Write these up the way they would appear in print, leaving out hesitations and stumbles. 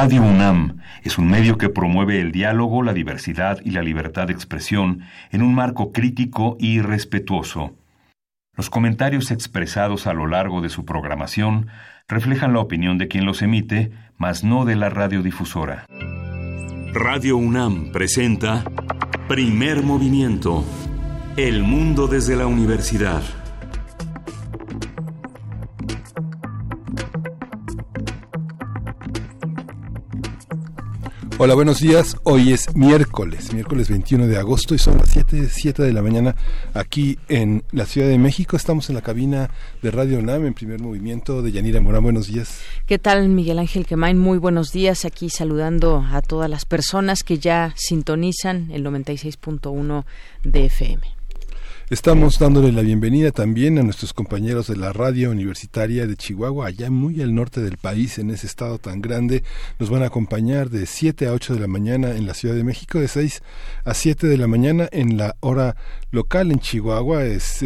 Radio UNAM es un medio que promueve el diálogo, la diversidad y la libertad de expresión en un marco crítico y respetuoso. Los comentarios expresados a lo largo de su programación reflejan la opinión de quien los emite, mas no de la radiodifusora. Radio UNAM presenta Primer Movimiento. El mundo desde la universidad. Hola, buenos días. Hoy es miércoles 21 de agosto y son las 7 de la mañana aquí en la Ciudad de México. Estamos en la cabina de Radio UNAM en Primer Movimiento. Deyanira Morán, buenos días. ¿Qué tal, Miguel Ángel Quemain? Muy buenos días. Aquí saludando a todas las personas que ya sintonizan el 96.1 de FM. Estamos dándole la bienvenida también a nuestros compañeros de la radio universitaria de Chihuahua, allá muy al norte del país, en ese estado tan grande. Nos van a acompañar de 7 a 8 de la mañana en la Ciudad de México, de 6 a 7 de la mañana en la hora local en Chihuahua.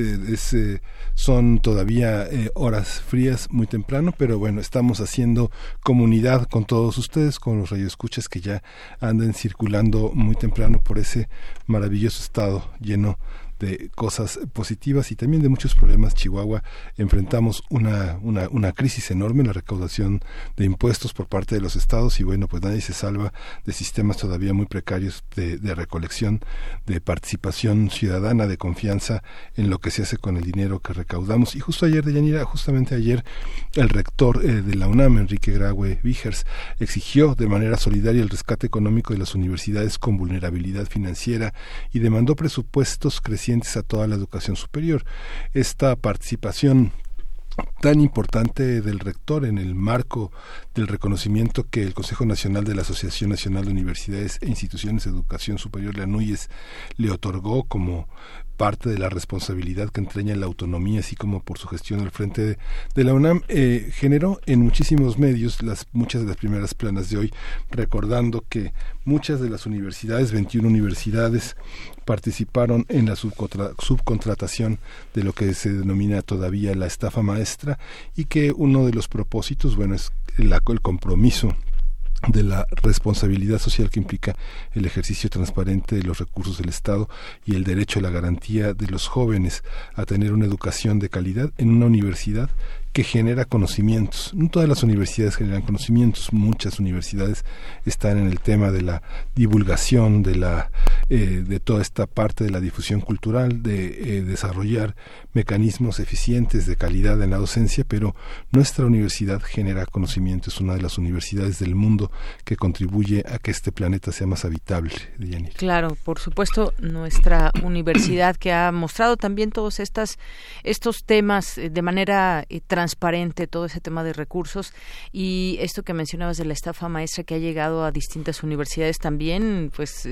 Son todavía horas frías, muy temprano, pero bueno, estamos haciendo comunidad con todos ustedes, con los radioescuchas que ya andan circulando muy temprano por ese maravilloso estado lleno de cosas positivas y también de muchos problemas. Chihuahua enfrentamos una crisis enorme en la recaudación de impuestos por parte de los estados y bueno, pues nadie se salva de sistemas todavía muy precarios de recolección, de participación ciudadana, de confianza en lo que se hace con el dinero que recaudamos. Y justo ayer, justamente ayer, el rector de la UNAM, Enrique Graue Vigers, exigió de manera solidaria el rescate económico de las universidades con vulnerabilidad financiera y demandó presupuestos crecientes a toda la educación superior. Esta participación tan importante del rector en el marco del reconocimiento que el Consejo Nacional de la Asociación Nacional de Universidades e Instituciones de Educación Superior, la ANUYES, le otorgó como parte de la responsabilidad que entraña la autonomía, así como por su gestión al frente de la UNAM, generó en muchísimos medios muchas de las primeras planas de hoy, recordando que muchas de las universidades, 21 universidades, participaron en la subcontratación de lo que se denomina todavía la estafa maestra y que uno de los propósitos, bueno, es el compromiso de la responsabilidad social que implica el ejercicio transparente de los recursos del Estado y el derecho a la garantía de los jóvenes a tener una educación de calidad en una universidad que genera conocimientos. No todas las universidades generan conocimientos, muchas universidades están en el tema de la divulgación, de toda esta parte de la difusión cultural, de desarrollar mecanismos eficientes de calidad en la docencia, pero nuestra universidad genera conocimiento, es una de las universidades del mundo que contribuye a que este planeta sea más habitable. Deyanira. Claro, por supuesto, nuestra universidad que ha mostrado también todos estos temas de manera transparente, todo ese tema de recursos y esto que mencionabas de la estafa maestra que ha llegado a distintas universidades también, pues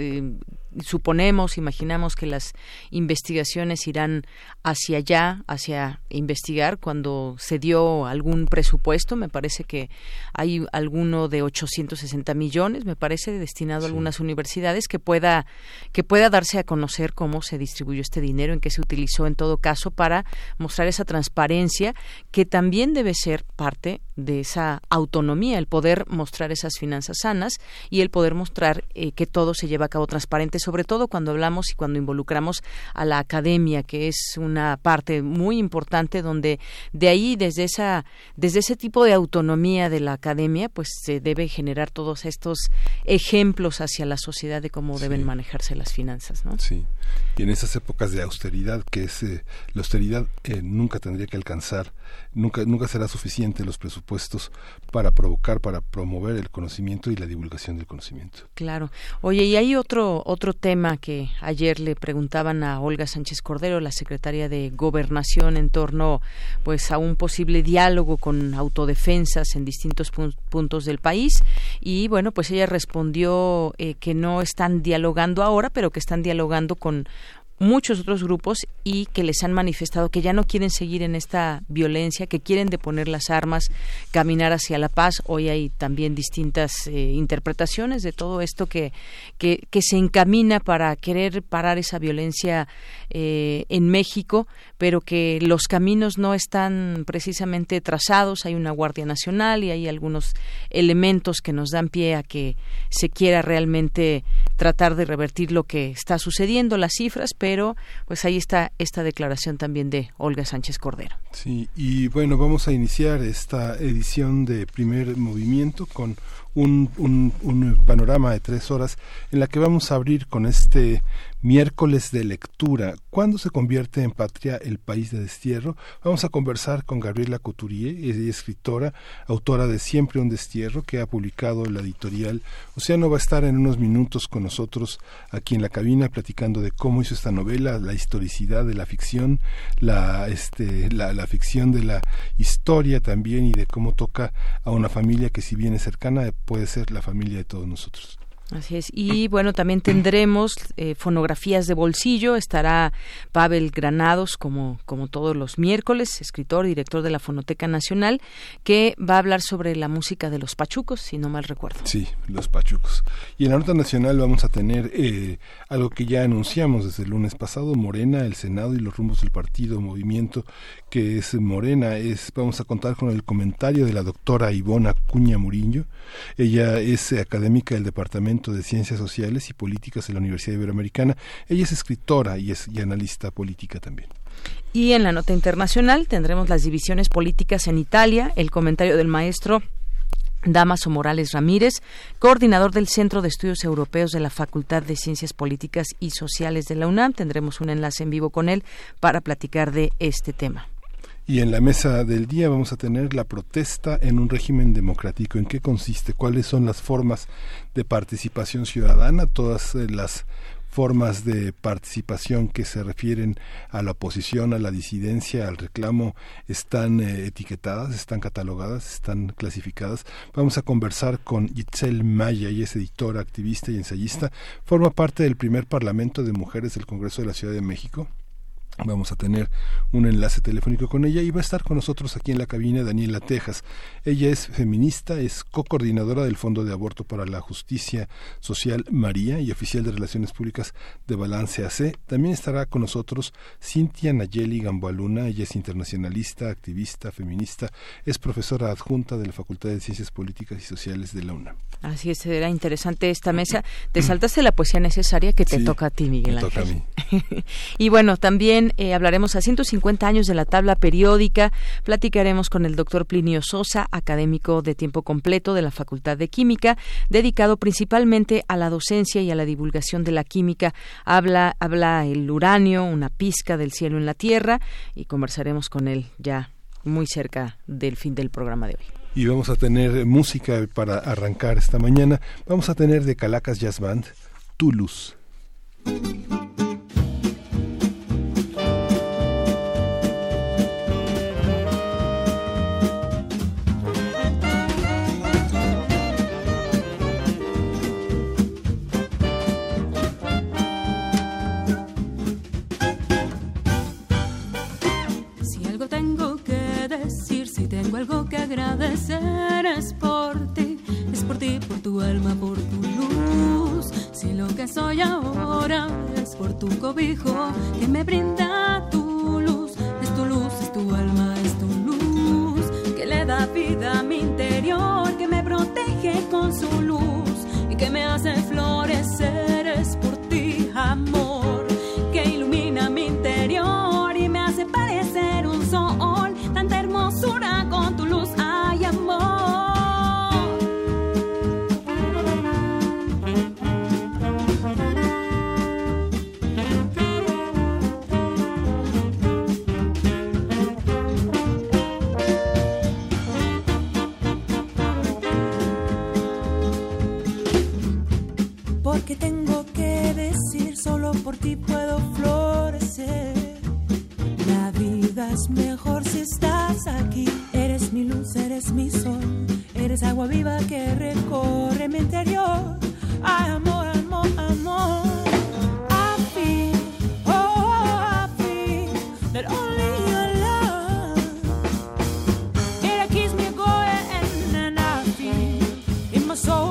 imaginamos que las investigaciones irán hacia allá, hacia investigar cuando se dio algún presupuesto. Me parece que hay alguno de 860 millones, me parece, destinado a algunas universidades que pueda darse a conocer cómo se distribuyó este dinero, en qué se utilizó en todo caso, para mostrar esa transparencia que también debe ser parte de esa autonomía, el poder mostrar esas finanzas sanas y el poder mostrar que todo se lleva a cabo transparente, sobre todo cuando hablamos y cuando involucramos a la academia, que es una parte muy importante donde de ahí, desde ese tipo de autonomía de la academia, pues se debe generar todos estos ejemplos hacia la sociedad de cómo deben manejarse las finanzas, ¿no? Sí. Y en esas épocas de austeridad, que es la austeridad nunca tendría que alcanzar, nunca será suficiente los presupuestos para promover el conocimiento y la divulgación del conocimiento. Claro. Oye, y hay otro tema que ayer le preguntaban a Olga Sánchez Cordero, la secretaria de Gobernación, en torno pues a un posible diálogo con autodefensas en distintos puntos del país, y bueno, pues ella respondió que no están dialogando ahora, pero que están dialogando con muchos otros grupos y que les han manifestado que ya no quieren seguir en esta violencia, que quieren deponer las armas, caminar hacia la paz. Hoy hay también distintas interpretaciones de todo esto que se encamina para querer parar esa violencia en México, pero que los caminos no están precisamente trazados. Hay una Guardia Nacional y hay algunos elementos que nos dan pie a que se quiera realmente tratar de revertir lo que está sucediendo, las cifras, pero pues ahí está esta declaración también de Olga Sánchez Cordero. Sí, y bueno, vamos a iniciar esta edición de Primer Movimiento con un panorama de 3 horas en la que vamos a abrir con este miércoles de lectura. ¿Cuándo se convierte en patria el país de destierro? Vamos a conversar con Gabriela Couturier, escritora, autora de Siempre un destierro, que ha publicado la editorial Océano. Va a estar en unos minutos con nosotros aquí en la cabina platicando de cómo hizo esta novela, la historicidad de la ficción, la ficción de la historia también, y de cómo toca a una familia que, si bien es cercana, puede ser la familia de todos nosotros. Así es. Y bueno, también tendremos fonografías de bolsillo. Estará Pavel Granados, como todos los miércoles, escritor, director de la Fonoteca Nacional, que va a hablar sobre la música de los pachucos, si no mal recuerdo. Sí, los pachucos. Y en la nota nacional vamos a tener algo que ya anunciamos desde el lunes pasado: Morena, el Senado y los rumbos del partido, movimiento que es Morena. Vamos a contar con el comentario de la doctora Ivonne Acuña Murillo. Ella es académica del Departamento de Ciencias Sociales y Políticas de la Universidad Iberoamericana. Ella es escritora y analista política también. Y en la nota internacional tendremos las divisiones políticas en Italia, el comentario del maestro Dámaso Morales Ramírez, coordinador del Centro de Estudios Europeos de la Facultad de Ciencias Políticas y Sociales de la UNAM. Tendremos un enlace en vivo con él para platicar de este tema. Y en la mesa del día vamos a tener la protesta en un régimen democrático. ¿En qué consiste? ¿Cuáles son las formas de participación ciudadana? Todas las formas de participación que se refieren a la oposición, a la disidencia, al reclamo, están etiquetadas, están catalogadas, están clasificadas. Vamos a conversar con Itzel Maya. Ella es editora, activista y ensayista. Forma parte del primer Parlamento de Mujeres del Congreso de la Ciudad de México. Vamos a tener un enlace telefónico con ella y va a estar con nosotros aquí en la cabina Daniela Tejas. Ella es feminista, es co-coordinadora del Fondo de Aborto para la Justicia Social María y oficial de Relaciones Públicas de Balance AC. También estará con nosotros Cintia Nayeli Gamboaluna. Ella es internacionalista, activista, feminista, es profesora adjunta de la Facultad de Ciencias Políticas y Sociales de la UNAM. Así es, será interesante esta mesa. Te saltaste la poesía necesaria que te toca a ti, Miguel Ángel. Toca a mí. Y bueno, también hablaremos a 150 años de la tabla periódica. Platicaremos con el doctor Plinio Sosa, académico de tiempo completo de la Facultad de Química, dedicado principalmente a la docencia y a la divulgación de la química. Habla el uranio, una pizca del cielo en la tierra, y conversaremos con él ya muy cerca del fin del programa de hoy. Y vamos a tener música para arrancar esta mañana. Vamos a tener de Calacas Jazz Band, Tu Luz. Si algo tengo que decir, si tengo algo que agradecer, es por ti, por tu alma, por tu luz. Si lo que soy ahora es por tu cobijo que me brinda tu luz, es tu alma, es tu luz, que le da vida a mi interior, que me protege con su luz y que me hace florecer. Es por ti, amor, que ilumina mi interior y me hace parecer un sol, tanta hermosura con tu luz, ay amor.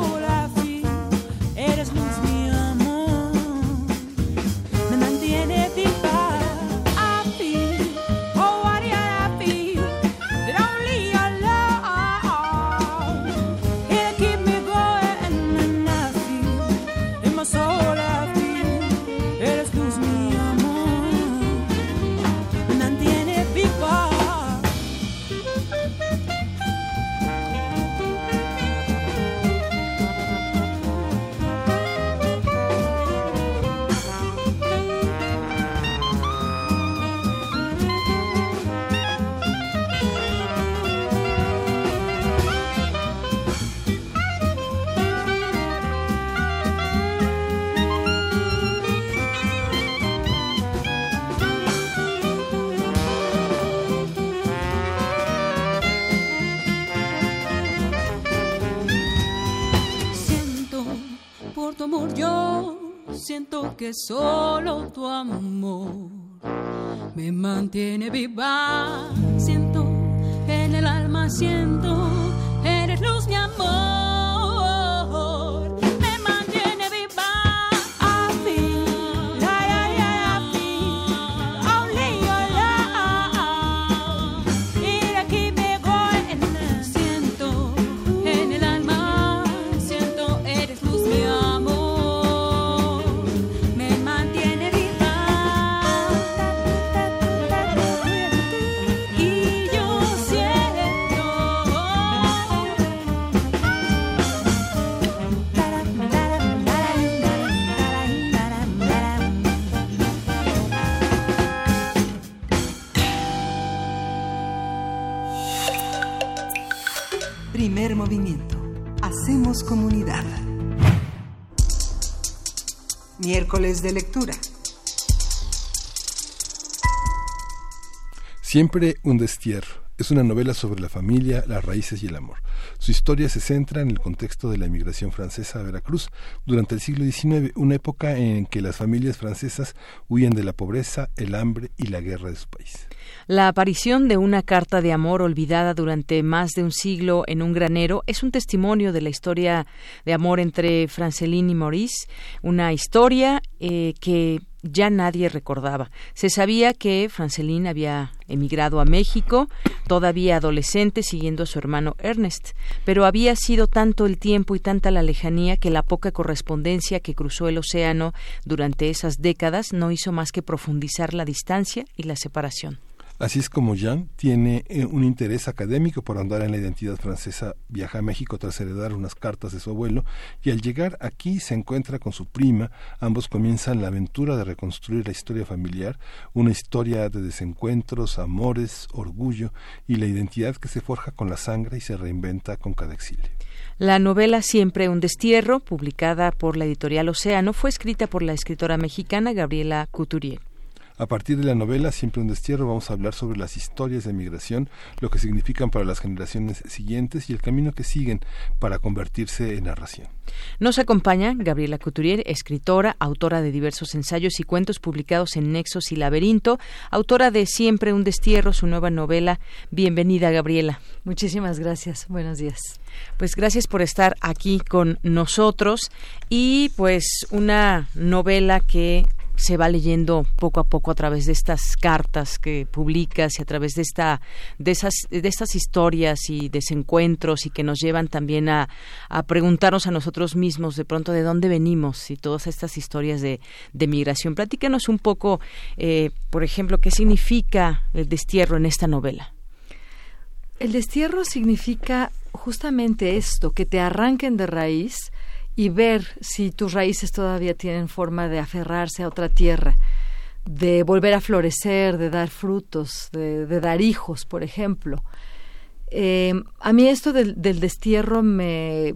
sola fui, eres luz mi amor, me mantiene viva. I feel, oh what I feel, that only your love, it keep me going and I feel, in my soul I feel, eres luz mi amor, me mantiene viva. Siento por tu amor, yo siento que solo tu amor me mantiene viva. Siento en el alma, siento, eres luz mi amor, me mantiene viva. I feel, I feel, only your love, it keep me going. Siento en el alma, siento, eres luz mi amor, me mantiene viva. Y yo siento Primer movimiento. Hacemos comunidad. Miércoles de lectura. Siempre un destierro. Es una novela sobre la familia, las raíces y el amor. Su historia se centra en el contexto de la emigración francesa a Veracruz durante el siglo XIX, una época en que las familias francesas huían de la pobreza, el hambre y la guerra de su país. La aparición de una carta de amor olvidada durante más de un siglo en un granero es un testimonio de la historia de amor entre Franceline y Maurice, una historia que ya nadie recordaba. Se sabía que Franceline había emigrado a México, todavía adolescente, siguiendo a su hermano Ernest, pero había sido tanto el tiempo y tanta la lejanía que la poca correspondencia que cruzó el océano durante esas décadas no hizo más que profundizar la distancia y la separación. Así es como Jean tiene un interés académico por andar en la identidad francesa, viaja a México tras heredar unas cartas de su abuelo y al llegar aquí se encuentra con su prima. Ambos comienzan la aventura de reconstruir la historia familiar, una historia de desencuentros, amores, orgullo y la identidad que se forja con la sangre y se reinventa con cada exilio. La novela Siempre un destierro, publicada por la editorial Océano, fue escrita por la escritora mexicana Gabriela Couturier. A partir de la novela Siempre un destierro vamos a hablar sobre las historias de migración, lo que significan para las generaciones siguientes y el camino que siguen para convertirse en narración. Nos acompaña Gabriela Couturier, escritora, autora de diversos ensayos y cuentos publicados en Nexos y Laberinto, autora de Siempre un destierro, su nueva novela. Bienvenida, Gabriela. Muchísimas gracias. Buenos días. Pues gracias por estar aquí con nosotros y pues una novela que se va leyendo poco a poco a través de estas cartas que publicas y a través de estas historias y desencuentros y que nos llevan también a preguntarnos a nosotros mismos de pronto de dónde venimos y todas estas historias de migración. Platícanos un poco, por ejemplo, qué significa el destierro en esta novela. El destierro significa justamente esto, que te arranquen de raíz y ver si tus raíces todavía tienen forma de aferrarse a otra tierra, de volver a florecer, de dar frutos, de dar hijos, por ejemplo. A mí esto del destierro del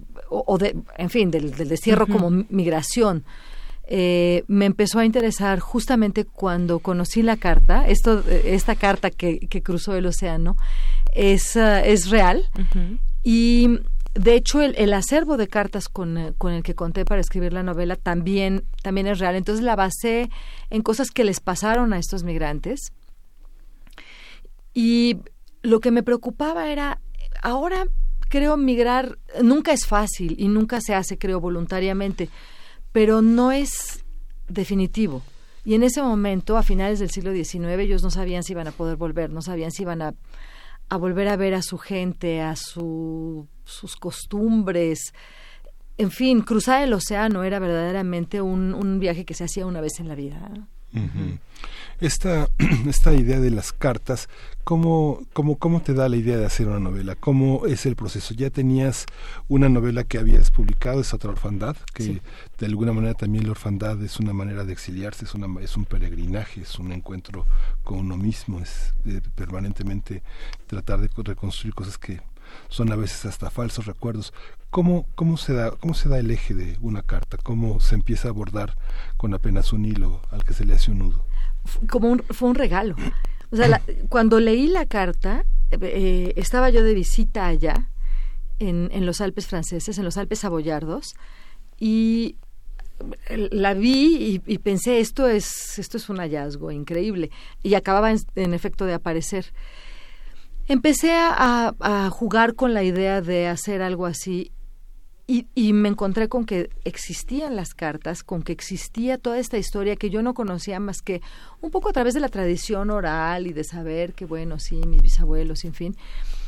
destierro como migración, me empezó a interesar justamente cuando conocí la carta. Esta carta que cruzó el océano es real. Uh-huh. Y de hecho, el acervo de cartas con el que conté para escribir la novela también es real. Entonces la basé en cosas que les pasaron a estos migrantes. Y lo que me preocupaba era, ahora creo migrar nunca es fácil y nunca se hace, creo, voluntariamente, pero no es definitivo. Y en ese momento, a finales del siglo XIX, ellos no sabían si iban a poder volver, no sabían si iban a volver a ver a su gente, a sus costumbres. En fin, cruzar el océano era verdaderamente un viaje que se hacía una vez en la vida, ¿no? Uh-huh. Esta idea de las cartas, ¿cómo te da la idea de hacer una novela? ¿Cómo es el proceso? ¿Ya tenías una novela que habías publicado, es Otra Orfandad? Que sí. De alguna manera también la orfandad es una manera de exiliarse, es un peregrinaje, es un encuentro con uno mismo, es permanentemente tratar de reconstruir cosas que son a veces hasta falsos recuerdos. ¿Cómo se da el eje de una carta? ¿Cómo se empieza a abordar con apenas un hilo al que se le hace un nudo? Fue un regalo. O sea, cuando leí la carta, estaba yo de visita allá, en los Alpes franceses, en los Alpes Saboyardos, y la vi y pensé, esto es un hallazgo increíble. Y acababa en efecto de aparecer. Empecé a jugar con la idea de hacer algo así y me encontré con que existían las cartas, con que existía toda esta historia que yo no conocía más que un poco a través de la tradición oral y de saber que, bueno, sí, mis bisabuelos, en fin.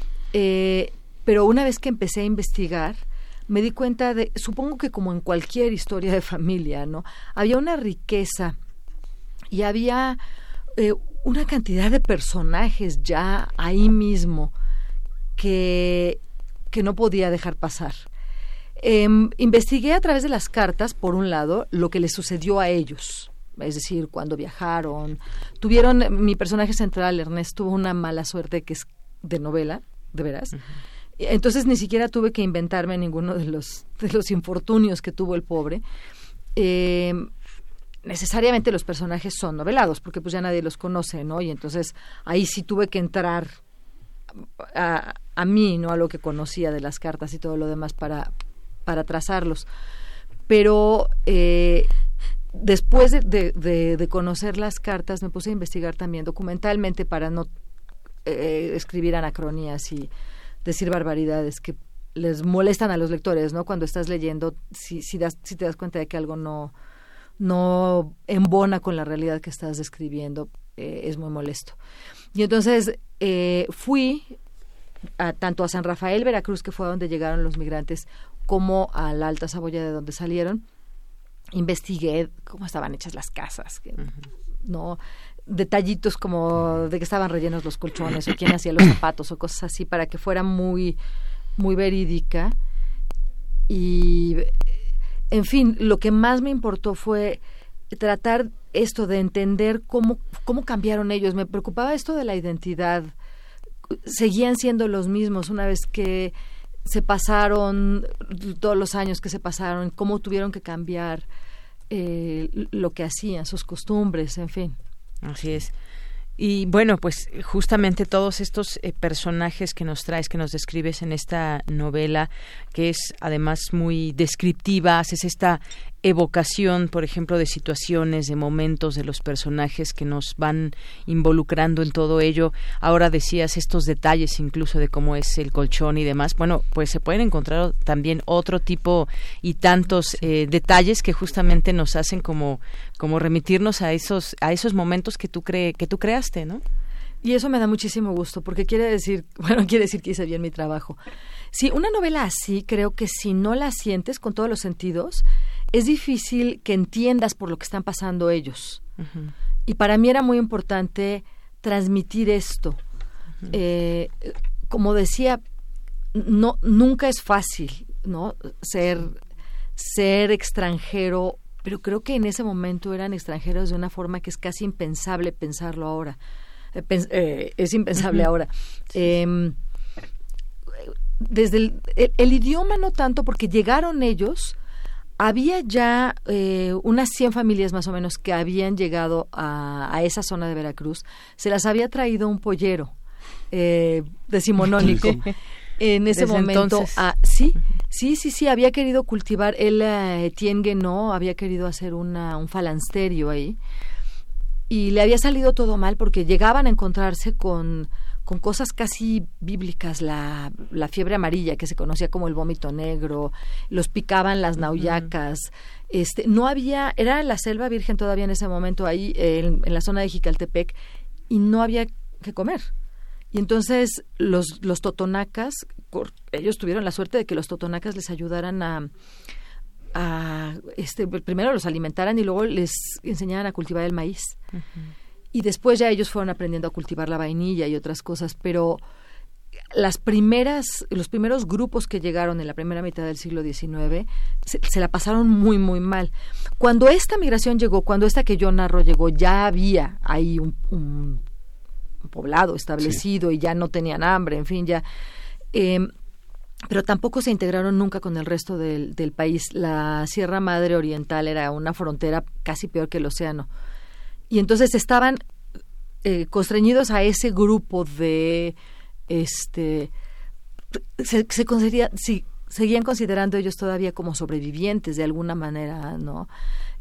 Pero una vez que empecé a investigar, me di cuenta de, supongo que como en cualquier historia de familia, ¿no? Había una riqueza y había una cantidad de personajes ya ahí mismo que no podía dejar pasar. Investigué a través de las cartas, por un lado, lo que les sucedió a ellos, es decir, cuando viajaron. Mi personaje central, Ernest, tuvo una mala suerte que es de novela, de veras. Uh-huh. Entonces ni siquiera tuve que inventarme ninguno de los infortunios que tuvo el pobre. Necesariamente los personajes son novelados, porque pues ya nadie los conoce, ¿no? Y entonces ahí sí tuve que entrar a mí, ¿no? A lo que conocía de las cartas y todo lo demás para trazarlos. Pero después de conocer las cartas me puse a investigar también documentalmente para no escribir anacronías y decir barbaridades que les molestan a los lectores, ¿no? Cuando estás leyendo, si te das cuenta de que algo no embona con la realidad que estás describiendo, es muy molesto. Y entonces fui tanto a San Rafael, Veracruz, que fue a donde llegaron los migrantes, como a la Alta Saboya, de donde salieron. Investigué cómo estaban hechas las casas, ¿no? Detallitos como de que estaban rellenos los colchones o quién hacía los zapatos o cosas así, para que fuera muy, muy verídica. Y, en fin, lo que más me importó fue tratar esto de entender cómo cambiaron ellos. Me preocupaba esto de la identidad. Seguían siendo los mismos una vez que se pasaron todos los años que se pasaron, cómo tuvieron que cambiar lo que hacían, sus costumbres, en fin. Así es. Y bueno, pues justamente todos estos personajes que nos traes, que nos describes en esta novela, que es además muy descriptiva, haces esta evocación, por ejemplo, de situaciones, de momentos de los personajes que nos van involucrando en todo ello. Ahora decías estos detalles incluso de cómo es el colchón y demás. Bueno, pues se pueden encontrar también otro tipo y tantos detalles que justamente nos hacen como remitirnos a esos momentos que tú creaste, ¿no? Y eso me da muchísimo gusto, porque quiere decir que hice bien mi trabajo. Sí, una novela así, creo que si no la sientes con todos los sentidos, es difícil que entiendas por lo que están pasando ellos. Uh-huh. Y para mí era muy importante transmitir esto. Uh-huh. Como decía, nunca es fácil, ¿no? Ser extranjero, pero creo que en ese momento eran extranjeros de una forma que es casi impensable pensarlo ahora. Es impensable ahora. Desde el idioma no tanto, porque llegaron ellos, había ya unas 100 familias más o menos que habían llegado a esa zona de Veracruz. Se las había traído un pollero decimonónico. Sí. En ese desde momento, sí, había querido cultivar, Etienne Guénot había querido hacer un falansterio ahí, y le había salido todo mal porque llegaban a encontrarse con con cosas casi bíblicas, la fiebre amarilla, que se conocía como el vómito negro, los picaban las nauyacas, no había, era la selva virgen todavía en ese momento ahí en la zona de Jicaltepec, y no había que comer. Y entonces los totonacas, ellos tuvieron la suerte de que los totonacas les ayudaran primero los alimentaran y luego les enseñaran a cultivar el maíz. Uh-huh. Y después ya ellos fueron aprendiendo a cultivar la vainilla y otras cosas, pero los primeros grupos que llegaron en la primera mitad del siglo XIX se la pasaron muy, muy mal. Cuando esta migración llegó, cuando esta que yo narro llegó, ya había ahí un poblado establecido, sí, y ya no tenían hambre, en fin, ya... pero tampoco se integraron nunca con el resto del país. La Sierra Madre Oriental era una frontera casi peor que el océano. Y entonces estaban constreñidos a ese grupo de... seguían considerando ellos todavía como sobrevivientes de alguna manera, ¿no?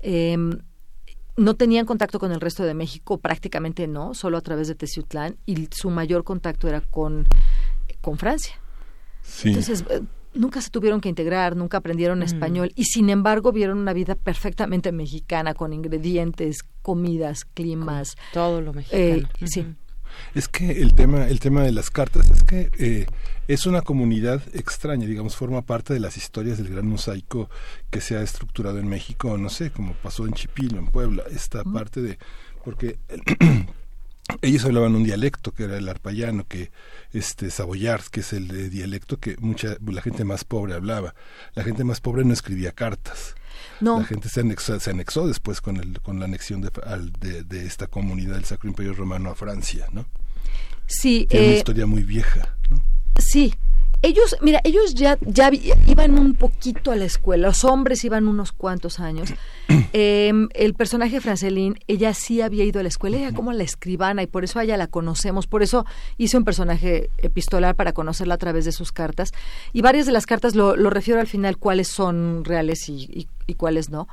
No tenían contacto con el resto de México, prácticamente no, solo a través de Teciutlán, y su mayor contacto era con Francia. Sí. Entonces, nunca se tuvieron que integrar, nunca aprendieron español, y sin embargo vieron una vida perfectamente mexicana, con ingredientes, comidas, climas. Con todo lo mexicano. Sí. Es que el tema de las cartas es que es una comunidad extraña, digamos, forma parte de las historias del gran mosaico que se ha estructurado en México, no sé, como pasó en Chipilo, en Puebla, esta parte de... porque... ellos hablaban un dialecto que era el arpayano, que saboyars, que es el dialecto que la gente más pobre hablaba. La gente más pobre no escribía cartas. No. La gente se anexó después con la anexión de esta comunidad del Sacro Imperio Romano a Francia, ¿no? Sí. Tiene una historia muy vieja, ¿no? Sí. Ellos ya iban un poquito a la escuela, los hombres iban unos cuantos años. El personaje Francelín, ella sí había ido a la escuela, ella como la escribana, y por eso a ella la conocemos, por eso hice un personaje epistolar para conocerla a través de sus cartas, y varias de las cartas lo refiero al final cuáles son reales y cuáles no.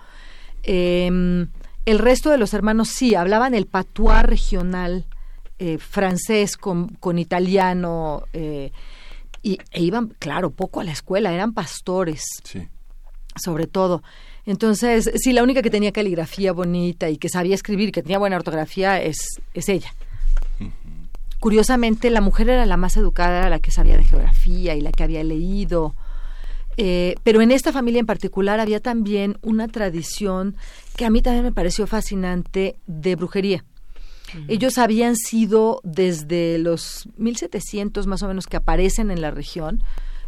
El resto de los hermanos sí, hablaban el patuá regional francés con italiano, e iban, claro, poco a la escuela, eran pastores, sí, sobre todo. Entonces, sí, la única que tenía caligrafía bonita y que sabía escribir, que tenía buena ortografía, es ella. Uh-huh. Curiosamente, la mujer era la más educada, era la que sabía de geografía y la que había leído. Pero en esta familia en particular había también una tradición que a mí también me pareció fascinante de brujería. Ellos habían sido desde los 1700 más o menos que aparecen en la región,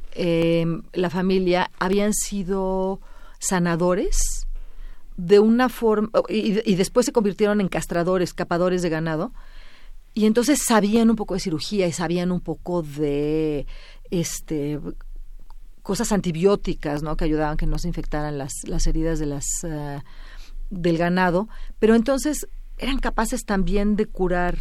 la familia habían sido sanadores de una forma, y después se convirtieron en castradores, capadores de ganado, y entonces sabían un poco de cirugía y sabían un poco de cosas antibióticas, ¿no?, que ayudaban que no se infectaran las heridas de del ganado, pero entonces eran capaces también de curar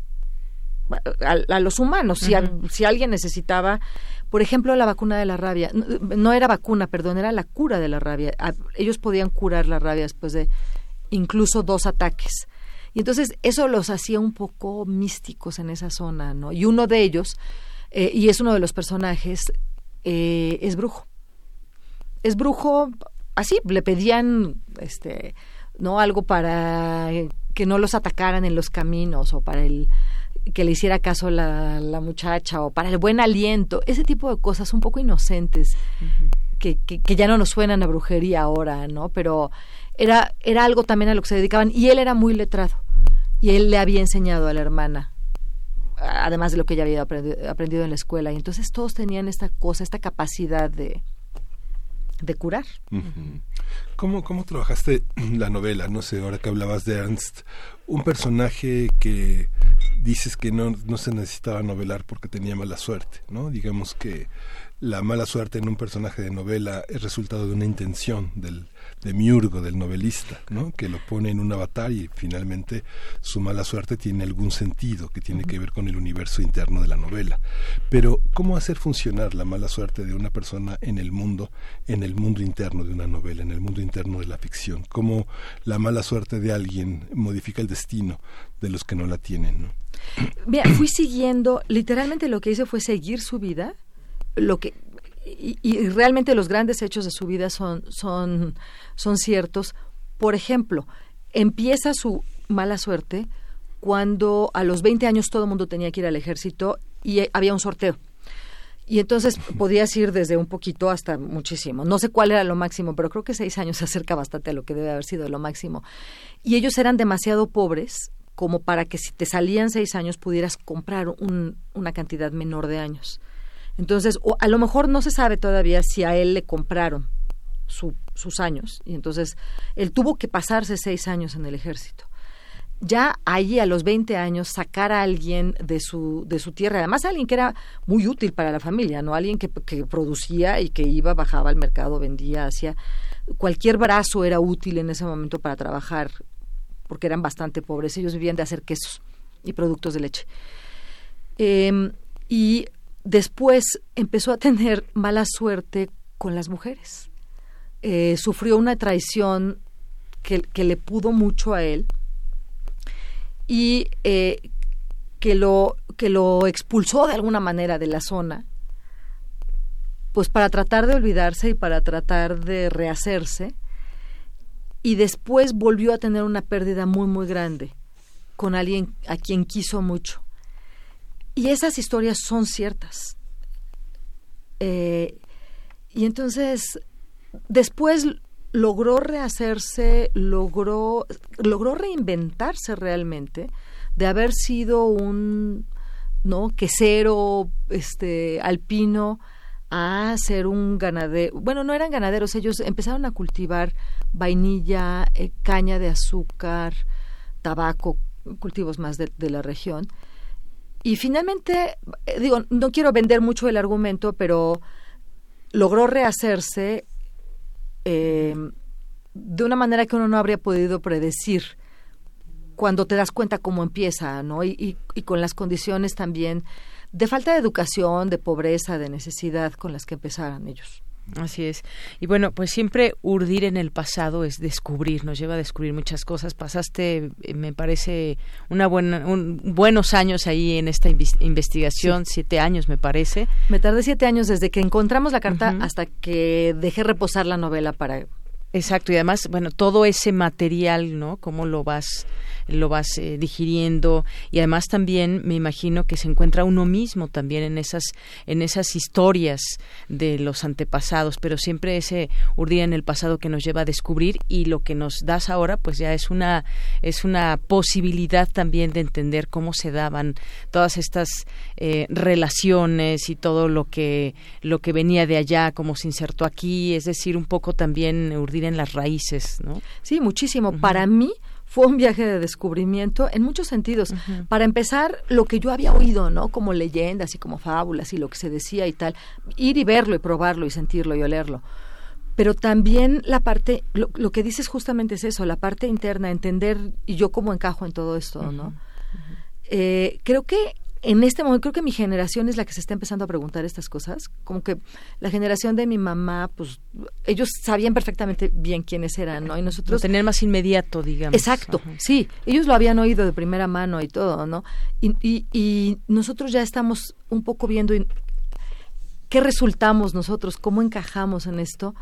a los humanos. Uh-huh. Si alguien necesitaba, por ejemplo, la vacuna de la rabia, no era vacuna, perdón, era la cura de la rabia. Ellos podían curar la rabia después de incluso 2 ataques. Y entonces eso los hacía un poco místicos en esa zona, ¿no? Y uno de ellos, y es uno de los personajes, es brujo. Es brujo, así, le pedían no algo para que no los atacaran en los caminos, o para que le hiciera caso la muchacha, o para el buen aliento, ese tipo de cosas un poco inocentes, uh-huh, que ya no nos suenan a brujería ahora, ¿no? Pero era algo también a lo que se dedicaban, y él era muy letrado, y él le había enseñado a la hermana, además de lo que ella había aprendido en la escuela, y entonces todos tenían esta capacidad de curar. Uh-huh. ¿Cómo trabajaste la novela? No sé, ahora que hablabas de Ernst, un personaje que dices que no se necesitaba novelar porque tenía mala suerte, ¿no? Digamos que la mala suerte en un personaje de novela es resultado de una intención de miurgo, del novelista, ¿no? Que lo pone en un avatar y finalmente su mala suerte tiene algún sentido que tiene que ver con el universo interno de la novela. Pero ¿cómo hacer funcionar la mala suerte de una persona en el mundo interno de una novela, en el mundo interno de la ficción? ¿Cómo la mala suerte de alguien modifica el destino de los que no la tienen, ¿no? Mira, fui siguiendo, literalmente lo que hice fue seguir su vida, y realmente los grandes hechos de su vida son ciertos. Por ejemplo, empieza su mala suerte cuando a los 20 años todo el mundo tenía que ir al ejército y había un sorteo. Y entonces podías ir desde un poquito hasta muchísimo. No sé cuál era lo máximo, pero creo que 6 años se acerca bastante a lo que debe haber sido lo máximo. Y ellos eran demasiado pobres como para que si te salían 6 años pudieras comprar una cantidad menor de años. Entonces, a lo mejor no se sabe todavía si a él le compraron sus años, y entonces él tuvo que pasarse 6 años en el ejército. Ya allí a los 20 años sacar a alguien de su tierra, además alguien que era muy útil para la familia, no alguien que producía y que iba, bajaba al mercado, vendía, hacía cualquier brazo era útil en ese momento para trabajar, porque eran bastante pobres. Ellos vivían de hacer quesos y productos de leche. Y después empezó a tener mala suerte con las mujeres. Sufrió una traición que le pudo mucho a él y que lo expulsó de alguna manera de la zona, pues para tratar de olvidarse y para tratar de rehacerse, y después volvió a tener una pérdida muy muy grande con alguien a quien quiso mucho. Y esas historias son ciertas. Y entonces, después logró rehacerse, logró reinventarse realmente, de haber sido un quesero alpino a ser un ganadero. Bueno, no eran ganaderos, ellos empezaron a cultivar vainilla, caña de azúcar, tabaco, cultivos más de la región. Y finalmente, no quiero vender mucho el argumento, pero logró rehacerse de una manera que uno no habría podido predecir cuando te das cuenta cómo empieza, ¿no? Y con las condiciones también de falta de educación, de pobreza, de necesidad con las que empezaron ellos. Así es. Y bueno, pues siempre urdir en el pasado es descubrir, nos lleva a descubrir muchas cosas. Pasaste, me parece, buenos años ahí en esta investigación, sí. 7 años me parece. Me tardé 7 años desde que encontramos la carta hasta que dejé reposar la novela para... Exacto, y además, bueno, todo ese material, ¿no? Cómo lo vas digiriendo, y además también me imagino que se encuentra uno mismo también en esas historias de los antepasados, pero siempre ese urdir en el pasado que nos lleva a descubrir, y lo que nos das ahora pues ya es una posibilidad también de entender cómo se daban todas estas relaciones y todo lo que venía de allá, cómo se insertó aquí, es decir, un poco también urdir en las raíces, ¿no? Sí, muchísimo. Para mí fue un viaje de descubrimiento en muchos sentidos. Para empezar, lo que yo había oído, ¿no? Como leyendas y como fábulas y lo que se decía y tal, ir y verlo y probarlo y sentirlo y olerlo. Pero también la parte, lo que dices justamente es eso, la parte interna, entender y yo cómo encajo en todo esto, ¿no? Creo que en este momento, creo que mi generación es la que se está empezando a preguntar estas cosas, como que la generación de mi mamá, pues ellos sabían perfectamente bien quiénes eran, ¿no? Y nosotros... Tener más inmediato, digamos. Exacto, sí, ellos lo habían oído de primera mano y todo, ¿no? Y nosotros ya estamos un poco viendo qué resultamos nosotros, cómo encajamos en esto,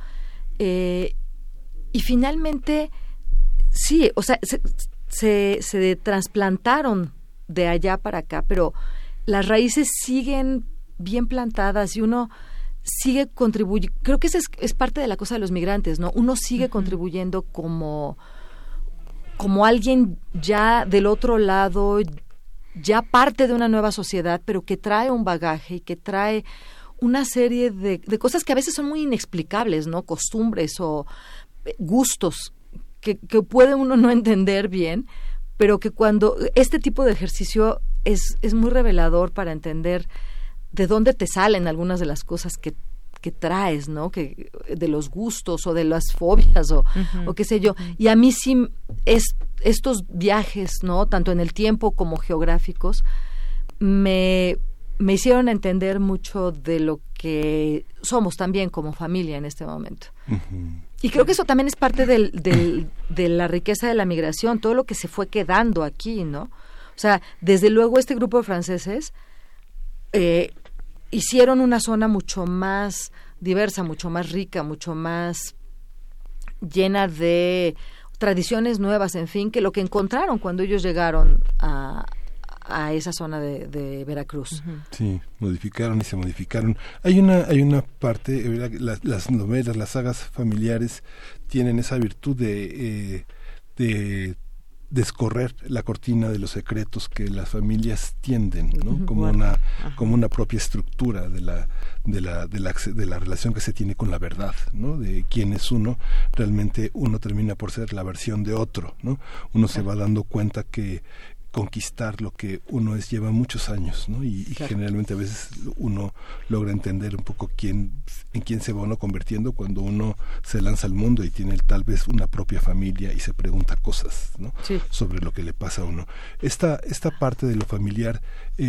y finalmente, sí, o sea, se trasplantaron de allá para acá, pero las raíces siguen bien plantadas y uno sigue contribuyendo. Creo que esa es parte de la cosa de los migrantes, ¿no? Uno sigue contribuyendo como alguien ya del otro lado, ya parte de una nueva sociedad, pero que trae un bagaje y que trae una serie de cosas que a veces son muy inexplicables, ¿no? Costumbres o gustos que puede uno no entender bien, pero que cuando este tipo de ejercicio es muy revelador para entender de dónde te salen algunas de las cosas que traes, ¿no? Que de los gustos o de las fobias o qué sé yo. Y a mí sí estos viajes, ¿no? Tanto en el tiempo como geográficos, me hicieron entender mucho de lo que somos también como familia en este momento. Y creo que eso también es parte de la riqueza de la migración, todo lo que se fue quedando aquí, ¿no? O sea, desde luego este grupo de franceses hicieron una zona mucho más diversa, mucho más rica, mucho más llena de tradiciones nuevas, en fin, que lo que encontraron cuando ellos llegaron a esa zona de Veracruz. Sí, modificaron y se modificaron. Hay una parte, las novelas, las sagas familiares tienen esa virtud de descorrer la cortina de los secretos que las familias tienden, ¿no? Como una propia estructura de la relación que se tiene con la verdad, ¿no? De quién es uno. Realmente uno termina por ser la versión de otro, ¿no? Uno se va dando cuenta que conquistar lo que uno es lleva muchos años, ¿no? Y generalmente a veces uno logra entender un poco en quién se va uno convirtiendo cuando uno se lanza al mundo y tiene tal vez una propia familia y se pregunta cosas, ¿no? Sí. Sobre lo que le pasa a uno. Esta parte de lo familiar,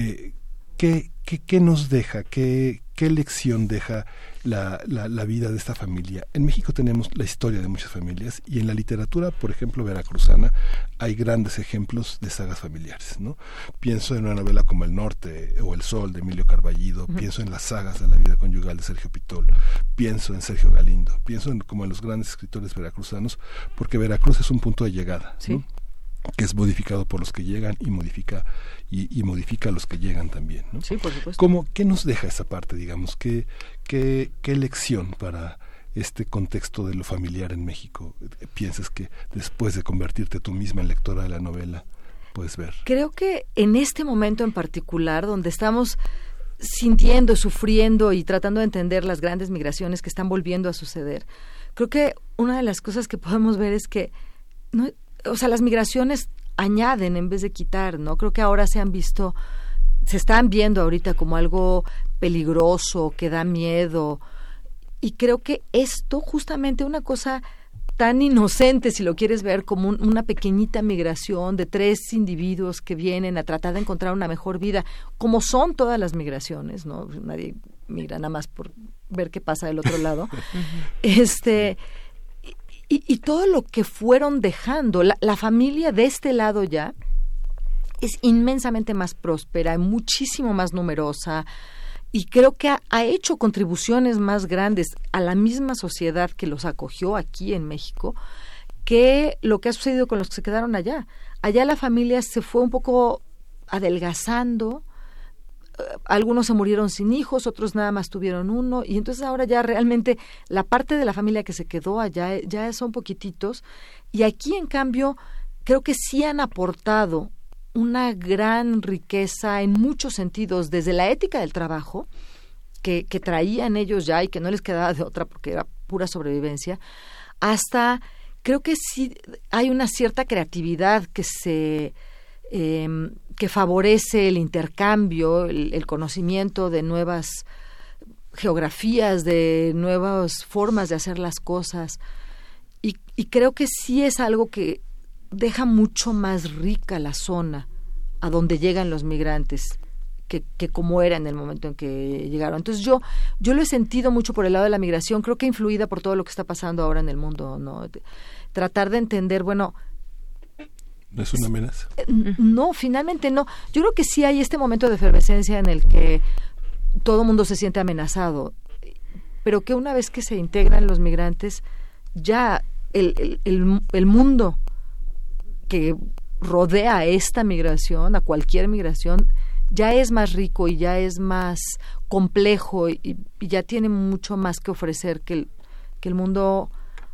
¿qué nos deja? ¿Qué lección deja la vida de esta familia? En México tenemos la historia de muchas familias y en la literatura, por ejemplo, veracruzana, hay grandes ejemplos de sagas familiares, ¿no? Pienso en una novela como El Norte o El Sol de Emilio Carballido, pienso en las sagas de la vida conyugal de Sergio Pitol, pienso en Sergio Galindo, pienso como en los grandes escritores veracruzanos, porque Veracruz es un punto de llegada, ¿no? Sí. Que es modificado por los que llegan y modifica a los que llegan también, ¿no? Sí, por supuesto. ¿Qué nos deja esa parte, digamos? ¿Qué lección para este contexto de lo familiar en México piensas que después de convertirte tú misma en lectora de la novela puedes ver? Creo que en este momento en particular, donde estamos sintiendo, sufriendo y tratando de entender las grandes migraciones que están volviendo a suceder, creo que una de las cosas que podemos ver es que las migraciones añaden en vez de quitar, ¿no? Creo que ahora se están viendo ahorita como algo peligroso, que da miedo, y creo que esto, justamente una cosa tan inocente, si lo quieres ver, como una pequeñita migración de 3 individuos que vienen a tratar de encontrar una mejor vida, como son todas las migraciones, ¿no? Nadie migra nada más por ver qué pasa del otro lado. Y todo lo que fueron dejando, la familia de este lado ya es inmensamente más próspera, muchísimo más numerosa, y creo que ha hecho contribuciones más grandes a la misma sociedad que los acogió aquí en México que lo que ha sucedido con los que se quedaron allá. Allá la familia se fue un poco adelgazando, algunos se murieron sin hijos, otros nada más tuvieron uno, y entonces ahora ya realmente la parte de la familia que se quedó allá ya son poquititos, y aquí en cambio creo que sí han aportado una gran riqueza en muchos sentidos, desde la ética del trabajo que traían ellos ya y que no les quedaba de otra porque era pura sobrevivencia, hasta creo que sí hay una cierta creatividad que favorece el intercambio, el conocimiento de nuevas geografías, de nuevas formas de hacer las cosas, y creo que sí es algo que deja mucho más rica la zona a donde llegan los migrantes que como era en el momento en que llegaron. Entonces yo lo he sentido mucho por el lado de la migración, creo que influida por todo lo que está pasando ahora en el mundo, ¿no? Tratar de entender, bueno, ¿no es una amenaza? No, finalmente no. Yo creo que sí hay este momento de efervescencia en el que todo el mundo se siente amenazado, pero que una vez que se integran los migrantes, ya el mundo que rodea a esta migración, a cualquier migración, ya es más rico y ya es más complejo y ya tiene mucho más que ofrecer que el mundo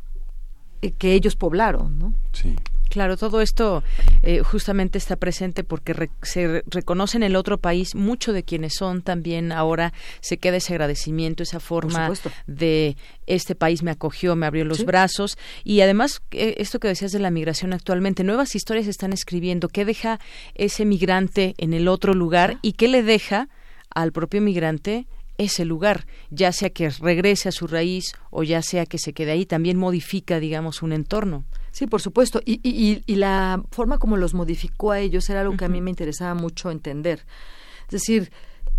que ellos poblaron, ¿no? Sí. Claro, todo esto justamente está presente porque se reconoce en el otro país mucho de quienes son. También ahora se queda ese agradecimiento, esa forma de este país me acogió, me abrió los brazos. Y además, esto que decías de la migración actualmente, nuevas historias se están escribiendo. ¿Qué deja ese migrante en el otro lugar y qué le deja al propio migrante ese lugar, ya sea que regrese a su raíz o ya sea que se quede ahí, también modifica, digamos, un entorno. Sí, por supuesto, y la forma como los modificó a ellos era algo que a mí me interesaba mucho entender. Es decir,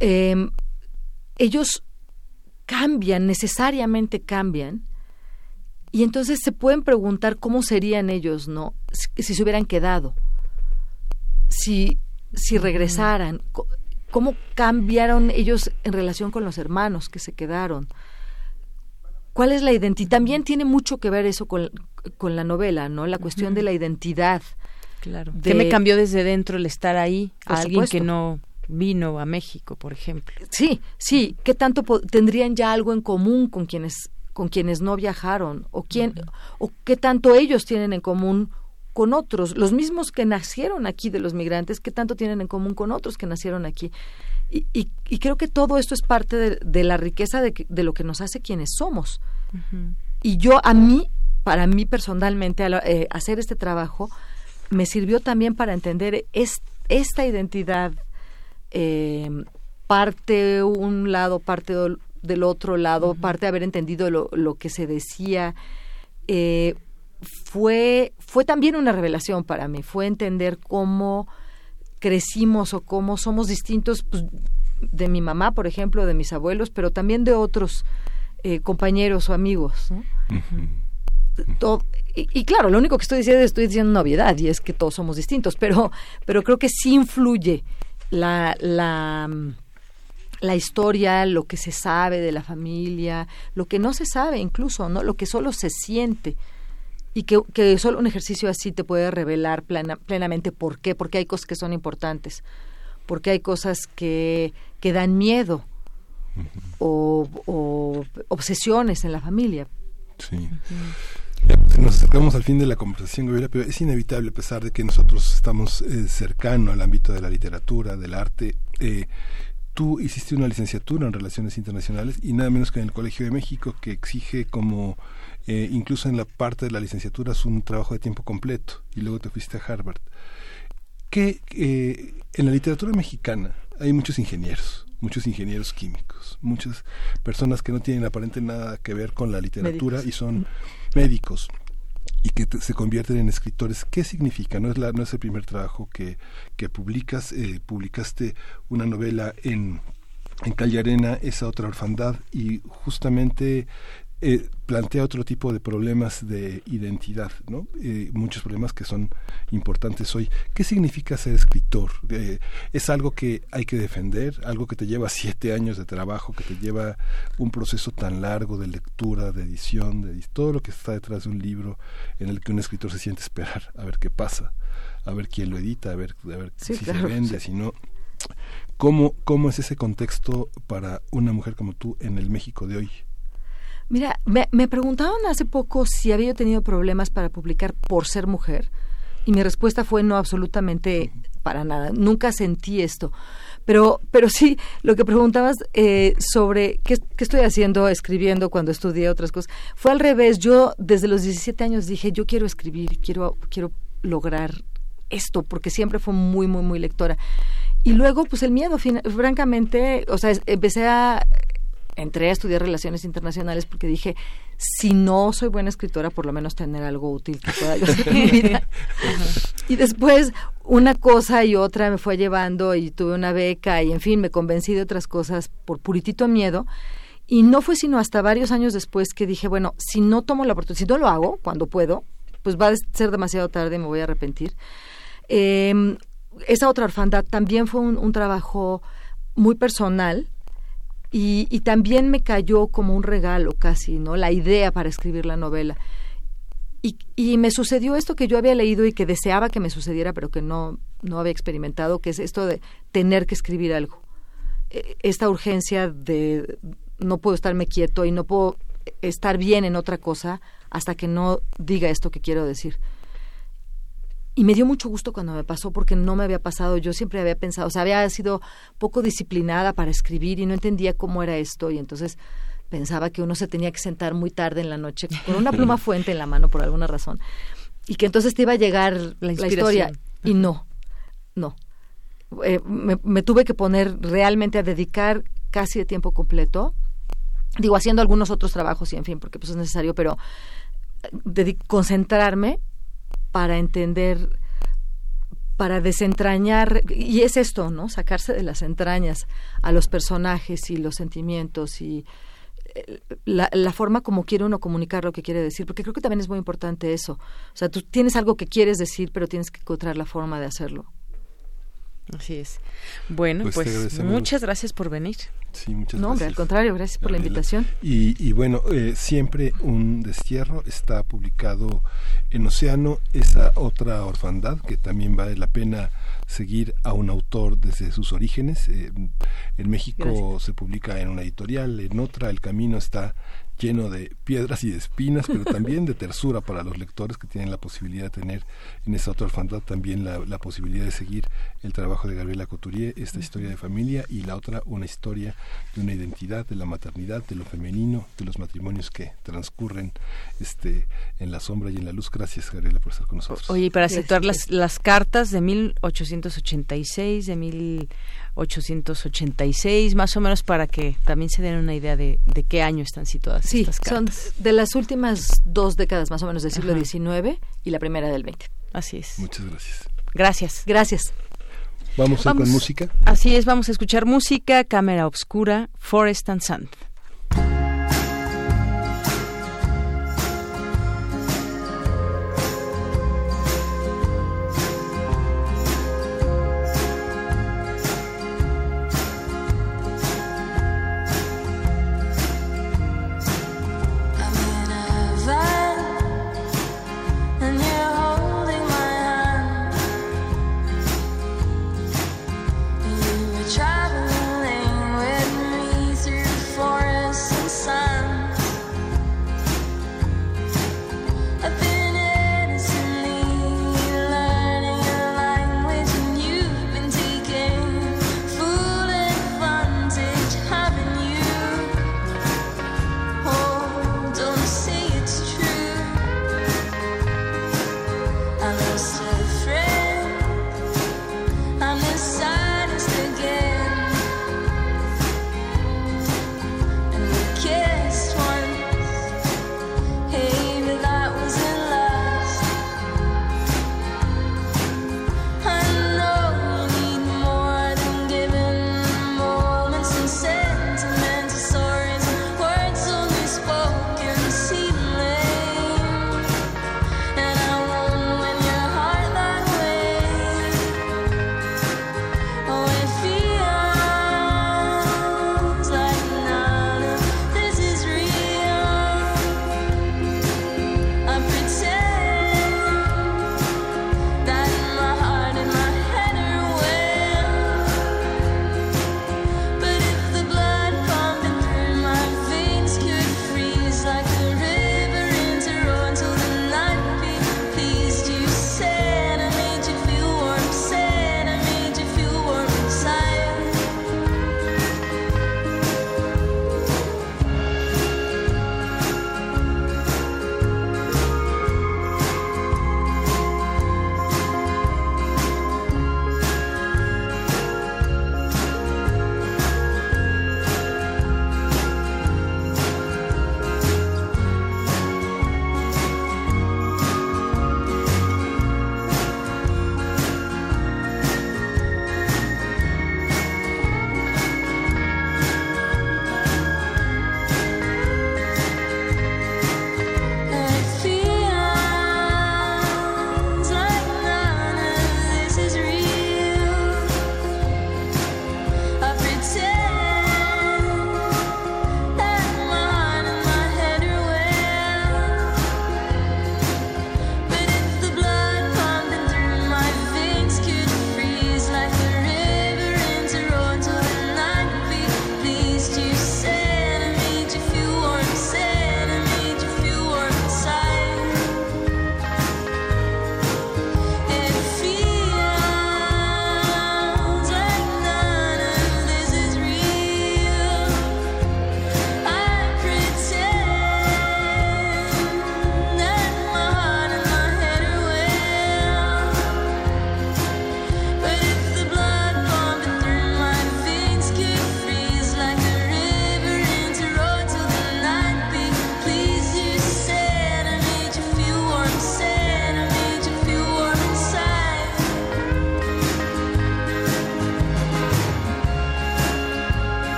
ellos cambian, necesariamente cambian, y entonces se pueden preguntar cómo serían ellos, ¿no? Si se hubieran quedado, si regresaran, cómo cambiaron ellos en relación con los hermanos que se quedaron. ¿Cuál es la identidad? También tiene mucho que ver eso con la novela, ¿no? La cuestión de la identidad. Claro. ¿Qué me cambió desde dentro el estar ahí a alguien que no vino a México, por ejemplo? Sí. ¿Qué tanto tendrían ya algo en común con quienes no viajaron? ¿O qué tanto ellos tienen en común con otros? Los mismos que nacieron aquí de los migrantes, ¿qué tanto tienen en común con otros que nacieron aquí? Y creo que todo esto es parte de la riqueza de lo que nos hace quienes somos. Y para mí personalmente, hacer este trabajo me sirvió también para entender esta identidad, parte un lado, parte del otro lado, parte de haber entendido lo que se decía. Fue también una revelación para mí, fue entender cómo crecimos o cómo somos distintos, pues, de mi mamá, por ejemplo, de mis abuelos, pero también de otros compañeros o amigos, ¿no? Y claro, lo único que estoy diciendo una obviedad, y es que todos somos distintos, pero creo que sí influye la historia, lo que se sabe de la familia, lo que no se sabe incluso, ¿no? Lo que solo se siente. Y que solo un ejercicio así te puede revelar plenamente por qué, porque hay cosas que son importantes, porque hay cosas que dan miedo o obsesiones en la familia. Sí. Nos acercamos al fin de la conversación, Gabriela, pero es inevitable, a pesar de que nosotros estamos cercanos al ámbito de la literatura, del arte. Tú hiciste una licenciatura en Relaciones Internacionales y nada menos que en el Colegio de México, que exige como incluso en la parte de la licenciatura es un trabajo de tiempo completo, y luego te fuiste a Harvard. Que en la literatura mexicana hay muchos ingenieros químicos, muchas personas que no tienen aparentemente nada que ver con la literatura y son médicos y que se convierten en escritores. ¿Qué significa? No es el primer trabajo que publicas. Publicaste una novela en Calle y Arena, Esa otra orfandad, y justamente plantea otro tipo de problemas de identidad, ¿no? Muchos problemas que son importantes hoy. ¿Qué significa ser escritor? ¿Es algo que hay que defender? ¿Algo que te lleva 7 años de trabajo, que te lleva un proceso tan largo de lectura, de edición, de todo lo que está detrás de un libro en el que un escritor se siente esperar a ver qué pasa, a ver quién lo edita, a ver sí, si claro, se vende, si no? ¿Cómo es ese contexto para una mujer como tú en el México de hoy? Mira, me preguntaban hace poco si había tenido problemas para publicar por ser mujer, y mi respuesta fue no, absolutamente para nada. Nunca sentí esto. Pero sí, lo que preguntabas sobre qué estoy haciendo, escribiendo cuando estudié otras cosas, fue al revés. Yo desde los 17 años dije, yo quiero escribir, quiero lograr esto, porque siempre fue muy, muy, muy lectora. Y luego, pues el miedo, francamente, o sea, entré a estudiar Relaciones Internacionales porque dije, si no soy buena escritora, por lo menos tener algo útil que pueda yo hacer en mi vida. Y después una cosa y otra me fue llevando y tuve una beca y, en fin, me convencí de otras cosas por puritito miedo. Y no fue sino hasta varios años después que dije, bueno, si no tomo la oportunidad, si no lo hago cuando puedo, pues va a ser demasiado tarde y me voy a arrepentir. Esa otra orfandad también fue un trabajo muy personal. Y también me cayó como un regalo casi, ¿no? La idea para escribir la novela. Y me sucedió esto que yo había leído y que deseaba que me sucediera, pero que no había experimentado, que es esto de tener que escribir algo. Esta urgencia de no puedo estarme quieto y no puedo estar bien en otra cosa hasta que no diga esto que quiero decir. Y me dio mucho gusto cuando me pasó, porque no me había pasado. Yo siempre había pensado, o sea, había sido poco disciplinada para escribir y no entendía cómo era esto, y entonces pensaba que uno se tenía que sentar muy tarde en la noche con una pluma fuente en la mano por alguna razón, y que entonces te iba a llegar la historia, y no. Me tuve que poner realmente a dedicar casi de tiempo completo, digo, haciendo algunos otros trabajos y en fin, porque pues es necesario, pero concentrarme para entender, para desentrañar, y es esto, ¿no? Sacarse de las entrañas a los personajes y los sentimientos y la forma como quiere uno comunicar lo que quiere decir, porque creo que también es muy importante eso. O sea, tú tienes algo que quieres decir, pero tienes que encontrar la forma de hacerlo. Así es. Bueno, pues muchas gracias por venir. Sí, muchas gracias. No, hombre, al contrario, gracias por la invitación. Y bueno, siempre un destierro está publicado en Océano, esa otra orfandad que también vale la pena seguir a un autor desde sus orígenes. En México se publica en una editorial, en otra el camino está lleno de piedras y de espinas, pero también de tersura para los lectores que tienen la posibilidad de tener en esa otra orfandad también la posibilidad de seguir el trabajo de Gabriela Couturier, esta historia de familia, y la otra una historia de una identidad, de la maternidad, de lo femenino, de los matrimonios que transcurren en la sombra y en la luz. Gracias, Gabriela, por estar con nosotros. Oye, y para situar las cartas de 1886, de 1886, más o menos, para que también se den una idea de qué año están situadas estas cartas. Son de las últimas 2 décadas más o menos del siglo XIX y la primera del XX. Así es. Muchas gracias. Gracias. Vamos con música. Así es, vamos a escuchar música, Cámara Obscura, Forest and Sand. Traveling with me through forest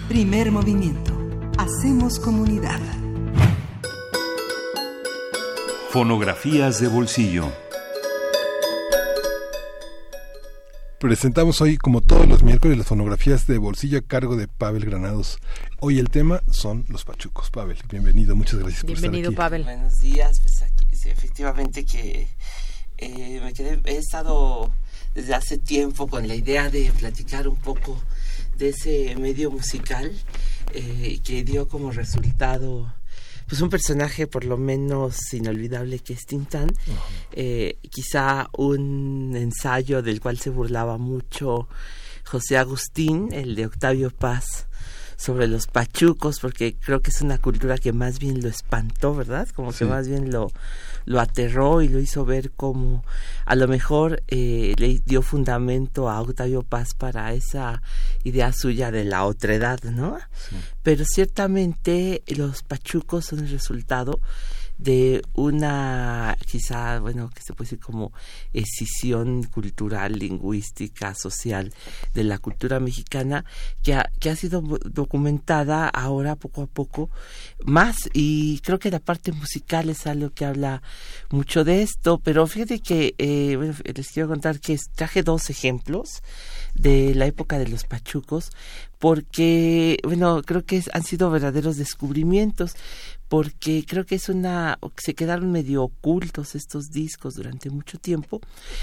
Primer movimiento. Hacemos comunidad. Fonografías de bolsillo. Presentamos hoy, como todos los miércoles, las fonografías de bolsillo a cargo de Pavel Granados. Hoy el tema son los pachucos. Pavel, bienvenido, muchas gracias por estar aquí. Bienvenido, Pavel. Buenos días, pues aquí, sí, efectivamente que he estado desde hace tiempo con la idea de platicar un poco de ese medio musical que dio como resultado pues un personaje por lo menos inolvidable que es Tintán, quizá un ensayo del cual se burlaba mucho José Agustín, el de Octavio Paz, sobre los pachucos, porque creo que es una cultura que más bien lo espantó, ¿verdad? Como que más bien lo aterró y lo hizo ver como a lo mejor le dio fundamento a Octavio Paz para esa idea suya de la otredad, ¿no? Sí. Pero ciertamente los pachucos son el resultado de una, quizá, bueno, que se puede decir como escisión cultural, lingüística, social de la cultura mexicana que ha sido documentada ahora poco a poco más, y creo que la parte musical es algo que habla mucho de esto. Pero fíjate que bueno, les quiero contar que traje 2 ejemplos de la época de los pachucos, porque, bueno, creo que han sido verdaderos descubrimientos, porque creo que se quedaron medio ocultos estos discos durante mucho tiempo,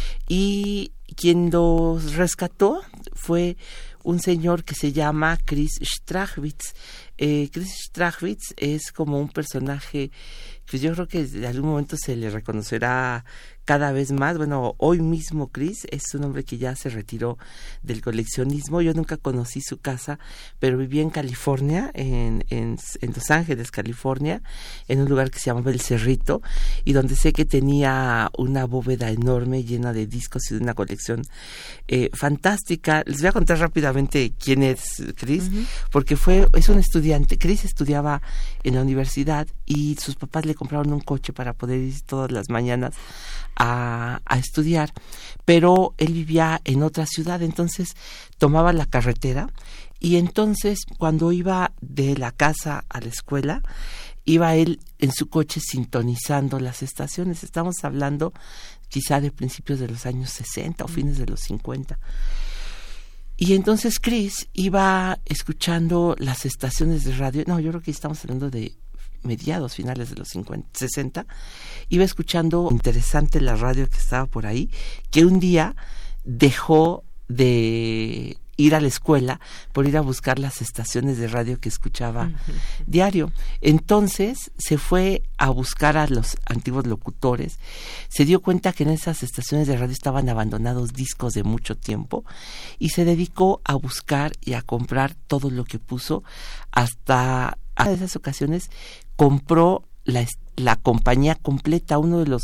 y quien los rescató fue un señor que se llama Chris Strachwitz. Chris Strachwitz es como un personaje que yo creo que en algún momento se le reconocerá cada vez más. Bueno, hoy mismo Chris es un hombre que ya se retiró del coleccionismo. Yo nunca conocí su casa, pero vivía en California, en Los Ángeles, California, en un lugar que se llamaba El Cerrito, y donde sé que tenía una bóveda enorme llena de discos y de una colección fantástica. Les voy a contar rápidamente quién es Chris, porque es un estudiante. Chris estudiaba en la universidad y sus papás le compraron un coche para poder ir todas las mañanas a estudiar, pero él vivía en otra ciudad, entonces tomaba la carretera, y entonces cuando iba de la casa a la escuela, iba él en su coche sintonizando las estaciones. Estamos hablando quizá de principios de los años 60 o fines de los 50. Y entonces Chris iba escuchando las estaciones de radio. No, yo creo que estamos hablando de mediados, finales de los 60, iba escuchando interesante la radio que estaba por ahí, que un día dejó de ir a la escuela por ir a buscar las estaciones de radio que escuchaba diario. Entonces se fue a buscar a los antiguos locutores, se dio cuenta que en esas estaciones de radio estaban abandonados discos de mucho tiempo, y se dedicó a buscar y a comprar todo lo que puso. Hasta a esas ocasiones compró la compañía completa. Uno de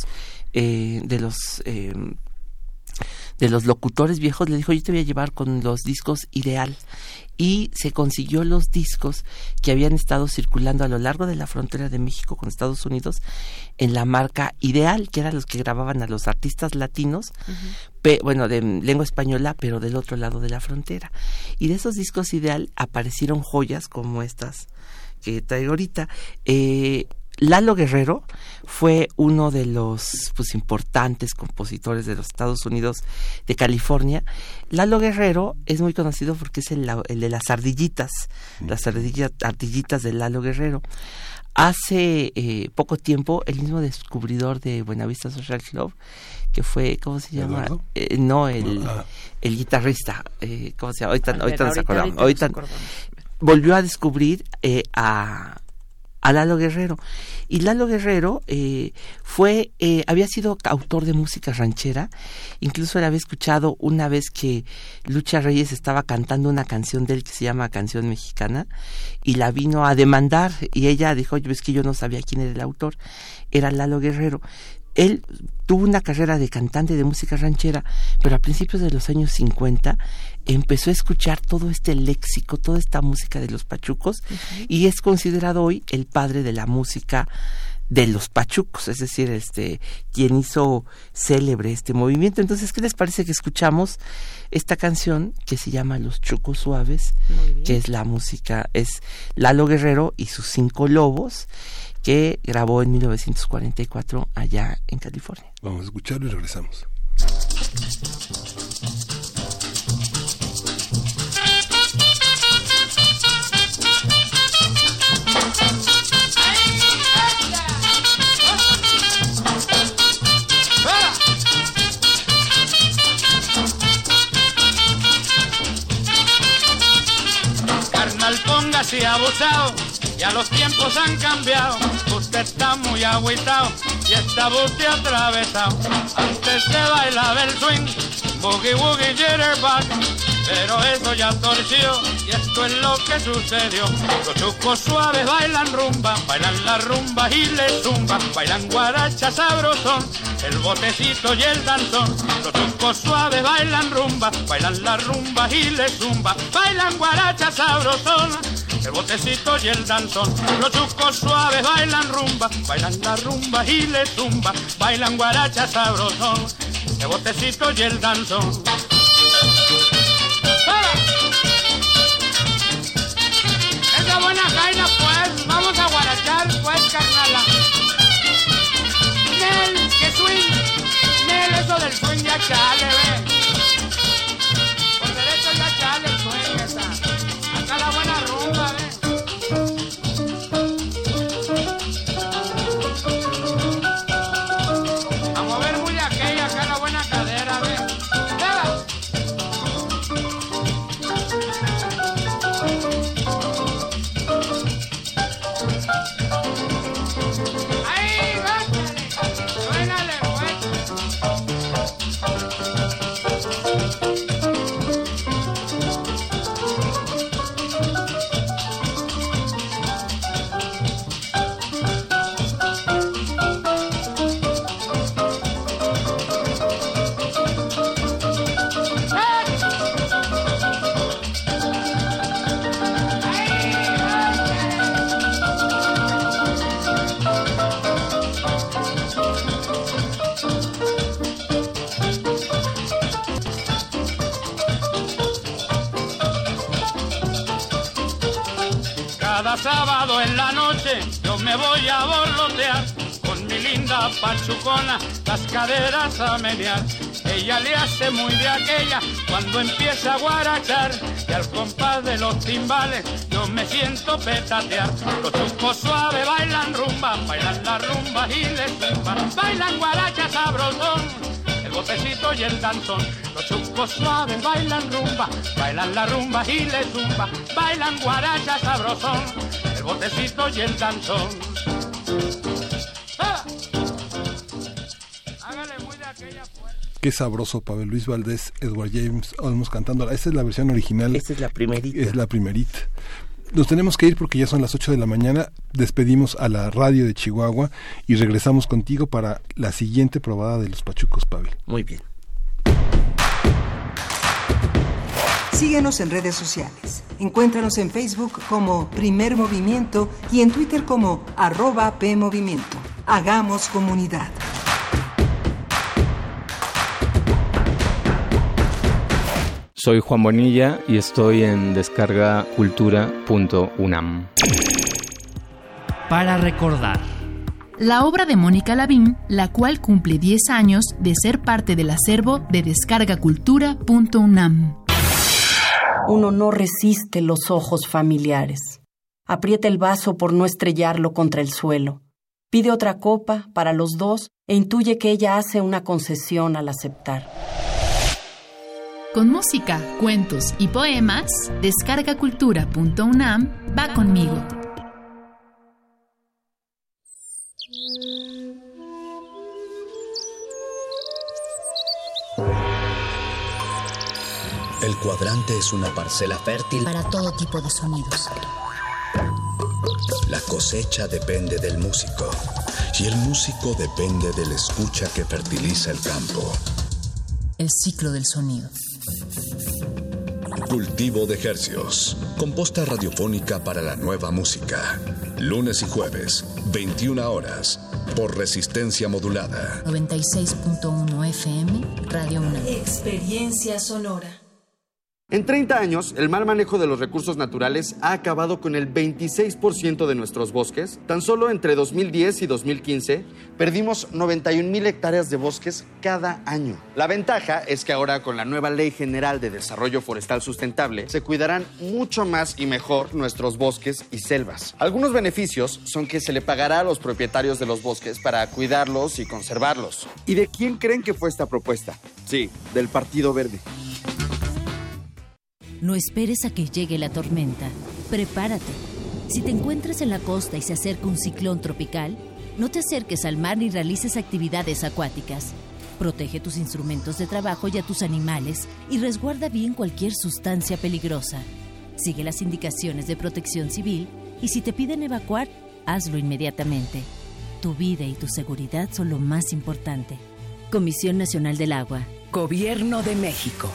los locutores viejos le dijo: yo te voy a llevar con los discos Ideal, y se consiguió los discos que habían estado circulando a lo largo de la frontera de México con Estados Unidos en la marca Ideal, que eran los que grababan a los artistas latinos, de lengua española, pero del otro lado de la frontera. Y de esos discos Ideal aparecieron joyas como estas que traigo ahorita. Lalo Guerrero fue uno de los importantes compositores de los Estados Unidos, de California. Lalo Guerrero es muy conocido porque es el de las ardillitas, las ardillitas de Lalo Guerrero. Hace poco tiempo, el mismo descubridor de Buenavista Social Club, que fue, ¿cómo se llama? El guitarrista, ¿cómo se llama? Ahorita nos acordamos. Volvió a descubrir a Lalo Guerrero. Y Lalo Guerrero había sido autor de música ranchera. Incluso le había escuchado una vez que Lucha Reyes estaba cantando una canción de él que se llama Canción Mexicana, y la vino a demandar, y ella dijo: oye, es que yo no sabía quién era el autor, era Lalo Guerrero. Él tuvo una carrera de cantante de música ranchera, pero a principios de los años 50 empezó a escuchar todo este léxico, toda esta música de los pachucos, y es considerado hoy el padre de la música de los pachucos, es decir, quien hizo célebre este movimiento. Entonces, ¿qué les parece que escuchamos esta canción que se llama Los Chucos Suaves, que es la música, es Lalo Guerrero y sus 5 lobos, que grabó en 1944 allá en California? Vamos a escucharlo y regresamos. Póngase abusado, ya los tiempos han cambiado. Usted está muy agüitado y está buste atravesado. Antes se bailaba el swing, boogie woogie jitterbug, pero eso ya torció y esto es lo que sucedió. Los chucos suaves bailan rumba, bailan la rumba y le zumba, bailan guaracha sabrosón, el botecito y el danzón. Los chucos suaves bailan rumba, bailan la rumba y le zumba, bailan guaracha sabrosón, el botecito y el danzón. Los chucos suaves bailan rumba, bailan la rumba y le zumba, bailan guaracha sabrosón, el botecito y el danzón. Esa buena jaina pues, vamos a guarachar pues, carnala. Nel, que swing, Nel, eso del swing ya chale, ve. Por derecho ya chale el swing esa. Acá la buena rumba, ve. A mover muy aquella, acá la buena cadera, ve. Sábado en la noche yo me voy a borlotear con mi linda pachucona, las caderas a menear. Ella le hace muy de aquella cuando empieza a guarachar y al compás de los timbales yo me siento petatear. Los chucos suaves bailan rumba, bailan la rumba y les zumba, bailan guaracha sabrosón, el botecito y el danzón. Los chucos suaves bailan rumba, bailan la rumba y le zumba, bailan guaracha sabrosón, el botecito y el danzón. ¡Ah! Hágale muy de aquella fuerza. Qué sabroso, Pavel Luis Valdés, Edward James Olmos cantándola. Esta es la versión original. Esta es la primerita. Es la primerita. Nos tenemos que ir porque ya son las 8 de la mañana. Despedimos a la radio de Chihuahua y regresamos contigo para la siguiente probada de los pachucos, Pavel. Muy bien. Síguenos en redes sociales. Encuéntranos en Facebook como Primer Movimiento y en Twitter como @PMovimiento. Hagamos comunidad. Soy Juan Bonilla y estoy en descargacultura.unam. Para recordar. La obra de Mónica Lavín, la cual cumple 10 años de ser parte del acervo de descargacultura.unam. Uno no resiste los ojos familiares. Aprieta el vaso por no estrellarlo contra el suelo. Pide otra copa para los dos e intuye que ella hace una concesión al aceptar. Con música, cuentos y poemas, descargacultura.unam va conmigo. El cuadrante es una parcela fértil para todo tipo de sonidos. La cosecha depende del músico y el músico depende de la escucha que fertiliza el campo. El ciclo del sonido. Cultivo de hercios. Composta radiofónica para la nueva música. Lunes y jueves, 21 horas. Por resistencia modulada. 96.1 FM, Radio UNAM. Experiencia sonora. En 30 años, el mal manejo de los recursos naturales ha acabado con el 26% de nuestros bosques. Tan solo entre 2010 y 2015, perdimos 91,000 hectáreas de bosques cada año. La ventaja es que ahora, con la nueva Ley General de Desarrollo Forestal Sustentable, se cuidarán mucho más y mejor nuestros bosques y selvas. Algunos beneficios son que se le pagará a los propietarios de los bosques para cuidarlos y conservarlos. ¿Y de quién creen que fue esta propuesta? Sí, del Partido Verde. No esperes a que llegue la tormenta. Prepárate. Si te encuentras en la costa y se acerca un ciclón tropical, no te acerques al mar ni realices actividades acuáticas. Protege tus instrumentos de trabajo y a tus animales y resguarda bien cualquier sustancia peligrosa. Sigue las indicaciones de Protección Civil y si te piden evacuar, hazlo inmediatamente. Tu vida y tu seguridad son lo más importante. Comisión Nacional del Agua. Gobierno de México.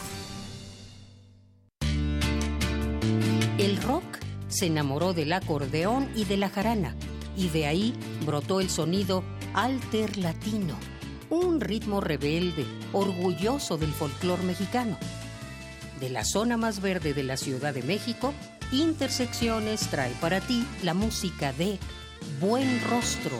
El rock se enamoró del acordeón y de la jarana, y de ahí brotó el sonido alter latino, un ritmo rebelde, orgulloso del folclor mexicano. De la zona más verde de la Ciudad de México, Intersecciones trae para ti la música de Buen Rostro,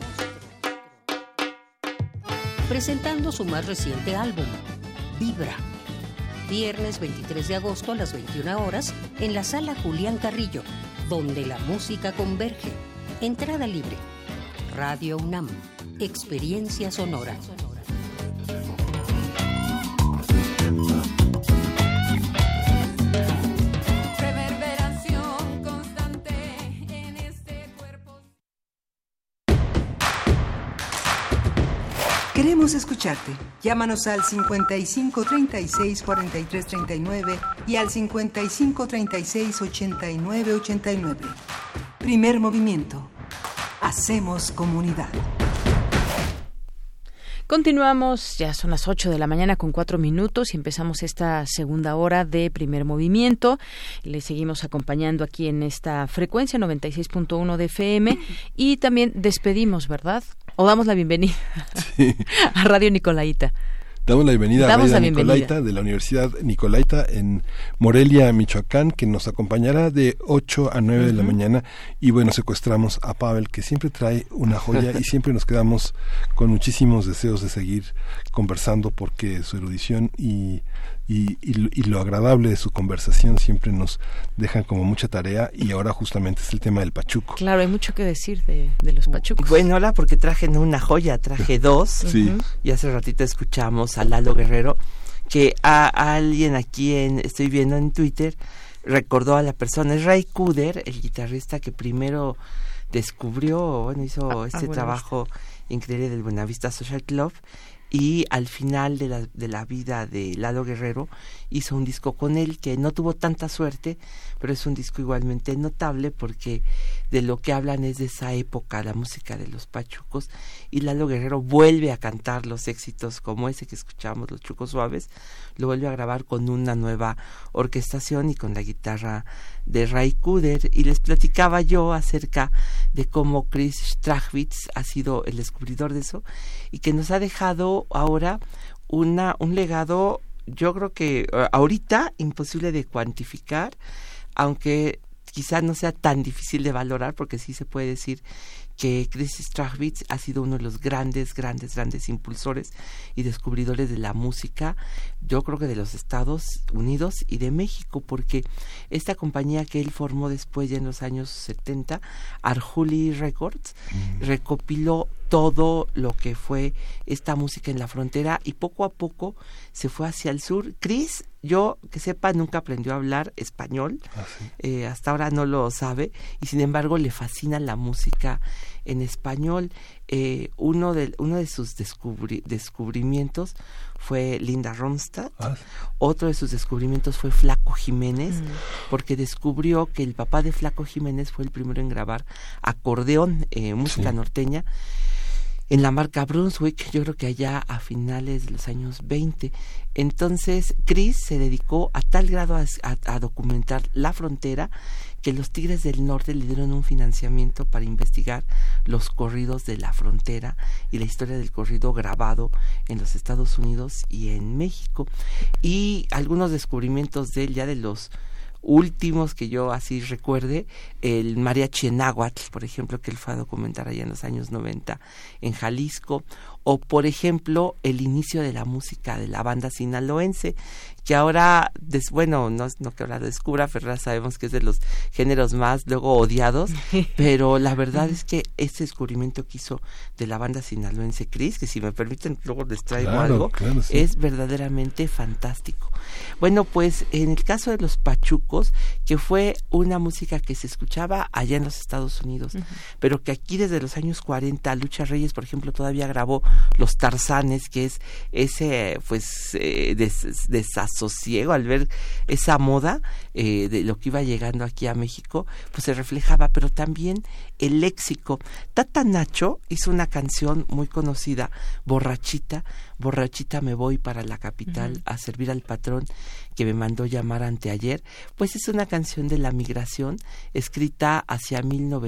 presentando su más reciente álbum, Vibra. Viernes 23 de agosto a las 21 horas en la Sala Julián Carrillo, donde la música converge. Entrada libre. Radio UNAM. Experiencia sonora. Reverberación constante en este cuerpo. Queremos escucharte. Llámanos al 55 36 43 39 y al 55 36 89 89. Primer movimiento. Hacemos comunidad. Continuamos, ya son las 8 de la mañana con 4 minutos y empezamos esta segunda hora de Primer Movimiento. Le seguimos acompañando aquí en esta frecuencia 96.1 de FM y también despedimos, ¿verdad? O damos la bienvenida a Radio Nicolaita. Damos la bienvenida a Radio Nicolaita de la Universidad Nicolaita en Morelia, Michoacán, que nos acompañará de 8 a 9 de la mañana. Y bueno, secuestramos a Pavel, que siempre trae una joya y siempre nos quedamos con muchísimos deseos de seguir conversando porque su erudición y lo agradable de su conversación siempre nos dejan como mucha tarea, y ahora justamente es el tema del pachuco. Claro, hay mucho que decir de los pachucos. Bueno, hola, porque traje no una joya, traje dos. Sí. Y hace ratito escuchamos a Lalo Guerrero, que a alguien aquí estoy viendo en Twitter, recordó a la persona, es Ray Cooder, el guitarrista que primero descubrió, hizo trabajo increíble del Buenavista Social Club. Y al final de la vida de Lalo Guerrero hizo un disco con él que no tuvo tanta suerte, pero es un disco igualmente notable porque de lo que hablan es de esa época, la música de los pachucos, y Lalo Guerrero vuelve a cantar los éxitos como ese que escuchamos, Los Chucos Suaves, lo vuelve a grabar con una nueva orquestación y con la guitarra de Ray Cooder. Y les platicaba yo acerca de cómo Chris Strachwitz ha sido el descubridor de eso y que nos ha dejado ahora un legado, yo creo que ahorita imposible de cuantificar, aunque quizá no sea tan difícil de valorar, porque sí se puede decir que Chris Strachwitz ha sido uno de los grandes impulsores y descubridores de la música, yo creo que de los Estados Unidos y de México, porque esta compañía que él formó después, ya en los años 70, Arhoolie Records, recopiló todo lo que fue esta música en la frontera y poco a poco se fue hacia el sur. Chris, yo que sepa, nunca aprendió a hablar español, hasta ahora no lo sabe, y sin embargo le fascina la música en español. Uno de sus descubrimientos fue Linda Ronstadt. Otro de sus descubrimientos fue Flaco Jiménez, porque descubrió que el papá de Flaco Jiménez fue el primero en grabar acordeón, música norteña. en la marca Brunswick, yo creo que allá a finales de los años 20. Entonces, Chris se dedicó a tal grado a documentar la frontera que los Tigres del Norte le dieron un financiamiento para investigar los corridos de la frontera y la historia del corrido grabado en los Estados Unidos y en México. Y algunos descubrimientos de él, ya de los últimos que yo así recuerde, el mariachi en náhuatl, por ejemplo, que él fue a documentar allá en los años 90 en Jalisco, o por ejemplo el inicio de la música de la banda sinaloense, que ahora, bueno, no que ahora lo descubra, pero sabemos que es de los géneros más luego odiados, pero la verdad es que este descubrimiento que hizo de la banda sinaloense Chris, que si me permiten luego les traigo algo, sí, es verdaderamente fantástico. Bueno, pues en el caso de los pachucos, que fue una música que se escuchaba allá en los Estados Unidos, pero que aquí desde los años 40, Lucha Reyes, por ejemplo, todavía grabó Los Tarzanes, que es ese pues desasosiego al ver esa moda de lo que iba llegando aquí a México, pues se reflejaba, pero también el léxico. Tata Nacho hizo una canción muy conocida, Borrachita, borrachita me voy para la capital a servir al patrón que me mandó llamar anteayer. Pues es una canción de la migración escrita hacia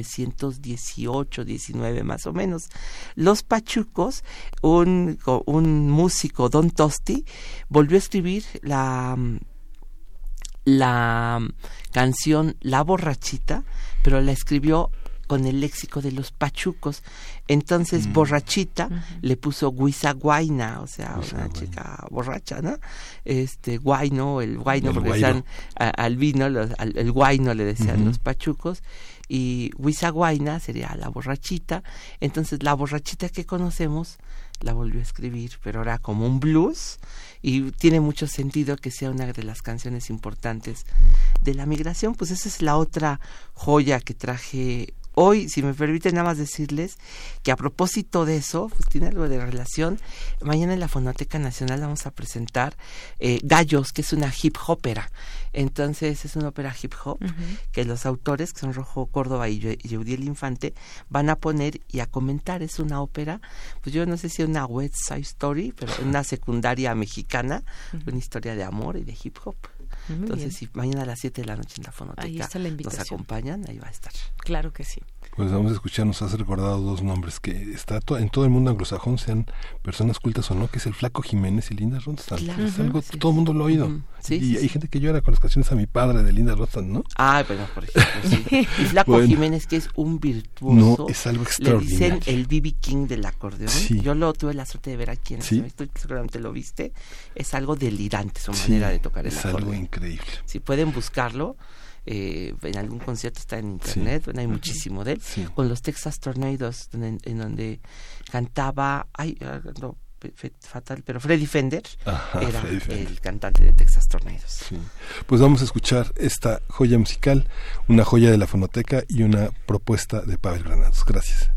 1918-19 más o menos. Los pachucos, un músico, Don Tosti, volvió a escribir la canción La Borrachita, pero la escribió con el léxico de los pachucos. Entonces borrachita le puso guisaguaina, o sea, una chica borracha, ¿no? Guayno, el guayno, porque decían al vino, el guayno le decían los pachucos, y guisaguaina sería la borrachita. Entonces la borrachita que conocemos la volvió a escribir, pero ahora como un blues, y tiene mucho sentido que sea una de las canciones importantes de la migración. Pues esa es la otra joya que traje hoy. Si me permiten nada más decirles que a propósito de eso, pues tiene algo de relación. Mañana en la Fonoteca Nacional vamos a presentar Gallos, que es una hip hopera. Entonces es una ópera hip hop que los autores, que son Rojo Córdoba y Yeudiel Infante, van a poner y a comentar. Es una ópera, pues yo no sé si es una West Side Story, pero una secundaria mexicana, una historia de amor y de hip hop. Entonces, si mañana a las 7 de la noche en la Fonoteca nos acompañan, ahí va a estar. Claro que sí. Pues vamos a escuchar, nos has recordado dos nombres que está en todo el mundo anglosajón, sean personas cultas o no, que es el Flaco Jiménez y Linda Ronstadt. Claro. Es algo, todo el mundo lo ha oído. Hay gente que llora con las canciones a mi padre de Linda Ronstadt, ¿no? Ah, bueno, por ejemplo, sí. Y Flaco Jiménez, que es un virtuoso. No, es algo extraordinario. Le dicen el B.B. King del acordeón. Sí. Yo lo tuve la suerte de ver aquí en México, seguramente lo viste. Es algo delirante su manera de tocar el acordeón. Es algo increíble. Si pueden buscarlo, en algún concierto está en internet, bueno, hay muchísimo de él, con los Texas Tornadoes, en donde cantaba, fatal, pero Freddie Fender era el cantante de Texas Tornadoes. Sí. Pues vamos a escuchar esta joya musical, una joya de la Fonoteca y una propuesta de Pavel Granados. Gracias.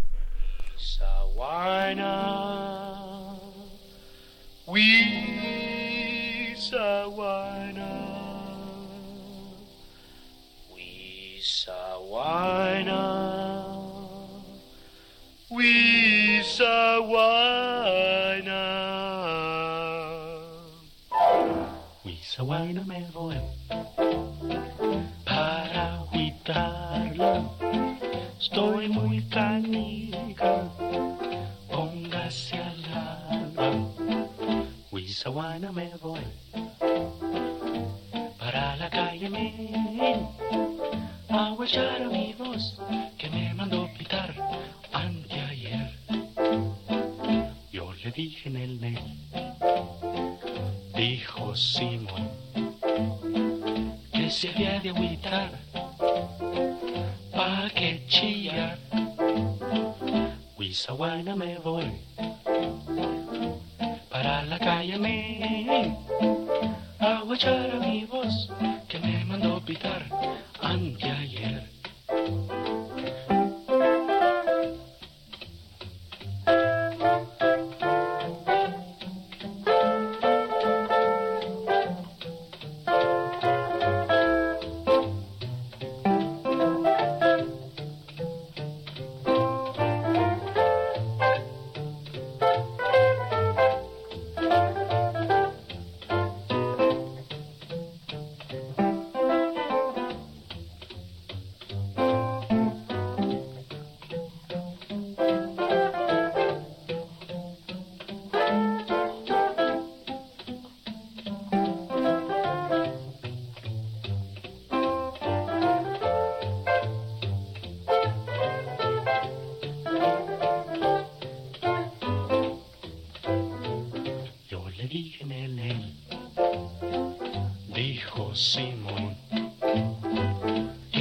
Huizahuayna me voy para agüitarla, estoy muy canija, póngase al lado. Huizahuayna me voy para la calle Min, a huechar a mi voz que me mandó pitar anteayer. Yo le dije en el mail, dijo Simón, que se había de agüitar, pa' que chillar. Huizahuayna me voy para la calle Min, a guachar a mi voz que me mandó pitar anteayer.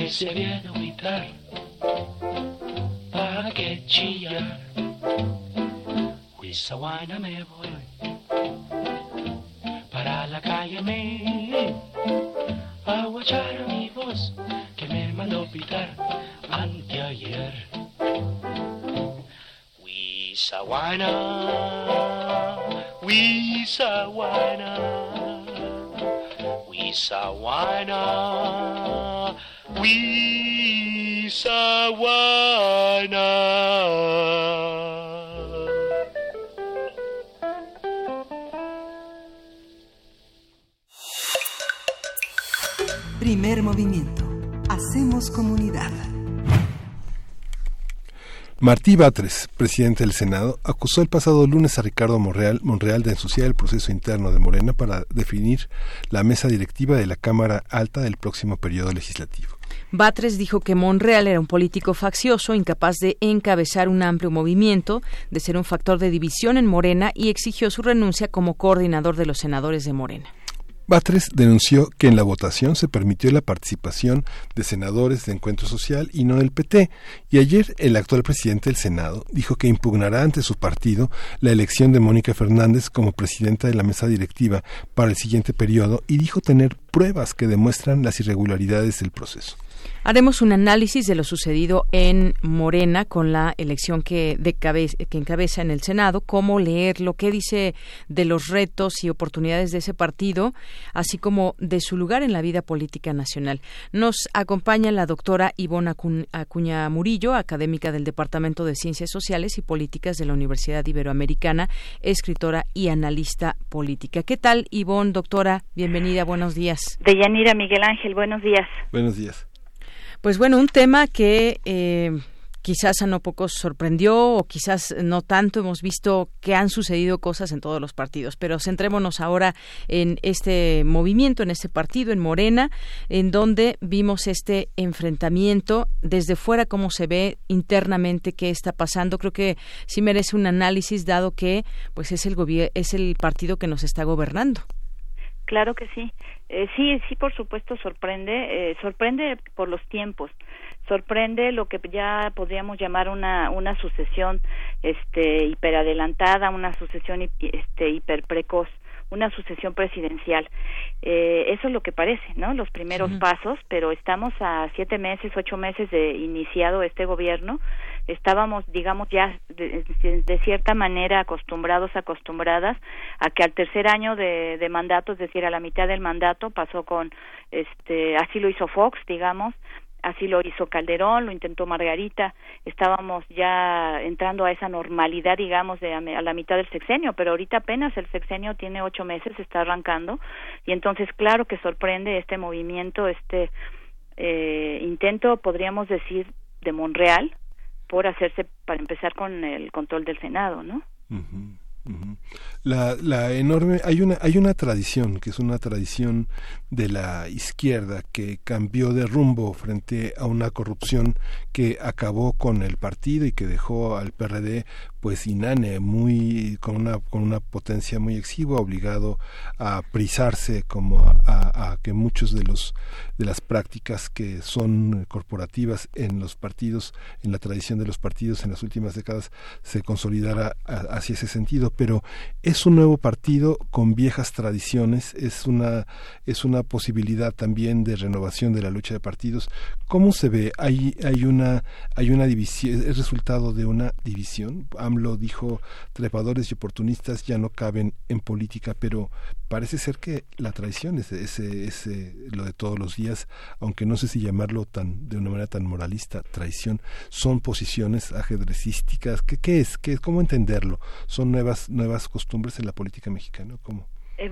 que se viene a agüitar, pa' que chillar. Huizahuana me voy, para la calle me a guachar a mi voz que me mandó pitar anteayer. Huizahuana, Huizahuana, Huizahuana, Huizahuana. Primer movimiento. Hacemos comunidad. Martí Batres, presidente del Senado, acusó el pasado lunes a Ricardo Monreal de ensuciar el proceso interno de Morena para definir la mesa directiva de la Cámara Alta del próximo periodo legislativo. Batres dijo que Monreal era un político faccioso, incapaz de encabezar un amplio movimiento, de ser un factor de división en Morena, y exigió su renuncia como coordinador de los senadores de Morena. Batres denunció que en la votación se permitió la participación de senadores de Encuentro Social y no del PT, y ayer el actual presidente del Senado dijo que impugnará ante su partido la elección de Mónica Fernández como presidenta de la mesa directiva para el siguiente periodo, y dijo tener pruebas que demuestran las irregularidades del proceso. Haremos un análisis de lo sucedido en Morena con la elección que encabeza en el Senado, cómo leerlo, qué dice de los retos y oportunidades de ese partido, así como de su lugar en la vida política nacional. Nos acompaña la doctora Ivonne Acuña Murillo, académica del Departamento de Ciencias Sociales y Políticas de la Universidad Iberoamericana, escritora y analista política. ¿Qué tal, Ivonne, doctora? Bienvenida, buenos días. Deyanira, Miguel Ángel, buenos días. Buenos días. Pues bueno, un tema que quizás a no pocos sorprendió o quizás no tanto. Hemos visto que han sucedido cosas en todos los partidos, pero centrémonos ahora en este movimiento, en este partido, en Morena, en donde vimos este enfrentamiento desde fuera, cómo se ve internamente, qué está pasando. Creo que sí merece un análisis, dado que pues es el partido que nos está gobernando. Claro que sí. Sí, por supuesto sorprende por los tiempos, sorprende lo que ya podríamos llamar una sucesión hiperadelantada, una sucesión hiperprecoz, una sucesión presidencial. Eso es lo que parece, ¿no? Los primeros pasos, pero estamos a 7 meses, 8 meses de iniciado este gobierno. Estábamos, digamos, ya de cierta manera acostumbradas a que al tercer año de mandato, es decir, a la mitad del mandato, pasó con, así lo hizo Fox, digamos, así lo hizo Calderón, lo intentó Margarita. Estábamos ya entrando a esa normalidad, digamos, a la mitad del sexenio, pero ahorita apenas el sexenio tiene 8 meses, está arrancando, y entonces claro que sorprende este movimiento, intento, podríamos decir, de Monreal, por hacerse, para empezar, con el control del Senado, ¿no? Uh-huh, uh-huh. La enorme, hay una tradición que es una tradición de la izquierda que cambió de rumbo frente a una corrupción que acabó con el partido y que dejó al PRD pues inane, con una potencia muy exigua, obligado a prisarse, como a que muchos de las prácticas que son corporativas en los partidos, en la tradición de los partidos en las últimas décadas, se consolidara hacia ese sentido. Pero es un nuevo partido con viejas tradiciones, es una posibilidad también de renovación de la lucha de partidos. ¿Cómo se ve? Hay una división, es resultado de una división. AMLO dijo: trepadores y oportunistas ya no caben en política, pero parece ser que la traición es lo de todos los días, aunque no sé si llamarlo de una manera tan moralista, traición. Son posiciones ajedrecísticas. ¿Qué es? ¿Cómo entenderlo? ¿Son nuevas costumbres en la política mexicana? ¿Cómo?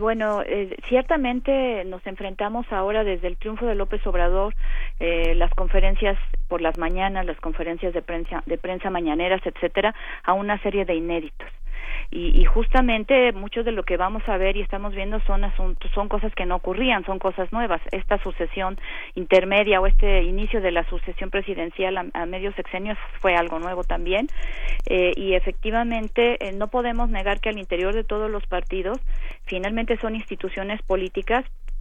Ciertamente nos enfrentamos ahora, desde el triunfo de López Obrador, las conferencias por las mañanas, las conferencias de prensa mañaneras, etcétera, a una serie de inéditos. Y justamente mucho de lo que vamos a ver y estamos viendo son cosas que no ocurrían, son cosas nuevas. Esta sucesión intermedia o este inicio de la sucesión presidencial a medio sexenio fue algo nuevo también, y efectivamente no podemos negar que al interior de todos los partidos finalmente son instituciones políticas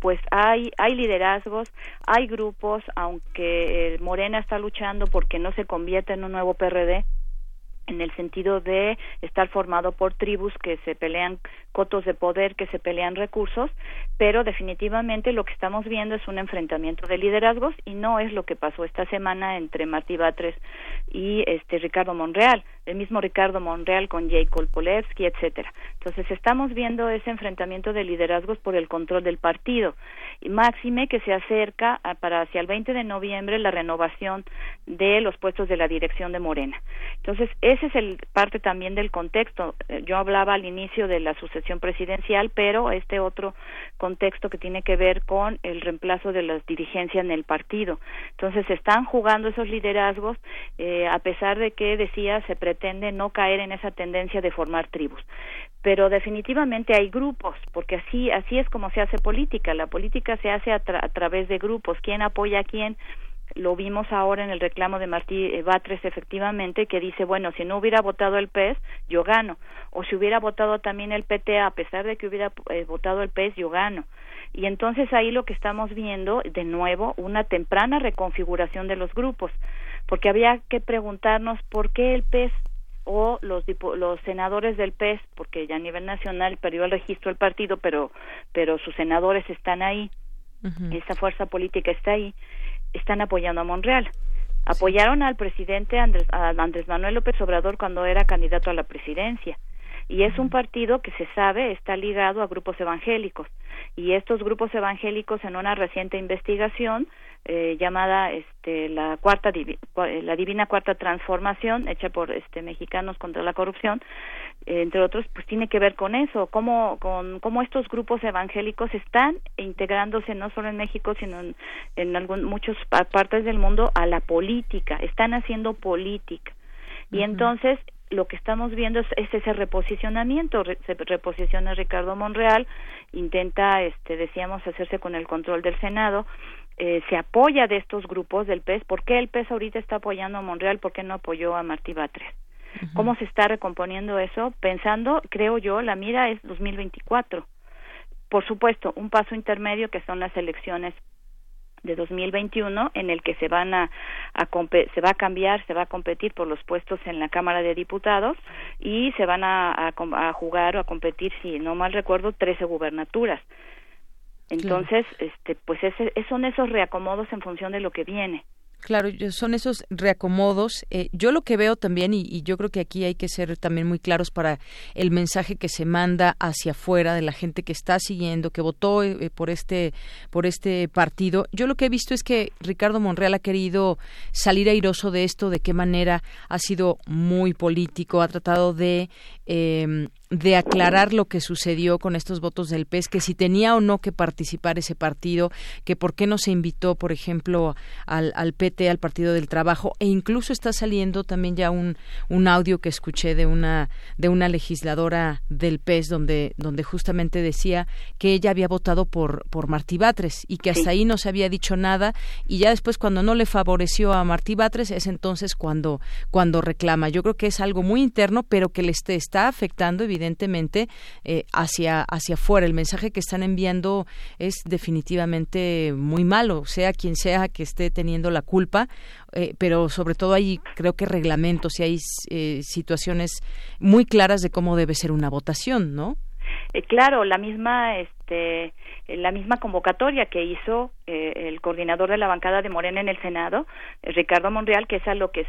pues hay liderazgos, hay grupos, aunque Morena está luchando porque no se convierta en un nuevo PRD, en el sentido de estar formado por tribus que se pelean cotos de poder, que se pelean recursos, pero definitivamente lo que estamos viendo es un enfrentamiento de liderazgos y no es lo que pasó esta semana entre Martí Batres y Ricardo Monreal, el mismo Ricardo Monreal con Jacob Polevsky, etcétera. Entonces estamos viendo ese enfrentamiento de liderazgos por el control del partido, y máxime que se acerca para hacia el 20 de noviembre la renovación de los puestos de la dirección de Morena. Entonces ese es parte también del contexto. Yo hablaba al inicio de la sucesión presidencial, pero otro contexto que tiene que ver con el reemplazo de las dirigencias en el partido. Entonces se están jugando esos liderazgos, a pesar de que, decía, se pretende no caer en esa tendencia de formar tribus. Pero definitivamente hay grupos, porque así es como se hace política. La política se hace a través de grupos. ¿Quién apoya a quién? Lo vimos ahora en el reclamo de Martí Batres, efectivamente, que dice, bueno, si no hubiera votado el PES, yo gano. O si hubiera votado también el PT, a pesar de que hubiera votado el PES, yo gano. Y entonces ahí lo que estamos viendo, de nuevo, una temprana reconfiguración de los grupos, porque había que preguntarnos por qué el PES o los senadores del PES, porque ya a nivel nacional perdió el registro del partido, pero sus senadores están ahí, esa fuerza política está ahí, están apoyando a Monreal. Apoyaron al presidente Andrés Manuel López Obrador cuando era candidato a la presidencia, y es un partido que se sabe está ligado a grupos evangélicos, y estos grupos evangélicos, en una reciente investigación llamada la Divina Cuarta Transformación, hecha por mexicanos contra la corrupción, entre otros, pues tiene que ver con eso, cómo estos grupos evangélicos están integrándose no solo en México, sino en muchas partes del mundo a la política, están haciendo política. Y entonces lo que estamos viendo es ese reposicionamiento. Se reposiciona Ricardo Monreal, intenta, decíamos, hacerse con el control del Senado, se apoya de estos grupos del PES. ¿Por qué el PES ahorita está apoyando a Monreal? ¿Por qué no apoyó a Martí Batres? ¿Cómo se está recomponiendo eso? Pensando, creo yo, la mira es 2024. Por supuesto, un paso intermedio que son las elecciones de 2021, en el que se va a competir por los puestos en la Cámara de Diputados, y se van a jugar o a competir, si no mal recuerdo, 13 gubernaturas. Entonces, pues son esos reacomodos en función de lo que viene. Claro, son esos reacomodos. Yo lo que veo también, y yo creo que aquí hay que ser también muy claros para el mensaje que se manda hacia afuera de la gente que está siguiendo, que votó por este partido. Yo lo que he visto es que Ricardo Monreal ha querido salir airoso de esto, de qué manera ha sido muy político, ha tratado de aclarar lo que sucedió con estos votos del PES, que si tenía o no que participar ese partido, que por qué no se invitó, por ejemplo, al PT, al Partido del Trabajo, e incluso está saliendo también ya un audio que escuché de una legisladora del PES donde justamente decía que ella había votado por Martí Batres y que hasta ahí no se había dicho nada, y ya después, cuando no le favoreció a Martí Batres, es entonces cuando reclama. Yo creo que es algo muy interno, pero que le está afectando evidentemente hacia afuera. El mensaje que están enviando es definitivamente muy malo, sea quien sea que esté teniendo la culpa, pero sobre todo hay, creo que, reglamentos y hay situaciones muy claras de cómo debe ser una votación, ¿no? Claro, la misma convocatoria que hizo el coordinador de la bancada de Morena en el Senado, Ricardo Monreal, que es a lo que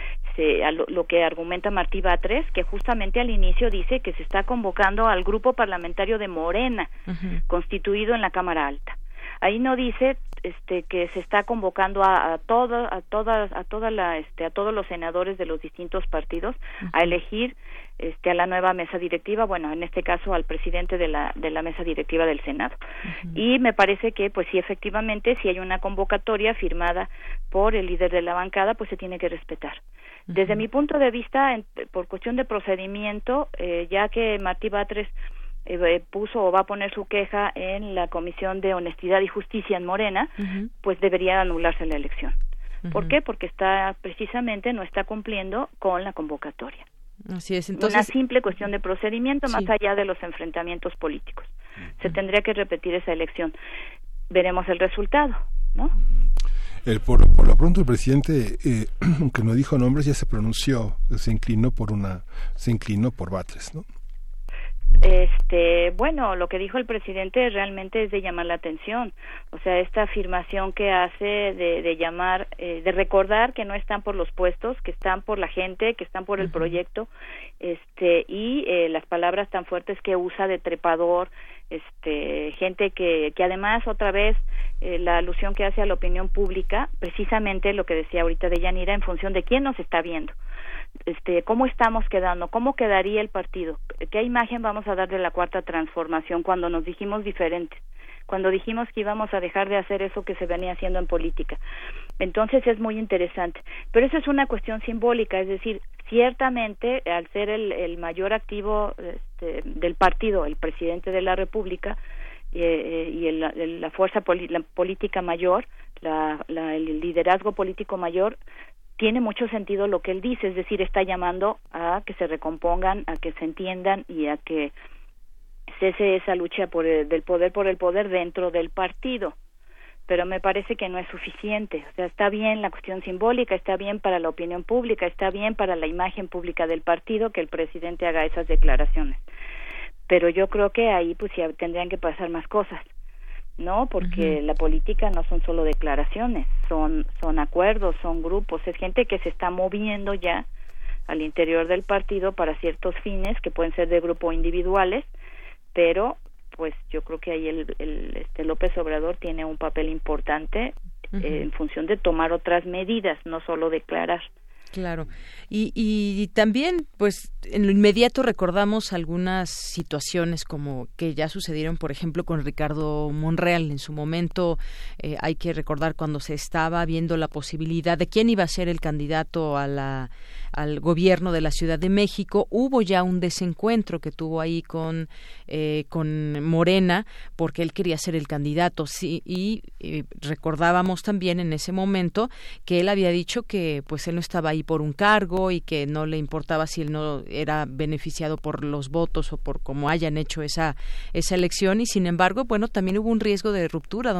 lo que argumenta Martí Batres, que justamente al inicio dice que se está convocando al grupo parlamentario de Morena, constituido en la Cámara Alta. Ahí no dice que se está convocando a todos los senadores de los distintos partidos a elegir a la nueva mesa directiva, bueno, en este caso al presidente de la mesa directiva del Senado. Y me parece que, pues sí, efectivamente, si hay una convocatoria firmada por el líder de la bancada, pues se tiene que respetar. Desde mi punto de vista, por cuestión de procedimiento, ya que Martí Batres puso o va a poner su queja en la Comisión de Honestidad y Justicia en Morena, pues debería anularse la elección. ¿Por qué? Porque no está cumpliendo con la convocatoria. Así es. Entonces, una simple cuestión de procedimiento, más allá de los enfrentamientos políticos. Se tendría que repetir esa elección. veremos el resultado, ¿no? Por lo pronto el presidente, aunque no dijo nombres, ya se pronunció, se inclinó por Batres, ¿no? Bueno, lo que dijo el presidente realmente es de llamar la atención. O sea, esta afirmación que hace de llamar, de recordar que no están por los puestos, que están por la gente, que están por el proyecto, y las palabras tan fuertes que usa de trepador, gente que además otra vez la alusión que hace a la opinión pública, precisamente lo que decía ahorita de Yanira, en función de quién nos está viendo. Cómo estamos quedando, cómo quedaría el partido, qué imagen vamos a dar de la cuarta transformación cuando nos dijimos diferentes, cuando dijimos que íbamos a dejar de hacer eso que se venía haciendo en política. Entonces es muy interesante, pero eso es una cuestión simbólica, es decir, ciertamente al ser el mayor activo del partido, el presidente de la República, y la fuerza la política mayor, el liderazgo político mayor, tiene mucho sentido lo que él dice, es decir, está llamando a que se recompongan, a que se entiendan y a que cese esa lucha del poder por el poder dentro del partido. Pero me parece que no es suficiente. O sea, está bien la cuestión simbólica, está bien para la opinión pública, está bien para la imagen pública del partido que el presidente haga esas declaraciones. Pero yo creo que ahí pues ya tendrían que pasar más cosas, ¿no? Porque la política no son solo declaraciones, son acuerdos, son grupos, es gente que se está moviendo ya al interior del partido para ciertos fines que pueden ser de grupo o individuales, pero pues yo creo que ahí el López Obrador tiene un papel importante en función de tomar otras medidas, no solo declarar. Claro, y también, pues, en lo inmediato recordamos algunas situaciones como que ya sucedieron, por ejemplo, con Ricardo Monreal. En su momento, hay que recordar cuando se estaba viendo la posibilidad de quién iba a ser el candidato al gobierno de la Ciudad de México. Hubo ya un desencuentro que tuvo ahí con Morena, porque él quería ser el candidato, sí, y recordábamos también en ese momento que él había dicho que pues él no estaba ahí por un cargo y que no le importaba si él no era beneficiado por los votos o por cómo hayan hecho esa elección, y sin embargo, bueno, también hubo un riesgo de ruptura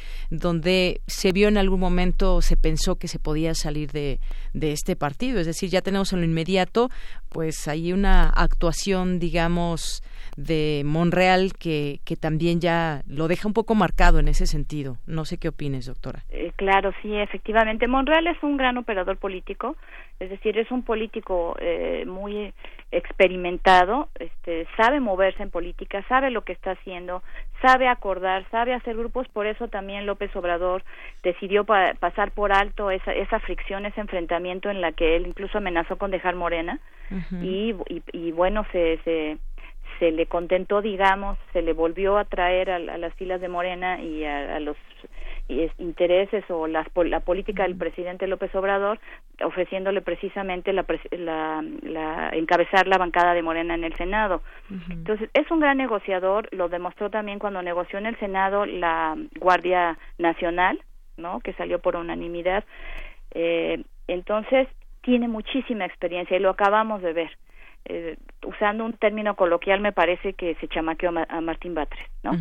donde se vio en algún momento, se pensó que se podía salir de este partido. Es decir, ya tenemos en lo inmediato pues hay una actuación, digamos, de Monreal que también ya lo deja un poco marcado en ese sentido. No sé qué opines, doctora. Claro, sí, efectivamente. Monreal es un gran operador político, es decir, es un político muy experimentado, sabe moverse en política, sabe lo que está haciendo, sabe acordar, sabe hacer grupos. Por eso también López Obrador decidió pasar por alto esa fricción, ese enfrentamiento en la que él incluso amenazó con dejar Morena. Y bueno, se le contentó, digamos, se le volvió a traer a las filas de Morena y a los intereses o la política del presidente López Obrador, ofreciéndole precisamente encabezar la bancada de Morena en el Senado. Entonces, es un gran negociador, lo demostró también cuando negoció en el Senado la Guardia Nacional, ¿no?, que salió por unanimidad. Entonces, tiene muchísima experiencia y lo acabamos de ver. Usando un término coloquial, me parece que se chamaqueó a Martín Batres, ¿no?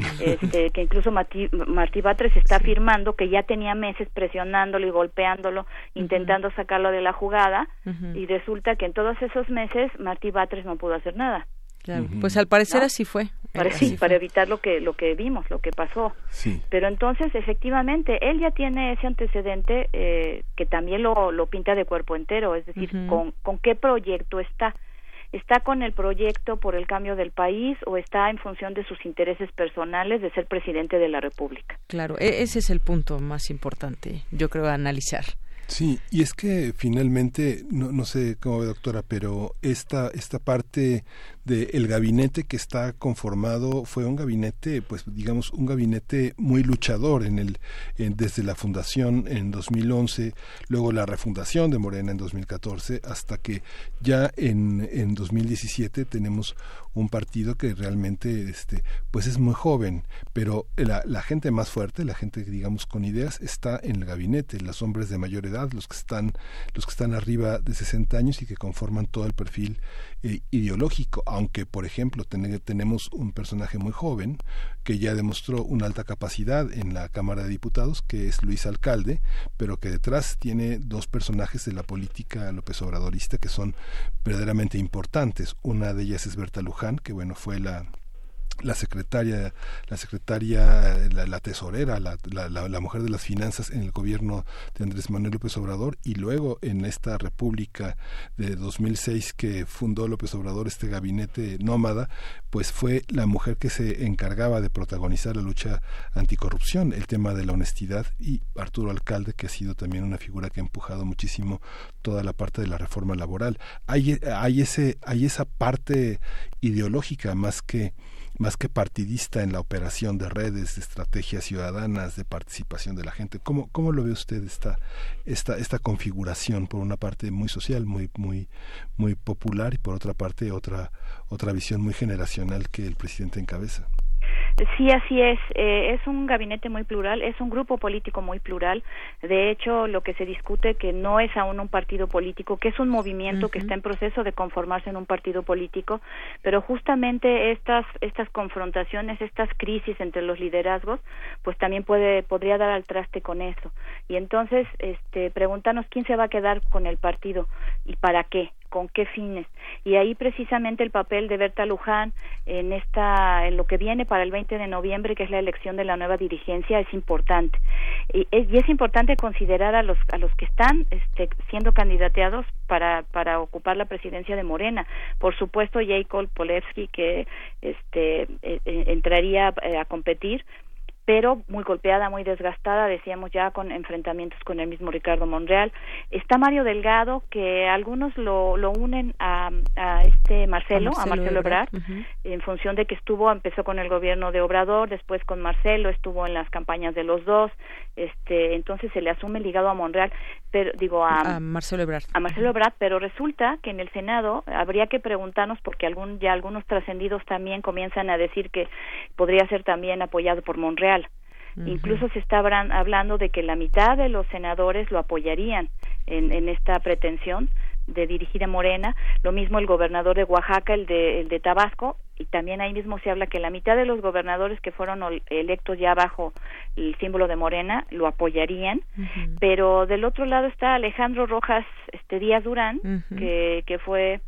Que incluso Martí Batres está afirmando que ya tenía meses presionándolo y golpeándolo, intentando sacarlo de la jugada, y resulta que en todos esos meses Martí Batres no pudo hacer nada. Claro. Pues al parecer, ¿no?, así fue. Para evitar lo que vimos, lo que pasó. Sí. Pero entonces, efectivamente, él ya tiene ese antecedente que también lo pinta de cuerpo entero, es decir, con qué proyecto está. ¿Está con el proyecto por el cambio del país o está en función de sus intereses personales de ser presidente de la República? Claro, ese es el punto más importante, yo creo, a analizar. Sí, y es que finalmente, no sé cómo ve, doctora, pero esta parte del gabinete que está conformado fue un gabinete, pues digamos, un gabinete muy luchador desde la fundación en 2011, luego la refundación de Morena en 2014, hasta que ya en 2017 tenemos un partido que realmente pues es muy joven, pero la gente más fuerte, la gente, digamos, con ideas, está en el gabinete, los hombres de mayor edad, los que están arriba de 60 años y que conforman todo el perfil ideológico. aunque por ejemplo tenemos un personaje muy joven que ya demostró una alta capacidad en la Cámara de Diputados, que es Luis Alcalde, pero que detrás tiene dos personajes de la política López Obradorista que son verdaderamente importantes. Una de ellas es Berta Luján, que bueno, fue la secretaria, la tesorera, la mujer de las finanzas en el gobierno de Andrés Manuel López Obrador, y luego en esta República de 2006 que fundó López Obrador, este gabinete nómada, pues fue la mujer que se encargaba de protagonizar la lucha anticorrupción, el tema de la honestidad, y Arturo Alcalde, que ha sido también una figura que ha empujado muchísimo toda la parte de la reforma laboral. Hay esa parte ideológica más que partidista en la operación de redes, de estrategias ciudadanas, de participación de la gente. ¿Cómo lo ve usted esta configuración? Por una parte muy social, muy popular, y por otra parte otra visión muy generacional que el presidente encabeza. Sí, así es. Es un gabinete muy plural, es un grupo político muy plural. De hecho, lo que se discute que no es aún un partido político, que es un movimiento que está en proceso de conformarse en un partido político, pero justamente estas confrontaciones, estas crisis entre los liderazgos, pues también podría dar al traste con eso. Y entonces, preguntarnos quién se va a quedar con el partido y para qué, con qué fines. Y ahí precisamente el papel de Berta Luján en lo que viene para el 20 de noviembre, que es la elección de la nueva dirigencia, es importante. Y es importante considerar a los que están siendo candidateados para ocupar la presidencia de Morena. Por supuesto, Jacob Polewski, que entraría a competir, pero muy golpeada, muy desgastada, decíamos ya, con enfrentamientos con el mismo Ricardo Monreal. Está Mario Delgado, que algunos lo unen a Marcelo Ebrard, en función de que empezó con el gobierno de Obrador, después con Marcelo, estuvo en las campañas de los dos, entonces se le asume ligado a Monreal, pero a Marcelo Ebrard. A Marcelo Ebrard, pero resulta que en el Senado habría que preguntarnos, porque ya algunos trascendidos también comienzan a decir que podría ser también apoyado por Monreal. Incluso se está hablando de que la mitad de los senadores lo apoyarían en esta pretensión de dirigir a Morena, lo mismo el gobernador de Oaxaca, el de Tabasco, y también ahí mismo se habla que la mitad de los gobernadores que fueron electos ya bajo el símbolo de Morena lo apoyarían, pero del otro lado está Alejandro Rojas Díaz Durán, que fue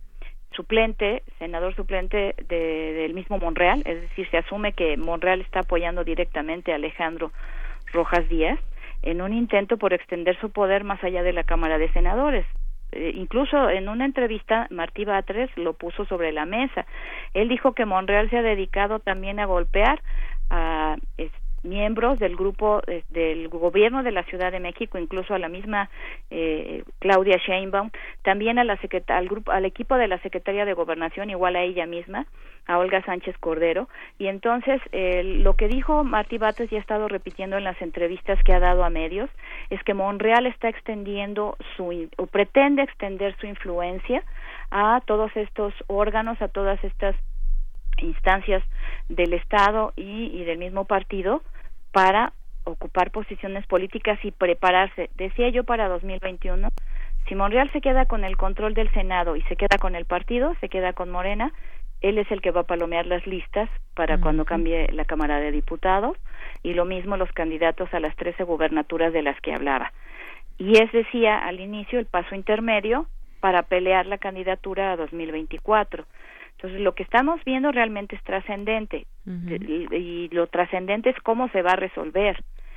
senador suplente del mismo Monreal, es decir, se asume que Monreal está apoyando directamente a Alejandro Rojas Díaz en un intento por extender su poder más allá de la Cámara de Senadores. Incluso en una entrevista Martí Batres lo puso sobre la mesa. Él dijo que Monreal se ha dedicado también a golpear a miembros del grupo del gobierno de la Ciudad de México, incluso a la misma Claudia Sheinbaum, también al equipo de la Secretaría de Gobernación, igual a ella misma, a Olga Sánchez Cordero. Y entonces lo que dijo Martí Batres, y ha estado repitiendo en las entrevistas que ha dado a medios, es que Monreal está extendiendo o pretende extender su influencia a todos estos órganos, a todas estas instancias del Estado y del mismo partido, para ocupar posiciones políticas y prepararse. Decía yo, para 2021, si Monreal se queda con el control del Senado y se queda con el partido, se queda con Morena, él es el que va a palomear las listas para cuando cambie la Cámara de Diputados, y lo mismo los candidatos a las 13 gubernaturas de las que hablaba. Y decía al inicio, el paso intermedio para pelear la candidatura a 2024. Entonces, lo que estamos viendo realmente es trascendente, y lo trascendente es cómo se va a resolver.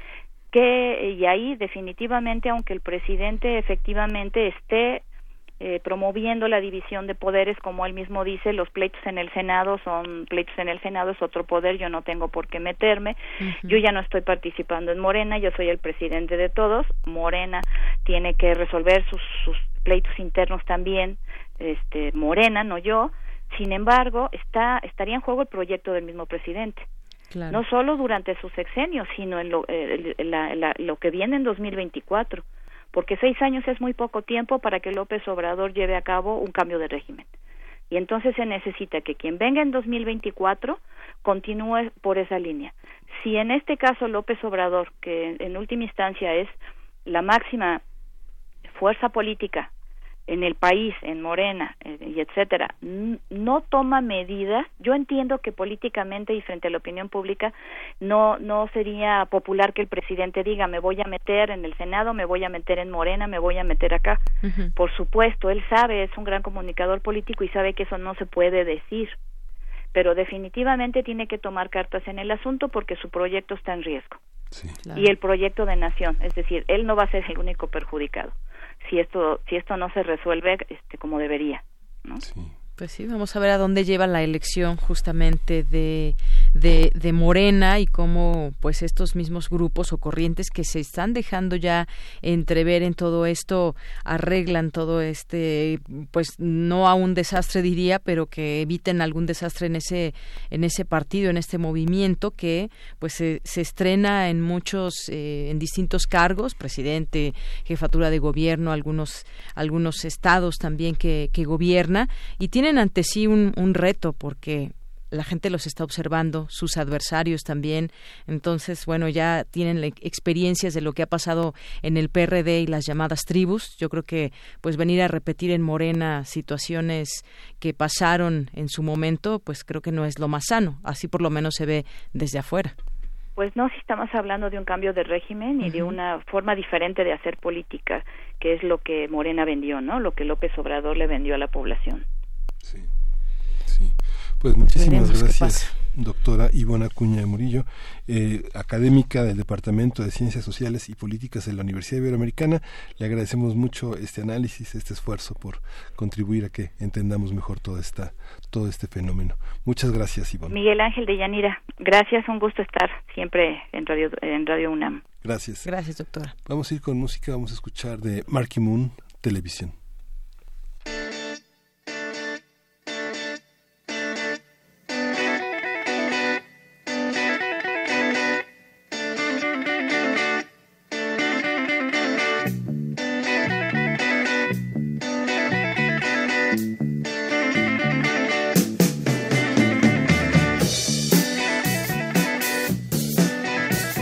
Y ahí, definitivamente, aunque el presidente efectivamente esté promoviendo la división de poderes, como él mismo dice, los pleitos en el Senado son pleitos en el Senado, es otro poder, yo no tengo por qué meterme, yo ya no estoy participando en Morena, yo soy el presidente de todos, Morena tiene que resolver sus pleitos internos también, Morena, no yo. Sin embargo, estaría en juego el proyecto del mismo presidente. Claro. No solo durante su sexenio, sino en lo que viene en 2024, porque 6 años es muy poco tiempo para que López Obrador lleve a cabo un cambio de régimen. Y entonces se necesita que quien venga en 2024 continúe por esa línea. Si en este caso López Obrador, que en última instancia es la máxima fuerza política en el país, en Morena y etcétera, no toma medidas. Yo entiendo que políticamente y frente a la opinión pública no sería popular que el presidente diga me voy a meter en el Senado, me voy a meter en Morena, me voy a meter acá. Por supuesto, él sabe, es un gran comunicador político y sabe que eso no se puede decir, pero definitivamente tiene que tomar cartas en el asunto porque su proyecto está en riesgo. Sí, claro. Y el proyecto de nación, es decir, él no va a ser el único perjudicado si esto no se resuelve como debería, ¿no? Sí. Pues sí, vamos a ver a dónde lleva la elección justamente de Morena y cómo pues estos mismos grupos o corrientes que se están dejando ya entrever en todo esto arreglan todo pues no a un desastre diría, pero que eviten algún desastre en ese partido, en este movimiento que pues se estrena en en distintos cargos, presidente, jefatura de gobierno, algunos estados también que gobierna y tienen ante sí un reto porque la gente los está observando, sus adversarios también, entonces, bueno, ya tienen experiencias de lo que ha pasado en el PRD y las llamadas tribus. Yo creo que, pues, venir a repetir en Morena situaciones que pasaron en su momento, pues creo que no es lo más sano, así por lo menos se ve desde afuera. Pues no, si estamos hablando de un cambio de régimen y de una forma diferente de hacer política, que es lo que Morena vendió, ¿no? Lo que López Obrador le vendió a la población. Sí. Pues muchísimas gracias, doctora Ivonne Acuña de Murillo, académica del Departamento de Ciencias Sociales y Políticas de la Universidad Iberoamericana. Le agradecemos mucho este análisis, este esfuerzo por contribuir a que entendamos mejor todo este fenómeno. Muchas gracias, Ivonne. Miguel Ángel de Yanira, gracias, un gusto estar siempre en Radio UNAM. Gracias. Gracias, doctora. Vamos a ir con música, vamos a escuchar de Marquee Moon, Televisión.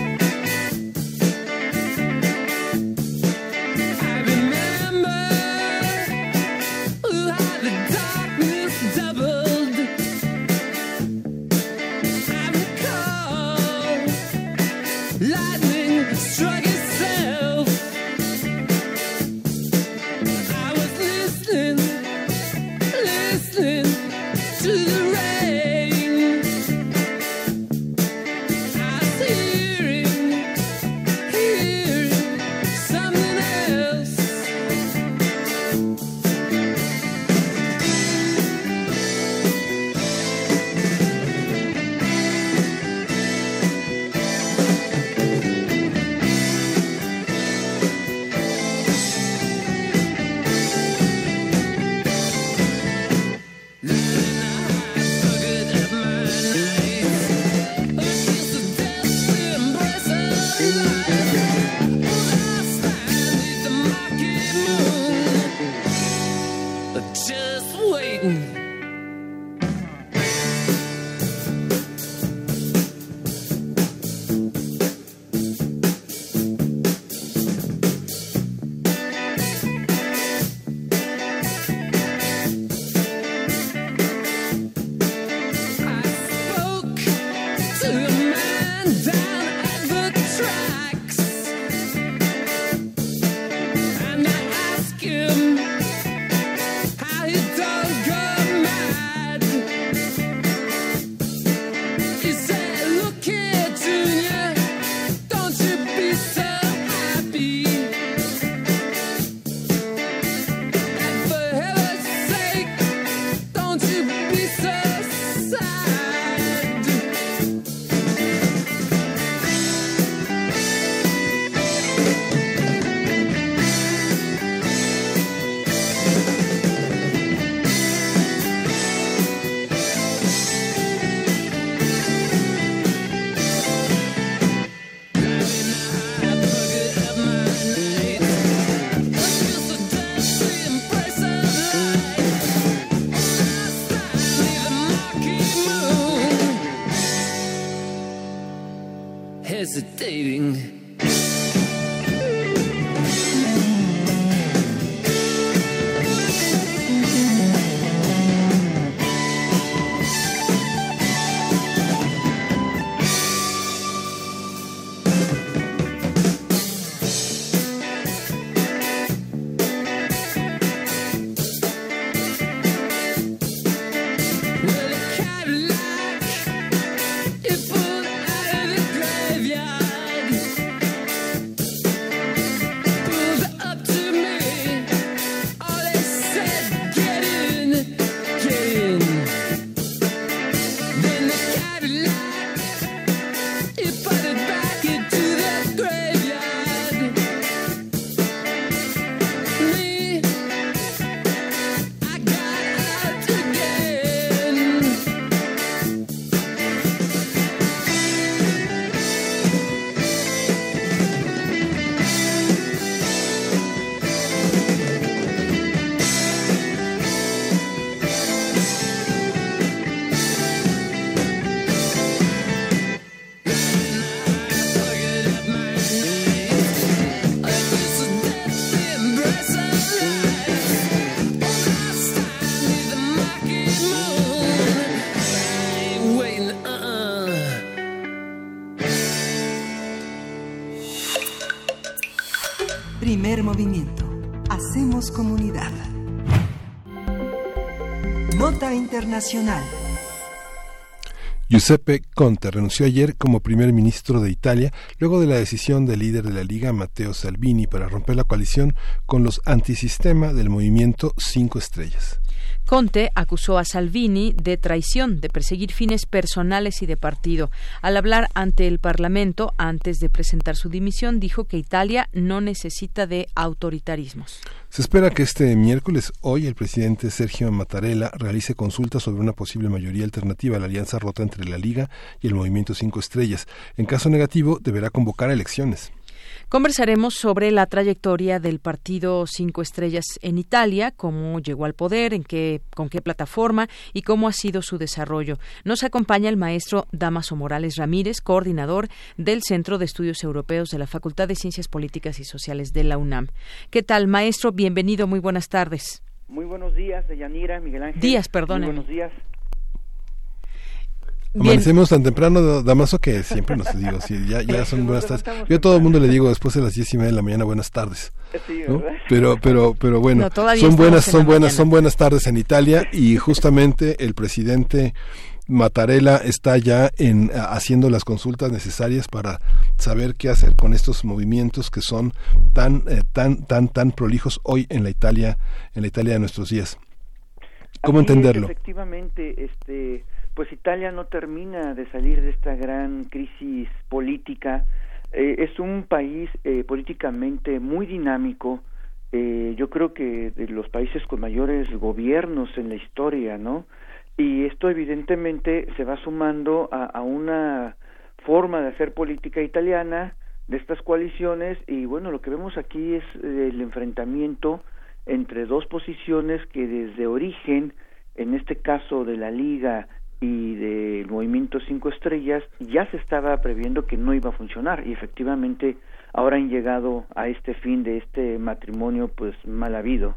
I remember Primer movimiento. Hacemos comunidad. Nota internacional. Giuseppe Conte renunció ayer como primer ministro de Italia luego de la decisión del líder de la Liga, Matteo Salvini, para romper la coalición con los antisistema del movimiento 5 Estrellas. Conte acusó a Salvini de traición, de perseguir fines personales y de partido. Al hablar ante el Parlamento, antes de presentar su dimisión, dijo que Italia no necesita de autoritarismos. Se espera que este miércoles, hoy, el presidente Sergio Mattarella realice consultas sobre una posible mayoría alternativa a la alianza rota entre la Liga y el movimiento 5 Estrellas. En caso negativo, deberá convocar elecciones. Conversaremos sobre la trayectoria del partido 5 Estrellas en Italia, cómo llegó al poder, con qué plataforma y cómo ha sido su desarrollo. Nos acompaña el maestro Dámaso Morales Ramírez, coordinador del Centro de Estudios Europeos de la Facultad de Ciencias Políticas y Sociales de la UNAM. ¿Qué tal, maestro? Bienvenido, muy buenas tardes. Muy buenos días, Deyanira, Miguel Ángel. Días, perdón. Muy buenos días. Amanecemos tan temprano, Damaso, que siempre nos digo, sí, ya son buenas tardes. Yo a todo el mundo le digo después de las 10:30 de la mañana buenas tardes. Sí, ¿no? Pero bueno, no, son buenas tardes en Italia, y justamente el presidente Mattarella está ya haciendo las consultas necesarias para saber qué hacer con estos movimientos que son tan prolijos hoy en la Italia de nuestros días. ¿Cómo entenderlo? Efectivamente, pues Italia no termina de salir de esta gran crisis política. Es un país políticamente muy dinámico. Yo creo que de los países con mayores gobiernos en la historia, ¿no? Y esto evidentemente se va sumando a una forma de hacer política italiana, de estas coaliciones, y bueno, lo que vemos aquí es el enfrentamiento entre dos posiciones que desde origen, en este caso de la Liga y del movimiento 5 Estrellas, ya se estaba previendo que no iba a funcionar, y efectivamente ahora han llegado a este fin de este matrimonio pues mal habido.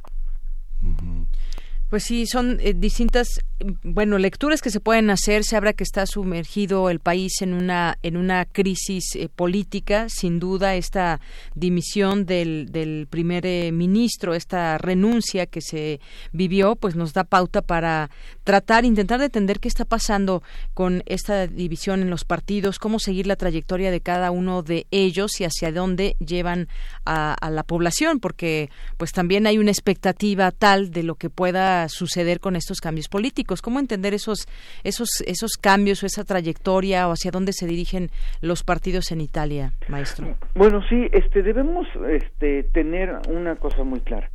Pues sí, son distintas, lecturas que se pueden hacer. Se habla que está sumergido el país en una crisis política, sin duda. Esta dimisión del primer ministro, esta renuncia que se vivió, pues nos da pauta para intentar de entender qué está pasando con esta división en los partidos, cómo seguir la trayectoria de cada uno de ellos y hacia dónde llevan a la población, porque pues también hay una expectativa tal de lo que pueda suceder con estos cambios políticos. ¿Cómo entender esos cambios o esa trayectoria, o hacia dónde se dirigen los partidos en Italia, maestro? Bueno, sí, debemos tener una cosa muy clara.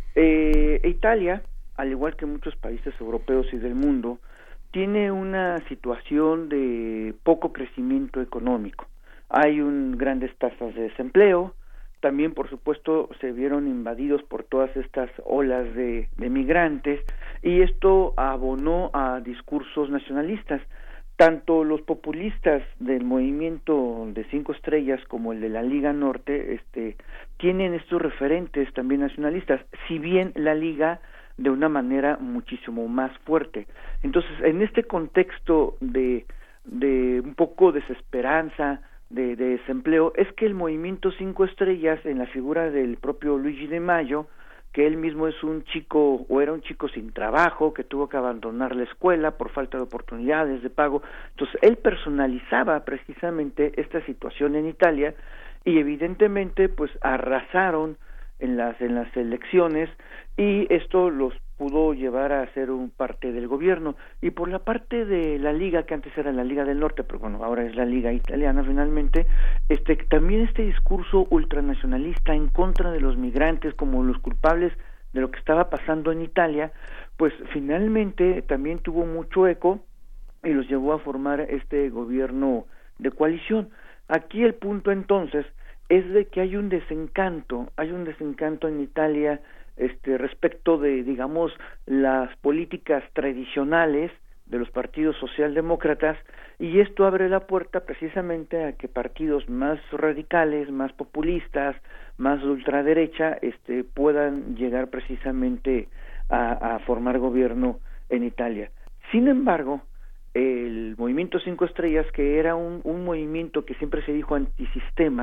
Italia, al igual que muchos países europeos y del mundo, tiene una situación de poco crecimiento económico. Hay grandes tasas de desempleo. También, por supuesto, se vieron invadidos por todas estas olas de migrantes, y esto abonó a discursos nacionalistas. Tanto los populistas del movimiento de 5 Estrellas como el de la Liga Norte tienen estos referentes también nacionalistas, si bien la Liga de una manera muchísimo más fuerte. Entonces, en este contexto de un poco desesperanza, de desempleo, es que el movimiento 5 Estrellas, en la figura del propio Luigi Di Maio, que él mismo era un chico sin trabajo, que tuvo que abandonar la escuela por falta de oportunidades de pago. Entonces él personalizaba precisamente esta situación en Italia, y evidentemente pues arrasaron en las elecciones, y esto los pudo llevar a ser un parte del gobierno. Y por la parte de la Liga, que antes era la Liga del Norte, pero bueno, ahora es la Liga Italiana finalmente, también este discurso ultranacionalista en contra de los migrantes como los culpables de lo que estaba pasando en Italia, pues finalmente también tuvo mucho eco y los llevó a formar este gobierno de coalición. Aquí el punto entonces es de que hay un desencanto en Italia respecto de, digamos, las políticas tradicionales de los partidos socialdemócratas, y esto abre la puerta precisamente a que partidos más radicales, más populistas, más de ultraderecha, puedan llegar precisamente a formar gobierno en Italia. Sin embargo, el movimiento 5 Estrellas, que era un movimiento que siempre se dijo antisistema,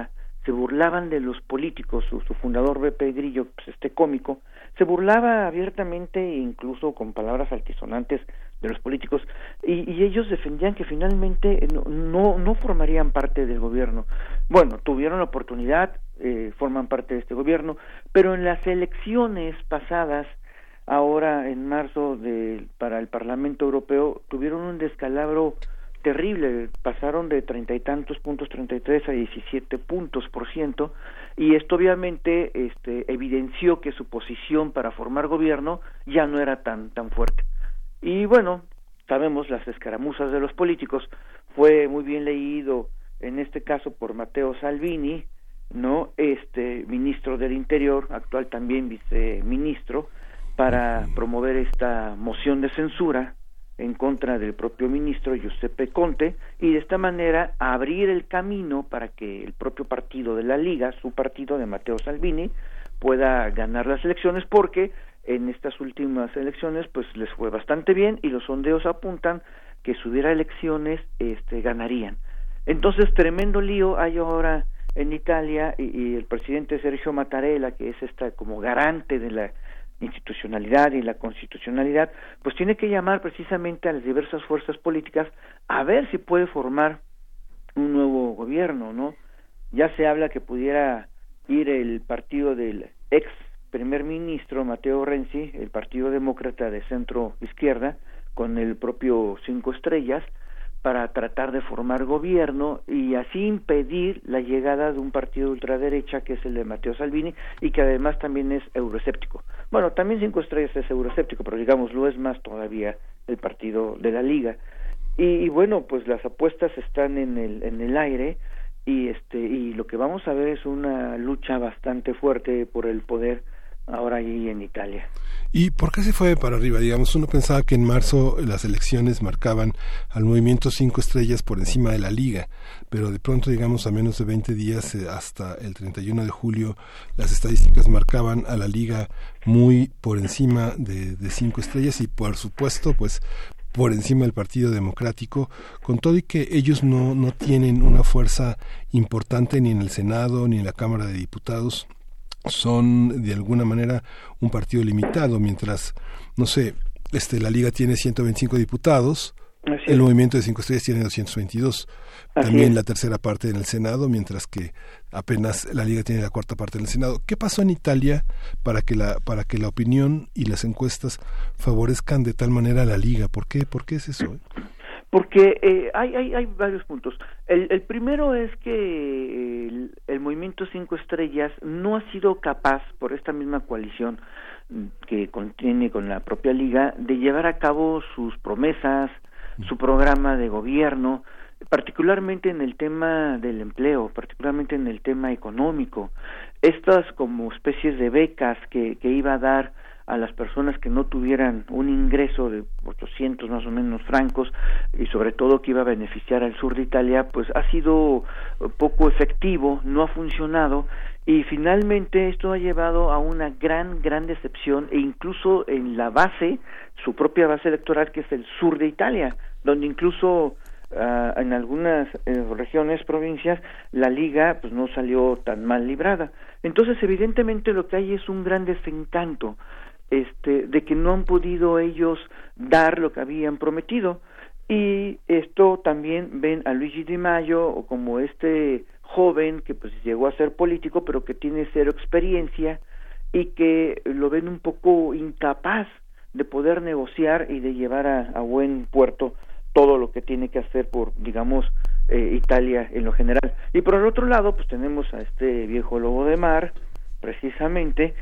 se burlaban de los políticos. Su fundador, Beppe Grillo, pues este cómico, se burlaba abiertamente, incluso con palabras altisonantes, de los políticos, y ellos defendían que finalmente no formarían parte del gobierno. Bueno, tuvieron la oportunidad, forman parte de este gobierno, pero en las elecciones pasadas, ahora en marzo para el Parlamento Europeo, tuvieron un descalabro terrible, pasaron de 30 y tantos puntos, 33 a 17%, y esto obviamente evidenció que su posición para formar gobierno ya no era tan fuerte. Y bueno, sabemos las escaramuzas de los políticos. Fue muy bien leído en este caso por Matteo Salvini, ¿no? Ministro del Interior, actual también viceministro, para promover esta moción de censura en contra del propio ministro Giuseppe Conte, y de esta manera abrir el camino para que el propio partido de la Liga, su partido de Matteo Salvini, pueda ganar las elecciones, porque en estas últimas elecciones pues les fue bastante bien y los sondeos apuntan que si hubiera elecciones ganarían. Entonces, tremendo lío hay ahora en Italia, y el presidente Sergio Mattarella, que es como garante de la institucionalidad y la constitucionalidad, pues tiene que llamar precisamente a las diversas fuerzas políticas a ver si puede formar un nuevo gobierno, ¿no? Ya se habla que pudiera ir el partido del ex primer ministro Matteo Renzi, el Partido Demócrata de centro izquierda, con el propio Cinco Estrellas, para tratar de formar gobierno y así impedir la llegada de un partido de ultraderecha, que es el de Matteo Salvini, y que además también es euroescéptico. Bueno, también Cinco Estrellas es euroescéptico, pero digamos lo es más todavía el partido de la Liga. Y bueno, pues las apuestas están en el aire, y lo que vamos a ver es una lucha bastante fuerte por el poder ahora ahí en Italia. ¿Y por qué se fue para arriba? Digamos, uno pensaba que en marzo las elecciones marcaban al movimiento Cinco Estrellas por encima de la Liga, pero de pronto, digamos, a menos de 20 días, hasta el 31 de julio, las estadísticas marcaban a la Liga muy por encima de Cinco Estrellas y, por supuesto, pues por encima del Partido Democrático, con todo y que ellos no tienen una fuerza importante ni en el Senado ni en la Cámara de Diputados. Son de alguna manera un partido limitado, mientras, no sé, la Liga tiene 125 diputados, el movimiento de Cinco Estrellas tiene 222, también la tercera parte en el Senado, mientras que apenas la Liga tiene la cuarta parte en el Senado. ¿Qué pasó en Italia para que la opinión y las encuestas favorezcan de tal manera a la Liga? ¿Por qué es eso? Porque hay varios puntos. El primero es que el movimiento Cinco Estrellas no ha sido capaz, por esta misma coalición que contiene con la propia Liga, de llevar a cabo sus promesas, su programa de gobierno, particularmente en el tema del empleo, particularmente en el tema económico. Estas como especies de becas que iba a dar a las personas que no tuvieran un ingreso de 800 más o menos francos, y sobre todo que iba a beneficiar al sur de Italia, pues ha sido poco efectivo, no ha funcionado, y finalmente esto ha llevado a una gran decepción, e incluso en la base, su propia base electoral, que es el sur de Italia, donde incluso en algunas regiones, provincias, la Liga pues no salió tan mal librada. Entonces, evidentemente lo que hay es un gran desencanto de que no han podido ellos dar lo que habían prometido, y esto también ven a Luigi Di Maio como joven que pues llegó a ser político pero que tiene cero experiencia y que lo ven un poco incapaz de poder negociar y de llevar a buen puerto todo lo que tiene que hacer por, digamos, Italia en lo general. Y por el otro lado pues tenemos a este viejo lobo de mar, precisamente,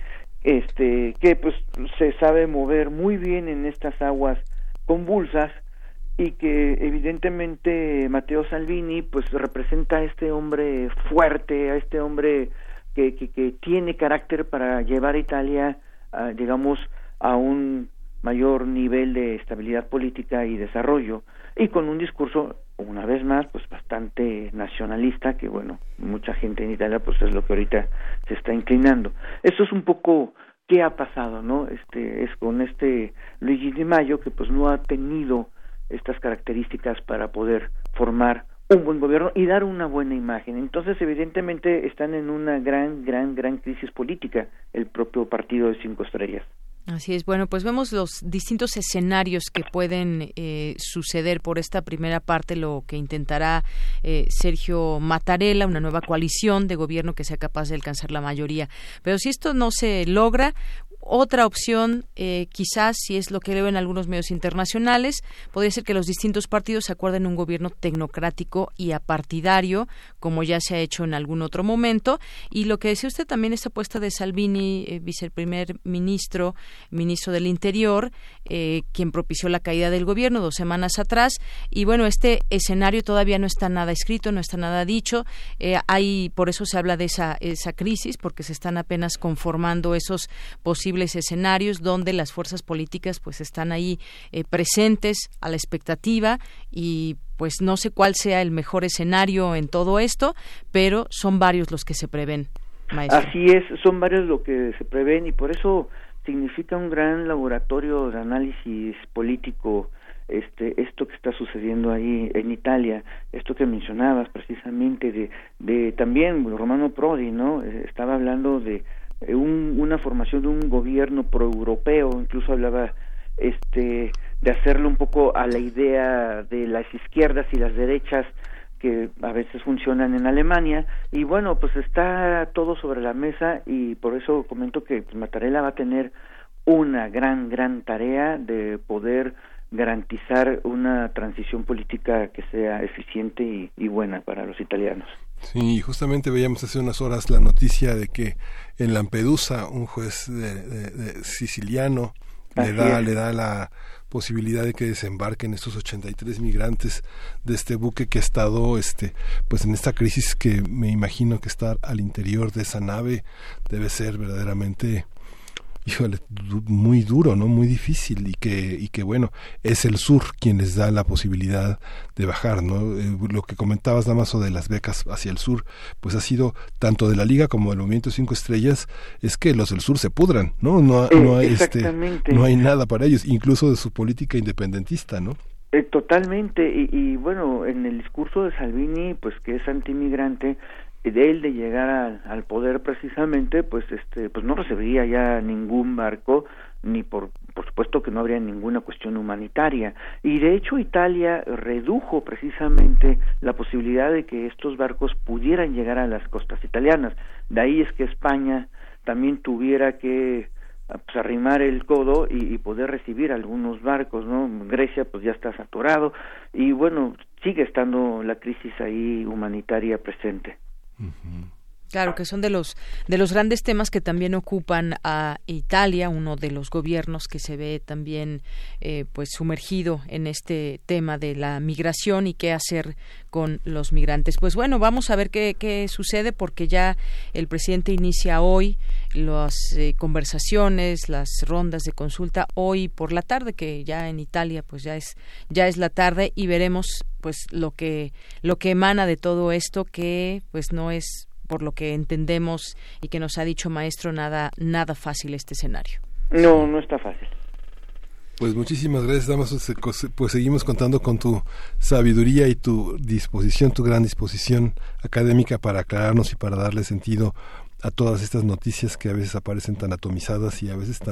que pues se sabe mover muy bien en estas aguas convulsas, y que evidentemente Matteo Salvini pues representa a este hombre fuerte, a este hombre que tiene carácter para llevar a Italia digamos a un mayor nivel de estabilidad política y desarrollo, y con un discurso una vez más pues bastante nacionalista, que bueno, mucha gente en Italia pues es lo que ahorita se está inclinando. Eso es un poco qué ha pasado, ¿no? Es con Luigi Di Maio, que pues no ha tenido estas características para poder formar un buen gobierno y dar una buena imagen. Entonces, evidentemente, están en una gran crisis política el propio partido de 5 estrellas. Así es. Bueno, pues vemos los distintos escenarios que pueden suceder por esta primera parte, lo que intentará Sergio Mattarella, una nueva coalición de gobierno que sea capaz de alcanzar la mayoría. Pero si esto no se logra, otra opción, quizás, si es lo que leo en algunos medios internacionales, podría ser que los distintos partidos acuerden un gobierno tecnocrático y apartidario, como ya se ha hecho en algún otro momento. Y lo que decía usted también, esta apuesta de Salvini, viceprimer ministro del Interior, quien propició la caída del gobierno 2 semanas atrás. Y bueno, este escenario todavía no está nada escrito, no está nada dicho. Por eso se habla de esa crisis, porque se están apenas conformando esos posibles escenarios donde las fuerzas políticas pues están ahí presentes a la expectativa, y pues no sé cuál sea el mejor escenario en todo esto, pero son varios los que se prevén, maestro. Así es, son varios los que se prevén, y por eso significa un gran laboratorio de análisis político esto que está sucediendo ahí en Italia, esto que mencionabas precisamente de también Romano Prodi, ¿no? Estaba hablando de una formación de un gobierno proeuropeo, incluso hablaba de hacerlo un poco a la idea de las izquierdas y las derechas que a veces funcionan en Alemania, y bueno, pues está todo sobre la mesa, y por eso comento que pues, Mattarella va a tener una gran tarea de poder garantizar una transición política que sea eficiente y buena para los italianos. Sí, justamente veíamos hace unas horas la noticia de que en Lampedusa un juez de siciliano le da la posibilidad de que desembarquen estos 83 migrantes de este buque que ha estado pues en esta crisis, que me imagino que estar al interior de esa nave debe ser verdaderamente, híjole, muy duro, ¿no? Muy difícil, y que bueno, es el sur quien les da la posibilidad de bajar, ¿no? Lo que comentabas, Damaso, de las becas hacia el sur, pues ha sido tanto de la Liga como del Movimiento 5 Estrellas, es que los del sur se pudran, ¿no? No hay nada para ellos, incluso de su política independentista, ¿no? Totalmente, y bueno, en el discurso de Salvini, pues que es antimigrante, de él de llegar al poder precisamente, pues pues no recibiría ya ningún barco, ni por supuesto que no habría ninguna cuestión humanitaria, y de hecho Italia redujo precisamente la posibilidad de que estos barcos pudieran llegar a las costas italianas. De ahí es que España también tuviera que pues arrimar el codo y poder recibir algunos barcos, ¿no? Grecia pues ya está saturado, y bueno, sigue estando la crisis ahí humanitaria presente. Claro, que son de los grandes temas que también ocupan a Italia, uno de los gobiernos que se ve también pues sumergido en este tema de la migración y qué hacer con los migrantes. Pues bueno, vamos a ver qué sucede, porque ya el presidente inicia hoy las conversaciones, las rondas de consulta hoy por la tarde, que ya en Italia pues ya es la tarde, y veremos pues lo que emana de todo esto, que pues no es, por lo que entendemos y que nos ha dicho maestro, nada fácil este escenario. No está fácil. Pues muchísimas gracias, Damaso. Pues seguimos contando con tu sabiduría y tu disposición, tu gran disposición académica para aclararnos y para darle sentido a todas estas noticias que a veces aparecen tan atomizadas y a veces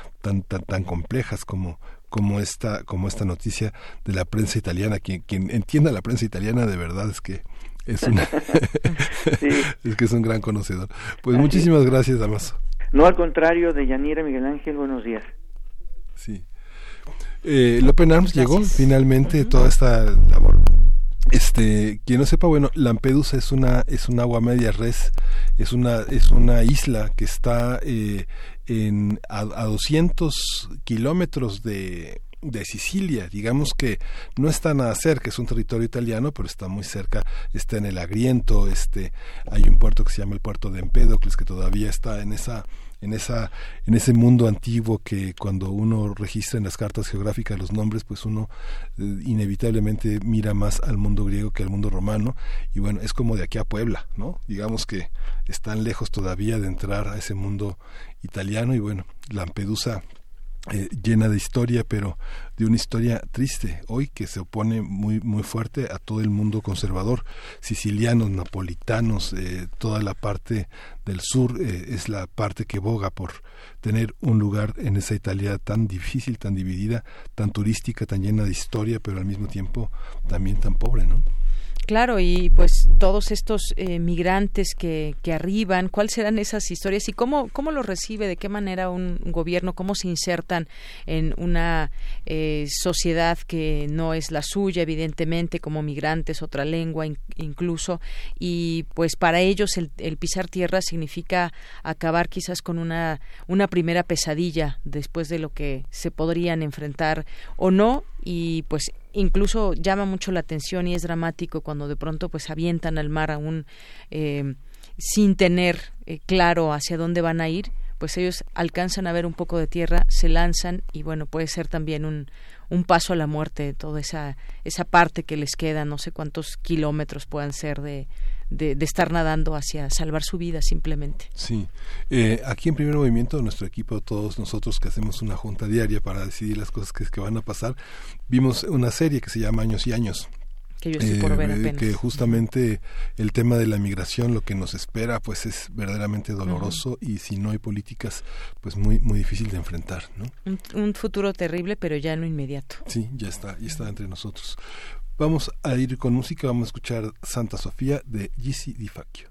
tan complejas como esta noticia de la prensa italiana. Quien entienda la prensa italiana de verdad es que es un gran conocedor. Pues muchísimas gracias, Damaso. No, al contrario, Deyanira, Miguel Ángel, buenos días. Sí. L'Open Arms llegó finalmente. Toda esta labor. Quien no sepa, bueno, Lampedusa es un agua media res, es una isla que está a 200 kilómetros de Sicilia. Digamos que no está nada cerca, es un territorio italiano, pero está muy cerca, está en el Agriento. Hay un puerto que se llama el puerto de Empédocles, que todavía está en ese mundo antiguo, que cuando uno registra en las cartas geográficas los nombres, pues uno inevitablemente mira más al mundo griego que al mundo romano, y bueno, es como de aquí a Puebla, ¿no? Digamos que están lejos todavía de entrar a ese mundo italiano, y bueno, Lampedusa llena de historia, pero de una historia triste hoy, que se opone muy muy fuerte a todo el mundo conservador, sicilianos, napolitanos, toda la parte del sur es la parte que boga por tener un lugar en esa Italia tan difícil, tan dividida, tan turística, tan llena de historia, pero al mismo tiempo también tan pobre, ¿no? Claro, y pues todos estos migrantes que arriban, ¿cuáles serán esas historias y cómo lo recibe, de qué manera un gobierno, cómo se insertan en una sociedad que no es la suya, evidentemente, como migrantes, otra lengua incluso, y pues para ellos el pisar tierra significa acabar quizás con una primera pesadilla después de lo que se podrían enfrentar o no, y pues incluso llama mucho la atención y es dramático cuando de pronto pues avientan al mar aún sin tener claro hacia dónde van a ir, pues ellos alcanzan a ver un poco de tierra, se lanzan y bueno, puede ser también un paso a la muerte, toda esa parte que les queda, no sé cuántos kilómetros puedan ser de estar nadando hacia salvar su vida simplemente. Sí, aquí en Primer Movimiento, nuestro equipo, todos nosotros que hacemos una junta diaria para decidir las cosas que van a pasar, vimos una serie que se llama Años y Años, que yo estoy por ver apenas. Que justamente el tema de la migración, lo que nos espera, pues es verdaderamente doloroso y si no hay políticas, pues muy muy difícil de enfrentar, ¿no? Un futuro terrible, pero ya en lo inmediato. Sí, ya está entre nosotros. Vamos a ir con música, vamos a escuchar Santa Sofía de Gigi Di Facchio.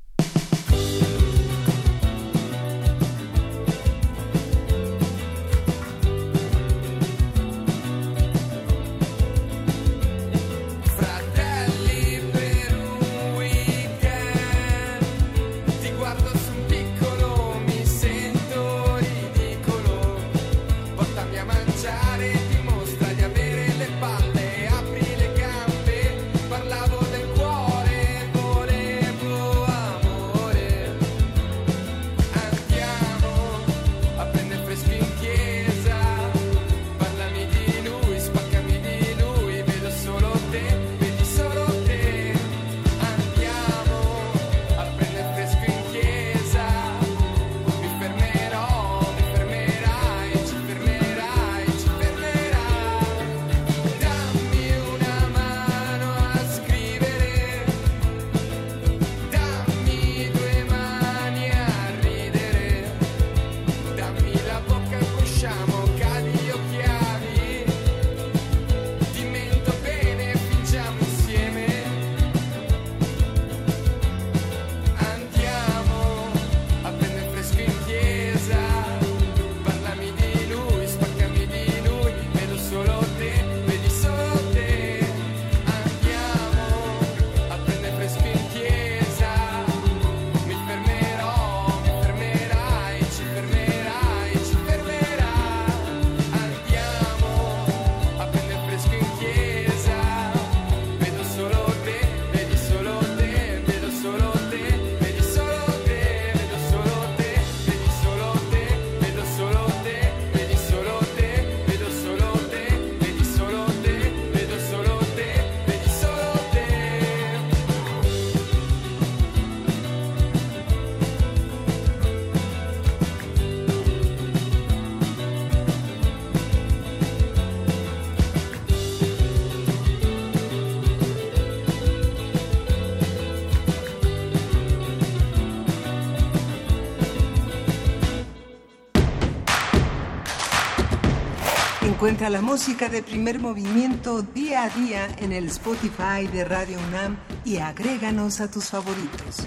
Encuentra la música de Primer Movimiento día a día en el Spotify de Radio UNAM y agréganos a tus favoritos.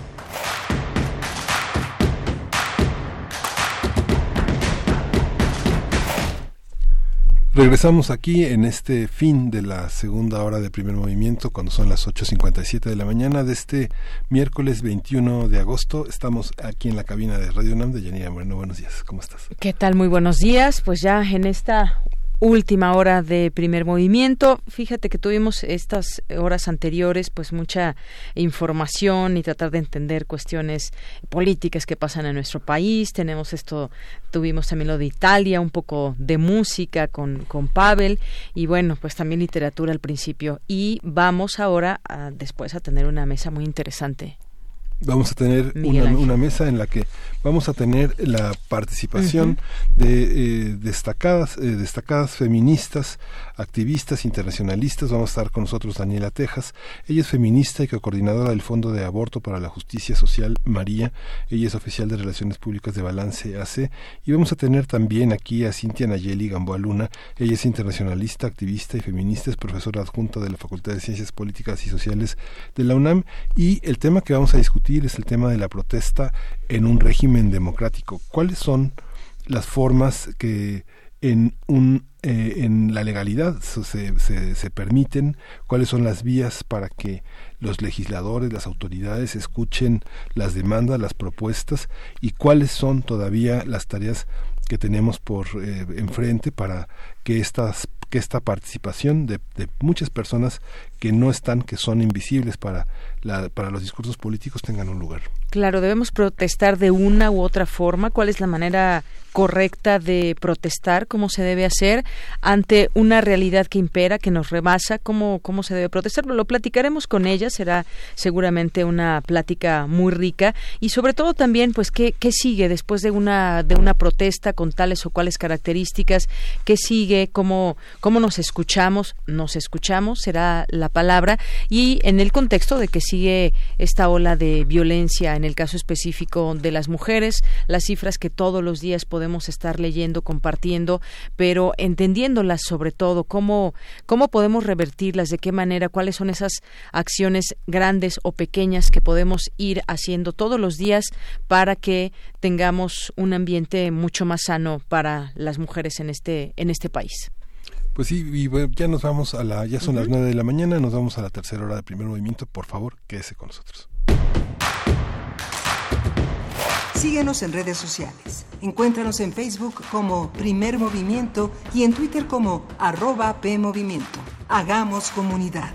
Regresamos aquí en este fin de la segunda hora de Primer Movimiento, cuando son las 8:57 de la mañana de este miércoles 21 de agosto. Estamos aquí en la cabina de Radio UNAM de Yanira Moreno. Buenos días, ¿cómo estás? ¿Qué tal? Muy buenos días. Pues ya en esta última hora de Primer Movimiento, fíjate que tuvimos estas horas anteriores pues mucha información y tratar de entender cuestiones políticas que pasan en nuestro país. Tuvimos también lo de Italia, un poco de música con Pavel y bueno, pues también literatura al principio, y vamos ahora después a tener una mesa muy interesante. Vamos a tener una mesa en la que vamos a tener la participación de destacadas feministas, activistas, internacionalistas. Vamos a estar con nosotros Daniela Tejas. Ella es feminista y coordinadora del Fondo de Aborto para la Justicia Social María. Ella es oficial de Relaciones Públicas de Balance AC. Y vamos a tener también aquí a Cintia Nayeli Gamboa Luna. Ella es internacionalista, activista y feminista, es profesora adjunta de la Facultad de Ciencias Políticas y Sociales de la UNAM. Y el tema que vamos a discutir es el tema de la protesta en un régimen democrático. ¿Cuáles son las formas que en la legalidad se permiten? ¿Cuáles son las vías para que los legisladores, las autoridades escuchen las demandas, las propuestas? ¿Y cuáles son todavía las tareas que tenemos por enfrente para que esta participación de muchas personas que no están, que son invisibles para los discursos políticos, tengan un lugar? Claro, debemos protestar de una u otra forma. ¿Cuál es la manera correcta de protestar? ¿Cómo se debe hacer ante una realidad que impera, que nos rebasa? ¿Cómo se debe protestar? Lo platicaremos con ella. Será seguramente una plática muy rica y sobre todo también, pues, ¿qué sigue después de una protesta con tales o cuales características? ¿Qué sigue? ¿Cómo nos escuchamos? Nos escuchamos, será la palabra, y en el contexto de que sigue esta ola de violencia en el caso específico de las mujeres, las cifras que todos los días podemos estar leyendo, compartiendo, pero entendiéndolas sobre todo, cómo podemos revertirlas, de qué manera, cuáles son esas acciones grandes o pequeñas que podemos ir haciendo todos los días para que tengamos un ambiente mucho más sano para las mujeres en este país. Pues sí, y bueno, ya nos vamos ya son las 9 de la mañana, nos vamos a la tercera hora de Primer Movimiento. Por favor, quédese con nosotros. Síguenos en redes sociales. Encuéntranos en Facebook como Primer Movimiento y en Twitter como @PMovimiento. Hagamos comunidad.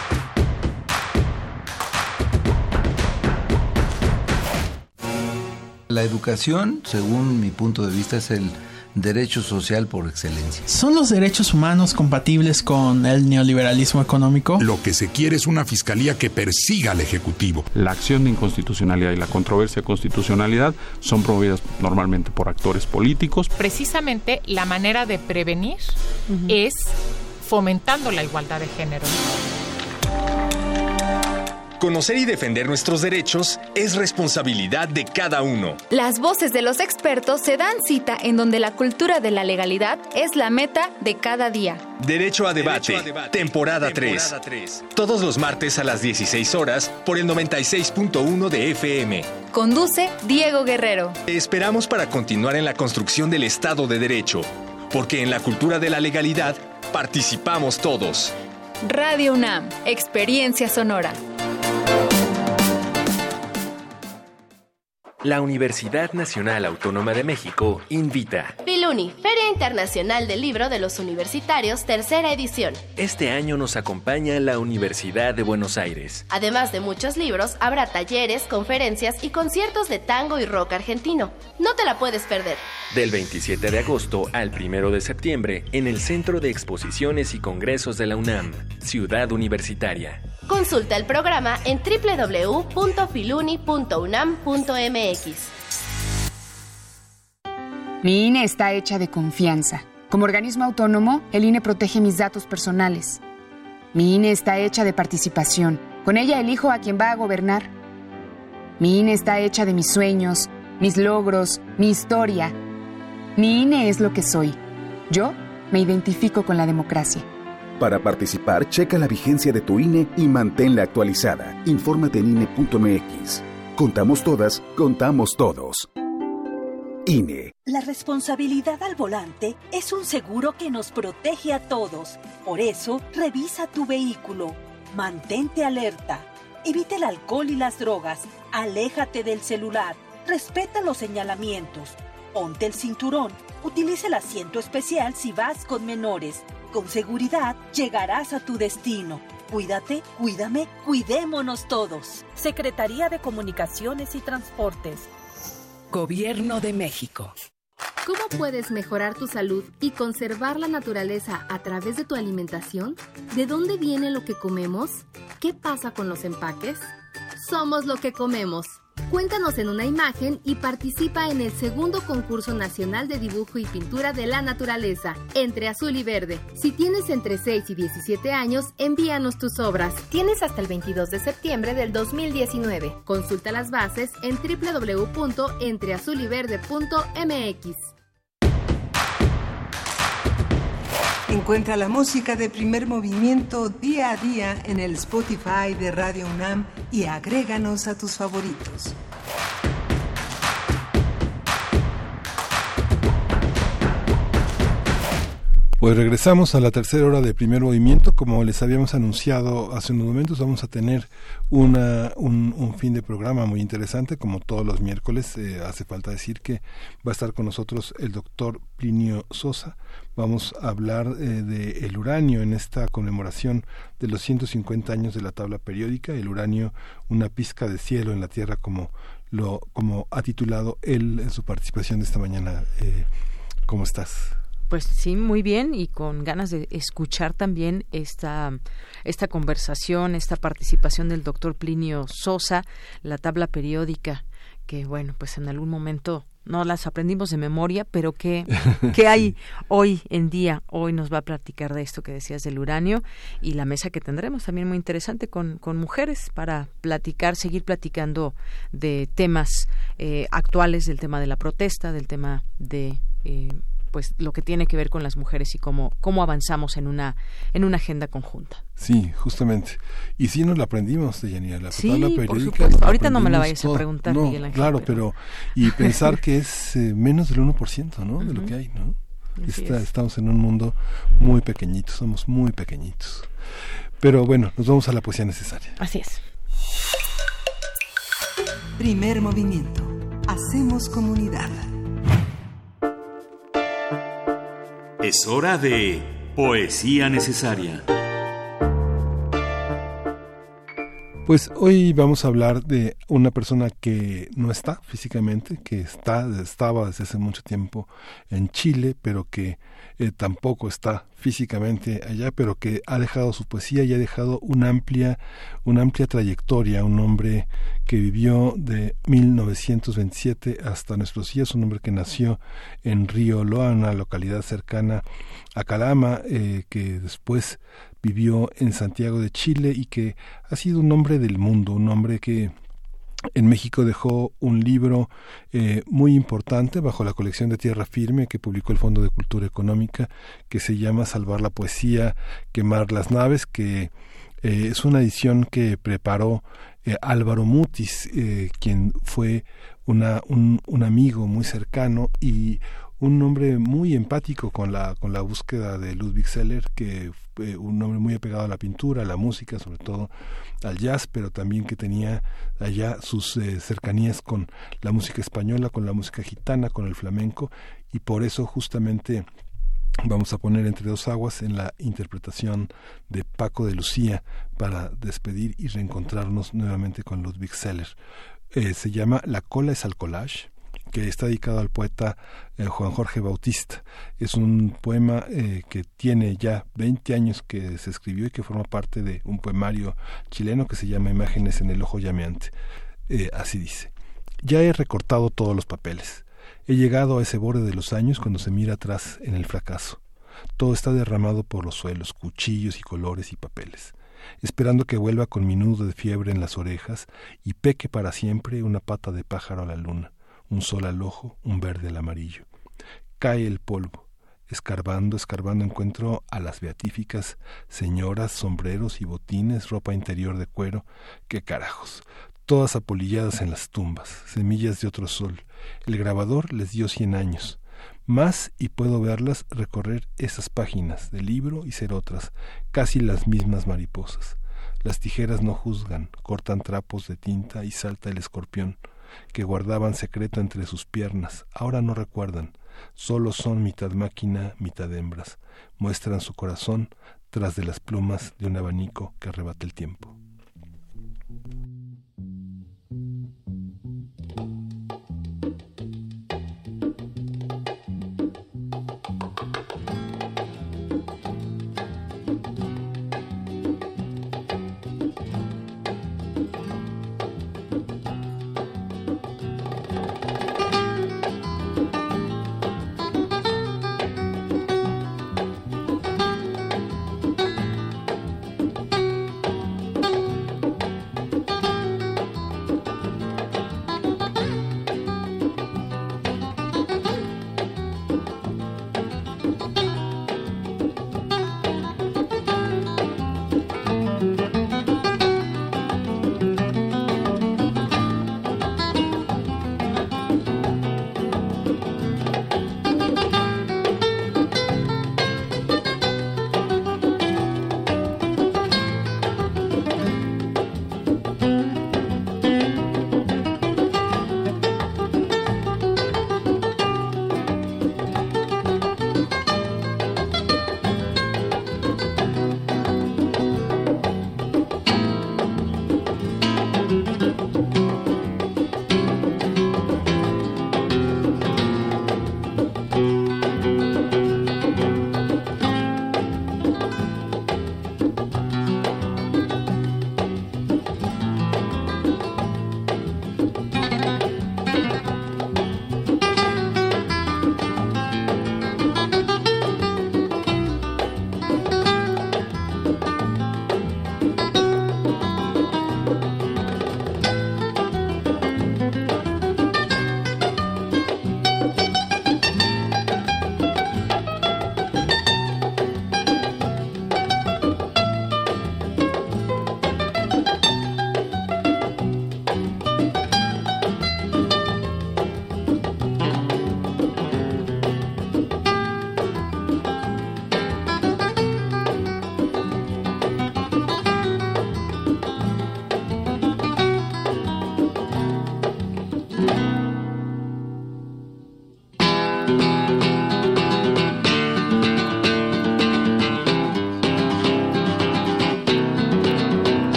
La educación, según mi punto de vista, es el derecho social por excelencia. ¿Son los derechos humanos compatibles con el neoliberalismo económico? Lo que se quiere es una fiscalía que persiga al Ejecutivo. La acción de inconstitucionalidad y la controversia de constitucionalidad son promovidas normalmente por actores políticos. Precisamente la manera de prevenir es fomentando la igualdad de género. Conocer y defender nuestros derechos es responsabilidad de cada uno. Las voces de los expertos se dan cita en donde la cultura de la legalidad es la meta de cada día. Derecho a debate, temporada 3. Todos los martes a las 16 horas por el 96.1 de FM. Conduce Diego Guerrero. Te esperamos para continuar en la construcción del Estado de Derecho, porque en la cultura de la legalidad participamos todos. Radio UNAM, experiencia sonora. La Universidad Nacional Autónoma de México invita Filuni, Feria Internacional del Libro de los Universitarios, tercera edición. Este año nos acompaña la Universidad de Buenos Aires. Además de muchos libros, habrá talleres, conferencias y conciertos de tango y rock argentino. No te la puedes perder. Del 27 de agosto al 1 de septiembre en el Centro de Exposiciones y Congresos de la UNAM, Ciudad Universitaria. Consulta el programa en www.filuni.unam.mx. Mi INE está hecha de confianza. Como organismo autónomo, el INE protege mis datos personales. Mi INE está hecha de participación. Con ella elijo a quien va a gobernar. Mi INE está hecha de mis sueños, mis logros, mi historia. Mi INE es lo que soy. Yo me identifico con la democracia. Para participar, checa la vigencia de tu INE y manténla actualizada. Infórmate en INE.mx. Contamos todas, contamos todos. INE. La responsabilidad al volante es un seguro que nos protege a todos. Por eso, revisa tu vehículo. Mantente alerta. Evita el alcohol y las drogas. Aléjate del celular. Respeta los señalamientos. Ponte el cinturón. Utiliza el asiento especial si vas con menores. Con seguridad llegarás a tu destino. Cuídate, cuídame, cuidémonos todos. Secretaría de Comunicaciones y Transportes. Gobierno de México. ¿Cómo puedes mejorar tu salud y conservar la naturaleza a través de tu alimentación? ¿De dónde viene lo que comemos? ¿Qué pasa con los empaques? somos lo que comemos. Cuéntanos en una imagen y participa en el segundo concurso nacional de dibujo y pintura de la naturaleza, Entre Azul y Verde. Si tienes entre 6 y 17 años, envíanos tus obras. Tienes hasta el 22 de septiembre del 2019. Consulta las bases en www.entreazuliverde.mx. Encuentra la música de Primer Movimiento día a día en el Spotify de Radio UNAM y agréganos a tus favoritos. Pues regresamos a la tercera hora de Primer Movimiento. Como les habíamos anunciado hace unos momentos, vamos a tener un fin de programa muy interesante, como todos los miércoles. Hace falta decir que va a estar con nosotros el doctor Plinio Sosa. Vamos a hablar de el uranio en esta conmemoración de los 150 años de la tabla periódica. El uranio, una pizca de cielo en la Tierra, como ha titulado él en su participación de esta mañana. ¿Cómo estás? Pues sí, muy bien, y con ganas de escuchar también esta conversación, esta participación del doctor Plinio Sosa, la tabla periódica, que bueno, pues en algún momento no las aprendimos de memoria, pero que hay hoy en día. Hoy nos va a platicar de esto que decías del uranio, y la mesa que tendremos también muy interesante con mujeres para seguir platicando de temas actuales, del tema de la protesta, del tema de pues lo que tiene que ver con las mujeres y cómo avanzamos en una agenda conjunta. Sí, justamente. Y sí nos la aprendimos, Deyanira, la tabla periódica. Por supuesto. Ahorita no me la vayas a preguntar, no, Miguel Ángel. Claro, pero y pensar que es menos del 1%, ¿no? De lo que hay, ¿no? Estamos en un mundo muy pequeñito, somos muy pequeñitos. Pero bueno, nos vamos a la poesía necesaria. Así es. Primer movimiento. Hacemos comunidad. Es hora de poesía necesaria. Pues hoy vamos a hablar de una persona que no está físicamente, que estaba desde hace mucho tiempo en Chile, pero que tampoco está físicamente allá, pero que ha dejado su poesía y ha dejado una amplia trayectoria. Un hombre que vivió de 1927 hasta nuestros días, un hombre que nació en Río Loana, localidad cercana a Calama, que después vivió en Santiago de Chile y que ha sido un hombre del mundo, un hombre que en México dejó un libro muy importante bajo la colección de Tierra Firme que publicó el Fondo de Cultura Económica, que se llama Salvar la Poesía, Quemar las Naves, que es una edición que preparó Álvaro Mutis, quien fue un amigo muy cercano y un hombre muy empático con la búsqueda de Ludwig Seller, que un hombre muy apegado a la pintura, a la música, sobre todo al jazz, pero también que tenía allá sus cercanías con la música española, con la música gitana, con el flamenco, y por eso justamente vamos a poner Entre dos aguas en la interpretación de Paco de Lucía para despedir y reencontrarnos nuevamente con Ludwig Seller. Se llama La cola es al collage, que está dedicado al poeta Juan Jorge Bautista. Es un poema que tiene ya 20 años que se escribió y que forma parte de un poemario chileno que se llama Imágenes en el ojo llameante. Así dice: ya he recortado todos los papeles. He llegado a ese borde de los años cuando se mira atrás en el fracaso. Todo está derramado por los suelos, cuchillos y colores y papeles, esperando que vuelva con mi nudo de fiebre en las orejas y peque para siempre una pata de pájaro a la luna, un sol al ojo, un verde al amarillo. Cae el polvo. Escarbando encuentro a las beatíficas señoras, sombreros y botines, ropa interior de cuero. ¡Qué carajos! Todas apolilladas en las tumbas, semillas de otro sol. El grabador les dio 100 años. Más y puedo verlas recorrer esas páginas de libro y ser otras, casi las mismas mariposas. Las tijeras no juzgan, cortan trapos de tinta y salta el escorpión, que guardaban secreto entre sus piernas, ahora no recuerdan, solo son mitad máquina, mitad hembras, muestran su corazón tras de las plumas de un abanico que arrebata el tiempo.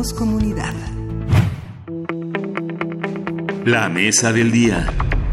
Hagamos comunidad. La mesa del día.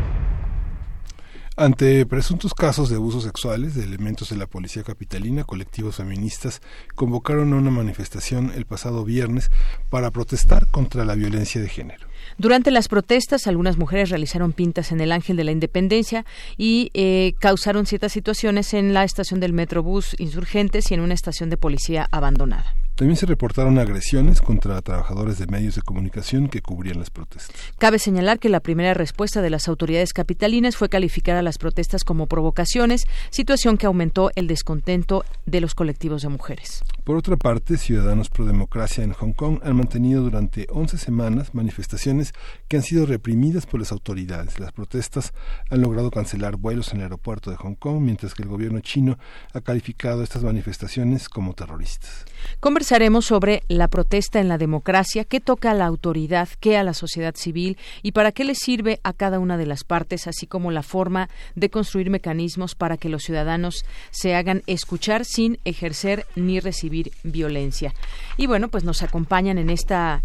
Ante presuntos casos de abusos sexuales de elementos de la policía capitalina, colectivos feministas convocaron a una manifestación el pasado viernes para protestar contra la violencia de género. Durante las protestas, algunas mujeres realizaron pintas en el Ángel de la Independencia y causaron ciertas situaciones en la estación del Metrobús Insurgentes y en una estación de policía abandonada. También se reportaron agresiones contra trabajadores de medios de comunicación que cubrían las protestas. Cabe señalar que la primera respuesta de las autoridades capitalinas fue calificar a las protestas como provocaciones, situación que aumentó el descontento de los colectivos de mujeres. Por otra parte, Ciudadanos Pro Democracia en Hong Kong han mantenido durante 11 semanas manifestaciones que han sido reprimidas por las autoridades. Las protestas han logrado cancelar vuelos en el aeropuerto de Hong Kong, mientras que el gobierno chino ha calificado estas manifestaciones como terroristas. Conversaremos sobre la protesta en la democracia, qué toca a la autoridad, qué a la sociedad civil y para qué le sirve a cada una de las partes, así como la forma de construir mecanismos para que los ciudadanos se hagan escuchar sin ejercer ni recibir violencia. Y bueno, pues nos acompañan en esta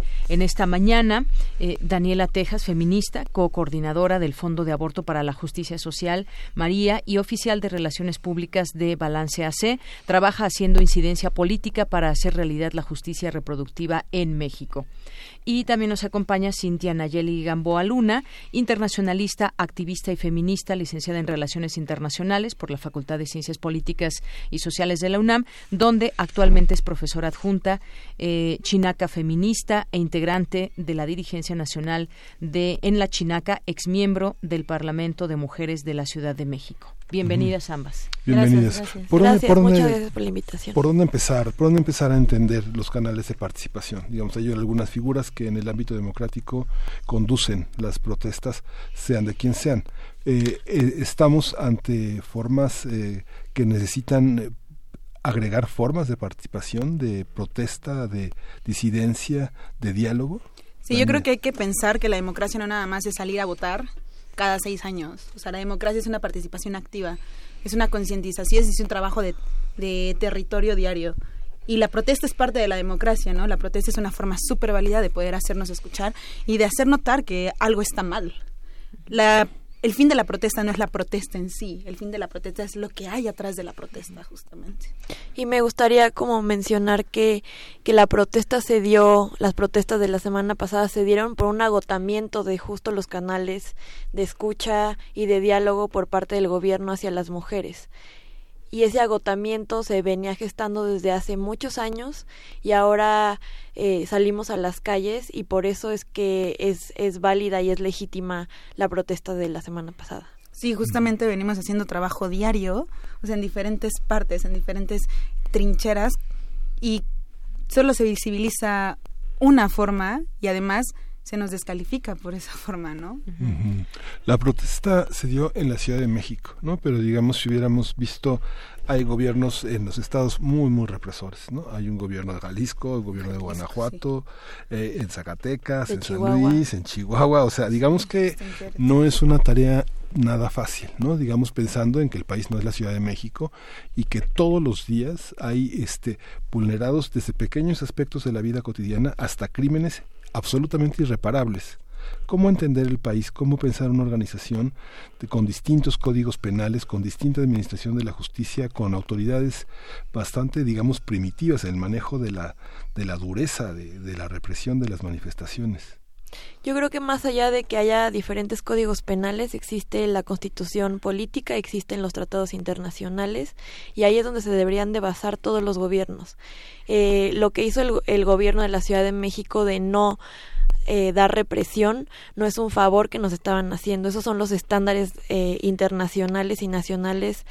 mañana Daniela Tejas, feminista, co-coordinadora del Fondo de Aborto para la Justicia Social, María, y oficial de Relaciones Públicas de Balance AC. Trabaja haciendo incidencia política para hacer realidad la justicia reproductiva en México. Y también nos acompaña Cintia Nayeli Gamboa Luna, internacionalista, activista y feminista, licenciada en Relaciones Internacionales por la Facultad de Ciencias Políticas y Sociales de la UNAM, donde actualmente es profesora adjunta, chinaca feminista e integrante de la dirigencia nacional en la Chinaca, exmiembro del Parlamento de Mujeres de la Ciudad de México. Bienvenidas ambas. Bienvenidas. Gracias. Muchas gracias por la invitación. ¿Por dónde empezar a entender los canales de participación? Digamos, hay algunas figuras que en el ámbito democrático conducen las protestas, sean de quien sean. Estamos ante formas que necesitan agregar formas de participación, de protesta, de disidencia, de diálogo. Sí, yo creo que hay que pensar que la democracia no nada más es salir a votar cada 6 años. O sea, la democracia es una participación activa, es una concientización, es un trabajo de territorio diario. Y la protesta es parte de la democracia, ¿no? La protesta es una forma súper válida de poder hacernos escuchar y de hacer notar que algo está mal. El fin de la protesta no es la protesta en sí, el fin de la protesta es lo que hay atrás de la protesta, justamente. Y me gustaría como mencionar que las protestas de la semana pasada se dieron por un agotamiento de justo los canales de escucha y de diálogo por parte del gobierno hacia las mujeres. Y ese agotamiento se venía gestando desde hace muchos años y ahora salimos a las calles y por eso es que es válida y es legítima la protesta de la semana pasada. Sí, justamente venimos haciendo trabajo diario, o sea, en diferentes partes, en diferentes trincheras, y solo se visibiliza una forma y además se nos descalifica por esa forma, ¿no? Uh-huh. La protesta se dio en la Ciudad de México, ¿no? Pero digamos, si hubiéramos visto, hay gobiernos en los estados muy, muy represores, ¿no? Hay un gobierno de Jalisco, el gobierno de Guanajuato, en Zacatecas, en San Luis, en Chihuahua, o sea, digamos que no es una tarea nada fácil, ¿no? Digamos, pensando en que el país no es la Ciudad de México y que todos los días hay vulnerados desde pequeños aspectos de la vida cotidiana hasta crímenes absolutamente irreparables. ¿Cómo entender el país? ¿Cómo pensar una organización con distintos códigos penales, con distinta administración de la justicia, con autoridades bastante, digamos, primitivas en el manejo de la dureza, de la represión de las manifestaciones? Yo creo que más allá de que haya diferentes códigos penales, existe la Constitución política, existen los tratados internacionales y ahí es donde se deberían de basar todos los gobiernos. Lo que hizo el gobierno de la Ciudad de México de no dar represión no es un favor que nos estaban haciendo. Esos son los estándares internacionales y nacionales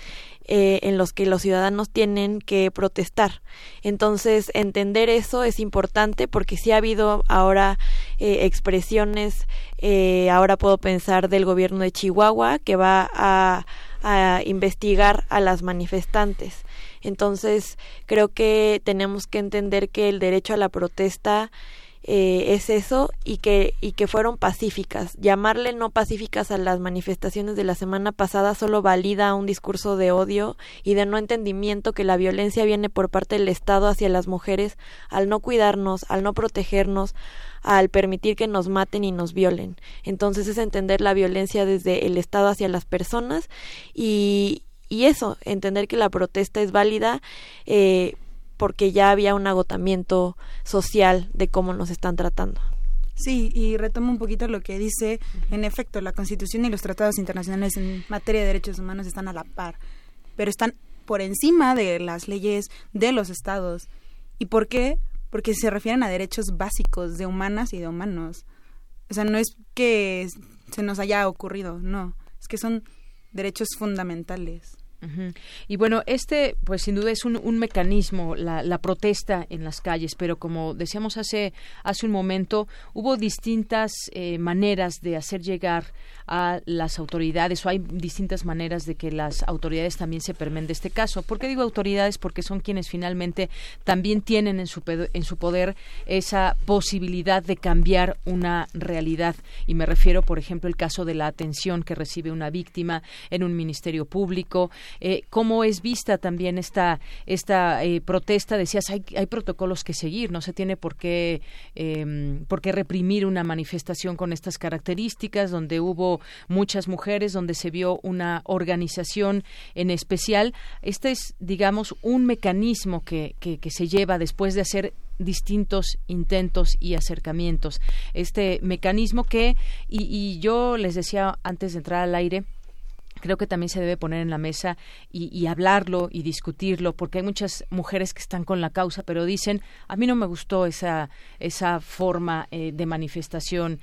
en los que los ciudadanos tienen que protestar. Entonces, entender eso es importante porque sí ha habido ahora expresiones, ahora puedo pensar del gobierno de Chihuahua que va a investigar a las manifestantes. Entonces, creo que tenemos que entender que el derecho a la protesta es eso, y que fueron pacíficas. Llamarle no pacíficas a las manifestaciones de la semana pasada solo valida un discurso de odio y de no entendimiento que la violencia viene por parte del Estado hacia las mujeres al no cuidarnos, al no protegernos, al permitir que nos maten y nos violen. Entonces es entender la violencia desde el Estado hacia las personas y eso, entender que la protesta es válida porque ya había un agotamiento social de cómo nos están tratando. Sí, y retomo un poquito lo que dice, en efecto, la Constitución y los tratados internacionales en materia de derechos humanos están a la par, pero están por encima de las leyes de los estados. ¿Y por qué? Porque se refieren a derechos básicos de humanas y de humanos. O sea, no es que se nos haya ocurrido, no, es que son derechos fundamentales. Uh-huh. Y bueno, pues sin duda es un mecanismo, la protesta en las calles, pero como decíamos hace un momento, hubo distintas maneras de hacer llegar a las autoridades, o hay distintas maneras de que las autoridades también se permeen de este caso. ¿Por qué digo autoridades? Porque son quienes finalmente también tienen en su poder esa posibilidad de cambiar una realidad, y me refiero, por ejemplo, el caso de la atención que recibe una víctima en un ministerio público. ¿Cómo es vista también esta protesta? Decías, hay protocolos que seguir, no se tiene por qué reprimir una manifestación con estas características, donde hubo muchas mujeres, donde se vio una organización en especial. Este es, digamos, un mecanismo que se lleva después de hacer distintos intentos y acercamientos. Este mecanismo y yo les decía antes de entrar al aire, creo que también se debe poner en la mesa y hablarlo y discutirlo, porque hay muchas mujeres que están con la causa, pero dicen, a mí no me gustó esa forma de manifestación,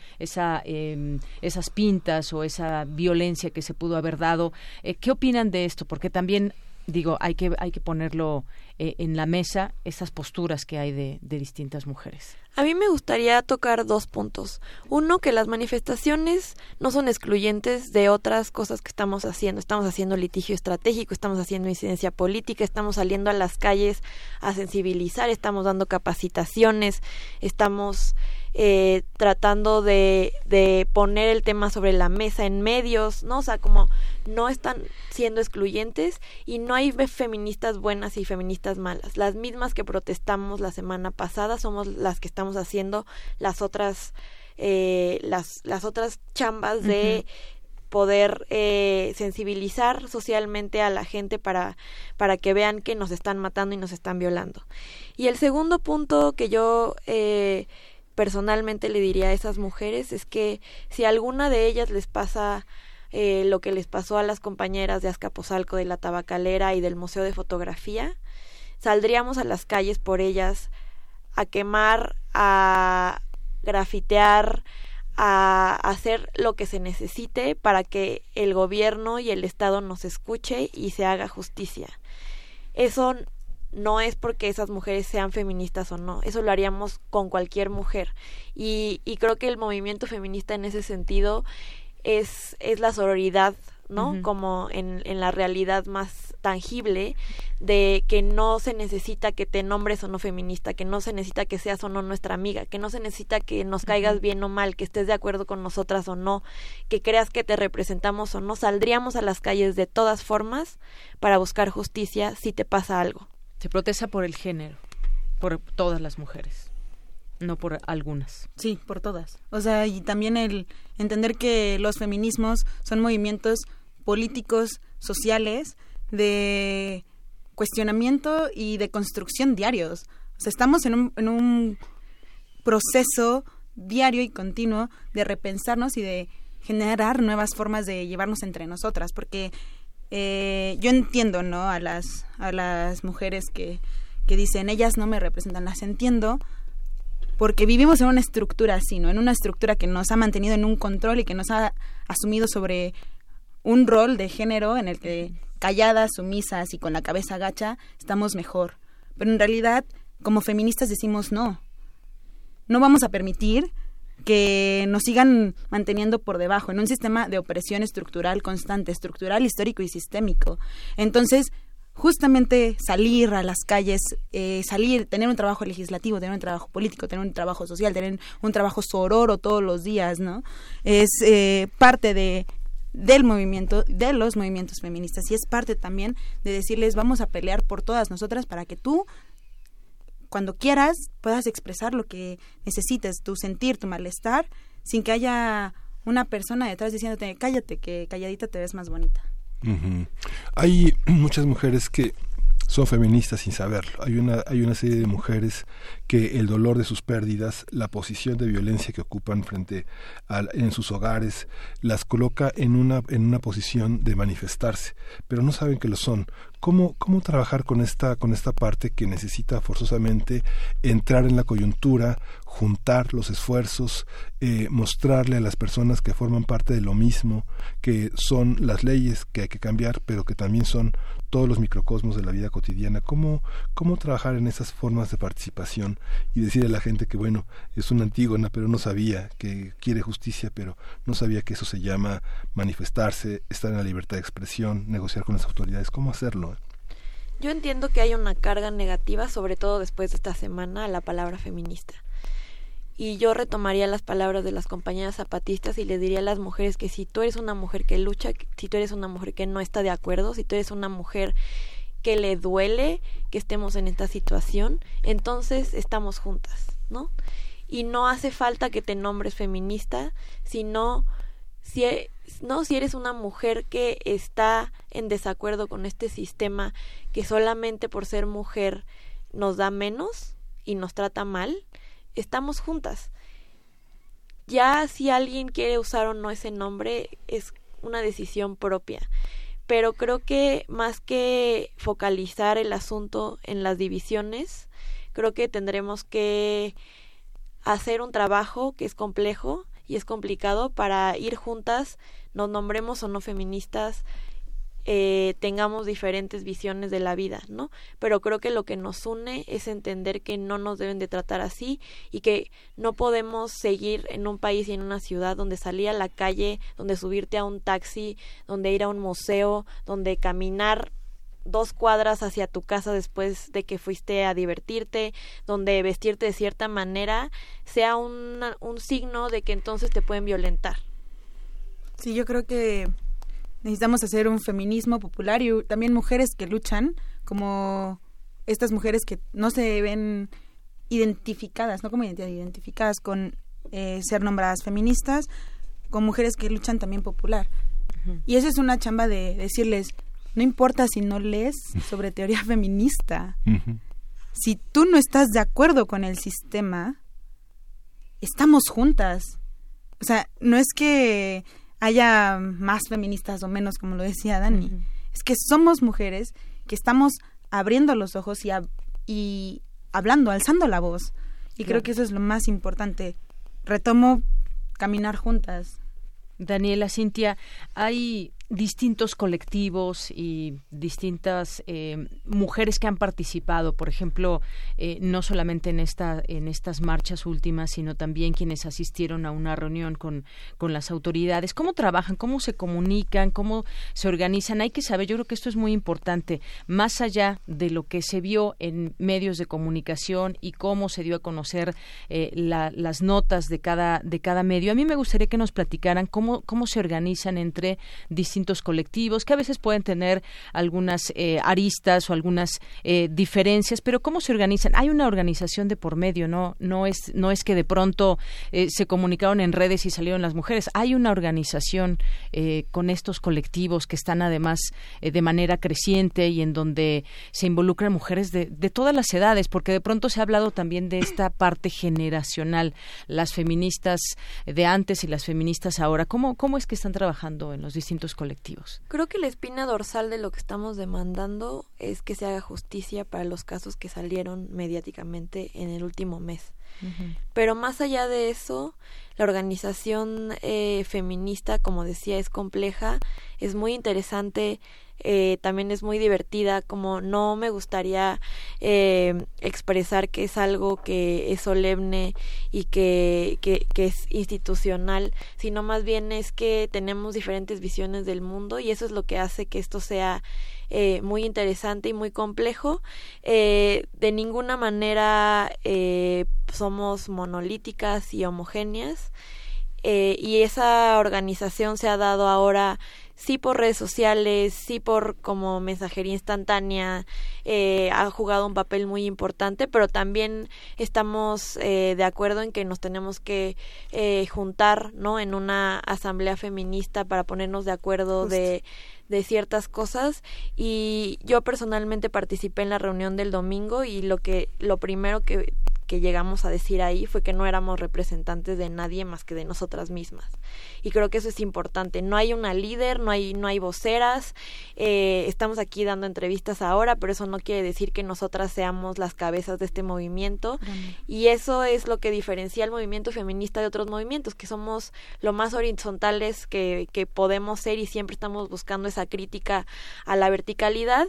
esas pintas o esa violencia que se pudo haber dado. ¿Qué opinan de esto? Porque también, digo, hay que ponerlo en la mesa, esas posturas que hay de distintas mujeres. A mí me gustaría tocar 2 puntos. Uno, que las manifestaciones no son excluyentes de otras cosas que estamos haciendo. Estamos haciendo litigio estratégico, estamos haciendo incidencia política, estamos saliendo a las calles a sensibilizar, estamos dando capacitaciones, estamos tratando de poner el tema sobre la mesa en medios, ¿no? O sea, como no están siendo excluyentes y no hay feministas buenas y feministas malas. Las mismas que protestamos la semana pasada somos las que estamos haciendo las otras chambas de poder sensibilizar socialmente a la gente para que vean que nos están matando y nos están violando. Y el segundo punto que yo personalmente le diría a esas mujeres es que si a alguna de ellas les pasa lo que les pasó a las compañeras de Azcapotzalco, de la Tabacalera y del Museo de Fotografía, saldríamos a las calles por ellas, a quemar, a grafitear, a hacer lo que se necesite para que el gobierno y el Estado nos escuche y se haga justicia. Eso no es porque esas mujeres sean feministas o no, eso lo haríamos con cualquier mujer. Y creo que el movimiento feminista en ese sentido es la sororidad, ¿no? Uh-huh. Como en la realidad más tangible de que no se necesita que te nombres o no feminista, que no se necesita que seas o no nuestra amiga, que no se necesita que nos caigas bien o mal, que estés de acuerdo con nosotras o no, que creas que te representamos o no. Saldríamos a las calles de todas formas para buscar justicia si te pasa algo. Se protesta por el género, por todas las mujeres, no por algunas. Sí, por todas. O sea, y también el entender que los feminismos son movimientos políticos, sociales, de cuestionamiento y de construcción diarios. O sea, estamos en un proceso diario y continuo de repensarnos y de generar nuevas formas de llevarnos entre nosotras, porque yo entiendo, ¿no? A las mujeres que dicen, ellas no me representan, las entiendo, porque vivimos en una estructura así, ¿no? En una estructura que nos ha mantenido en un control y que nos ha asumido sobre un rol de género en el que calladas, sumisas y con la cabeza gacha estamos mejor. Pero en realidad, como feministas decimos no vamos a permitir que nos sigan manteniendo por debajo en un sistema de opresión estructural constante, estructural, histórico y sistémico. Entonces, justamente salir a las calles, tener un trabajo legislativo, tener un trabajo político, tener un trabajo social, tener un trabajo sororo todos los días, ¿no? Es parte del movimiento, de los movimientos feministas, y es parte también de decirles vamos a pelear por todas nosotras para que tú, cuando quieras, puedas expresar lo que necesites, tu sentir, tu malestar, sin que haya una persona detrás diciéndote cállate, que calladita te ves más bonita. Uh-huh. Hay muchas mujeres que son feministas sin saberlo. Hay una serie de mujeres que el dolor de sus pérdidas, la posición de violencia que ocupan en sus hogares, las coloca en una posición de manifestarse, pero no saben que lo son. ¿Cómo trabajar con esta parte que necesita forzosamente entrar en la coyuntura, juntar los esfuerzos, mostrarle a las personas que forman parte de lo mismo, que son las leyes que hay que cambiar, pero que también son todos los microcosmos de la vida cotidiana? ¿Cómo trabajar en esas formas de participación y decirle a la gente que, bueno, es una Antígona, pero no sabía que quiere justicia, pero no sabía que eso se llama manifestarse, estar en la libertad de expresión, negociar con las autoridades? ¿Cómo hacerlo? Yo entiendo que hay una carga negativa, sobre todo después de esta semana, a la palabra feminista. Y yo retomaría las palabras de las compañeras zapatistas y les diría a las mujeres que si tú eres una mujer que lucha, si tú eres una mujer que no está de acuerdo, si tú eres una mujer que le duele que estemos en esta situación, entonces estamos juntas, ¿no? Y no hace falta que te nombres feminista, sino si eres una mujer que está en desacuerdo con este sistema que solamente por ser mujer nos da menos y nos trata mal, estamos juntas. Ya si alguien quiere usar o no ese nombre es una decisión propia, pero creo que más que focalizar el asunto en las divisiones, creo que tendremos que hacer un trabajo que es complejo y es complicado para ir juntas, nos nombremos o no feministas, tengamos diferentes visiones de la vida, ¿no? Pero creo que lo que nos une es entender que no nos deben de tratar así y que no podemos seguir en un país y en una ciudad donde salir a la calle, donde subirte a un taxi, donde ir a un museo, donde caminar 2 cuadras hacia tu casa después de que fuiste a divertirte, donde vestirte de cierta manera sea un signo de que entonces te pueden violentar. Sí, yo creo que necesitamos hacer un feminismo popular y también mujeres que luchan, como estas mujeres que no se ven identificadas, no como identificadas con ser nombradas feministas, con mujeres que luchan también popular. Uh-huh. Y esa es una chamba de decirles, no importa si no lees sobre teoría feminista, uh-huh. Si tú no estás de acuerdo con el sistema, estamos juntas. O sea, no es que haya más feministas o menos, como lo decía Dani. Uh-huh. Es que somos mujeres que estamos abriendo los ojos y hablando, alzando la voz. Y creo que eso es lo más importante. Retomo caminar juntas. Daniela, Cintia, hay distintos colectivos y distintas mujeres que han participado, por ejemplo, no solamente en estas marchas últimas, sino también quienes asistieron a una reunión con las autoridades. ¿Cómo trabajan? ¿Cómo se comunican? ¿Cómo se organizan? Hay que saber, yo creo que esto es muy importante, más allá de lo que se vio en medios de comunicación y cómo se dio a conocer las notas de cada medio. A mí me gustaría que nos platicaran cómo se organizan entre distintos colectivos, que a veces pueden tener algunas aristas o algunas diferencias, pero cómo se organizan. Hay una organización de por medio, no es que de pronto se comunicaron en redes y salieron las mujeres. Hay una organización con estos colectivos que están además de manera creciente y en donde se involucran mujeres de todas las edades, porque de pronto se ha hablado también de esta parte generacional, las feministas de antes y las feministas ahora. ¿Cómo es que están trabajando en los distintos colectivos? Creo que la espina dorsal de lo que estamos demandando es que se haga justicia para los casos que salieron mediáticamente en el último mes. Uh-huh. Pero más allá de eso, la organización feminista, como decía, es compleja, es muy interesante, también es muy divertida, como no me gustaría expresar que es algo que es solemne y que es institucional, sino más bien es que tenemos diferentes visiones del mundo y eso es lo que hace que esto sea muy interesante y muy complejo. De ninguna manera somos monolíticas y homogéneas, y esa organización se ha dado ahora sí por redes sociales, sí por como mensajería instantánea, ha jugado un papel muy importante, pero también estamos de acuerdo en que nos tenemos que juntar, ¿no?, en una asamblea feminista para ponernos de acuerdo de ciertas cosas. Y yo personalmente participé en la reunión del domingo, y lo primero que llegamos a decir ahí fue que no éramos representantes de nadie más que de nosotras mismas, y creo que eso es importante. No hay una líder, no hay voceras, estamos aquí dando entrevistas ahora, pero eso no quiere decir que nosotras seamos las cabezas de este movimiento, y eso es lo que diferencia al movimiento feminista de otros movimientos, que somos lo más horizontales que podemos ser, y siempre estamos buscando esa crítica a la verticalidad.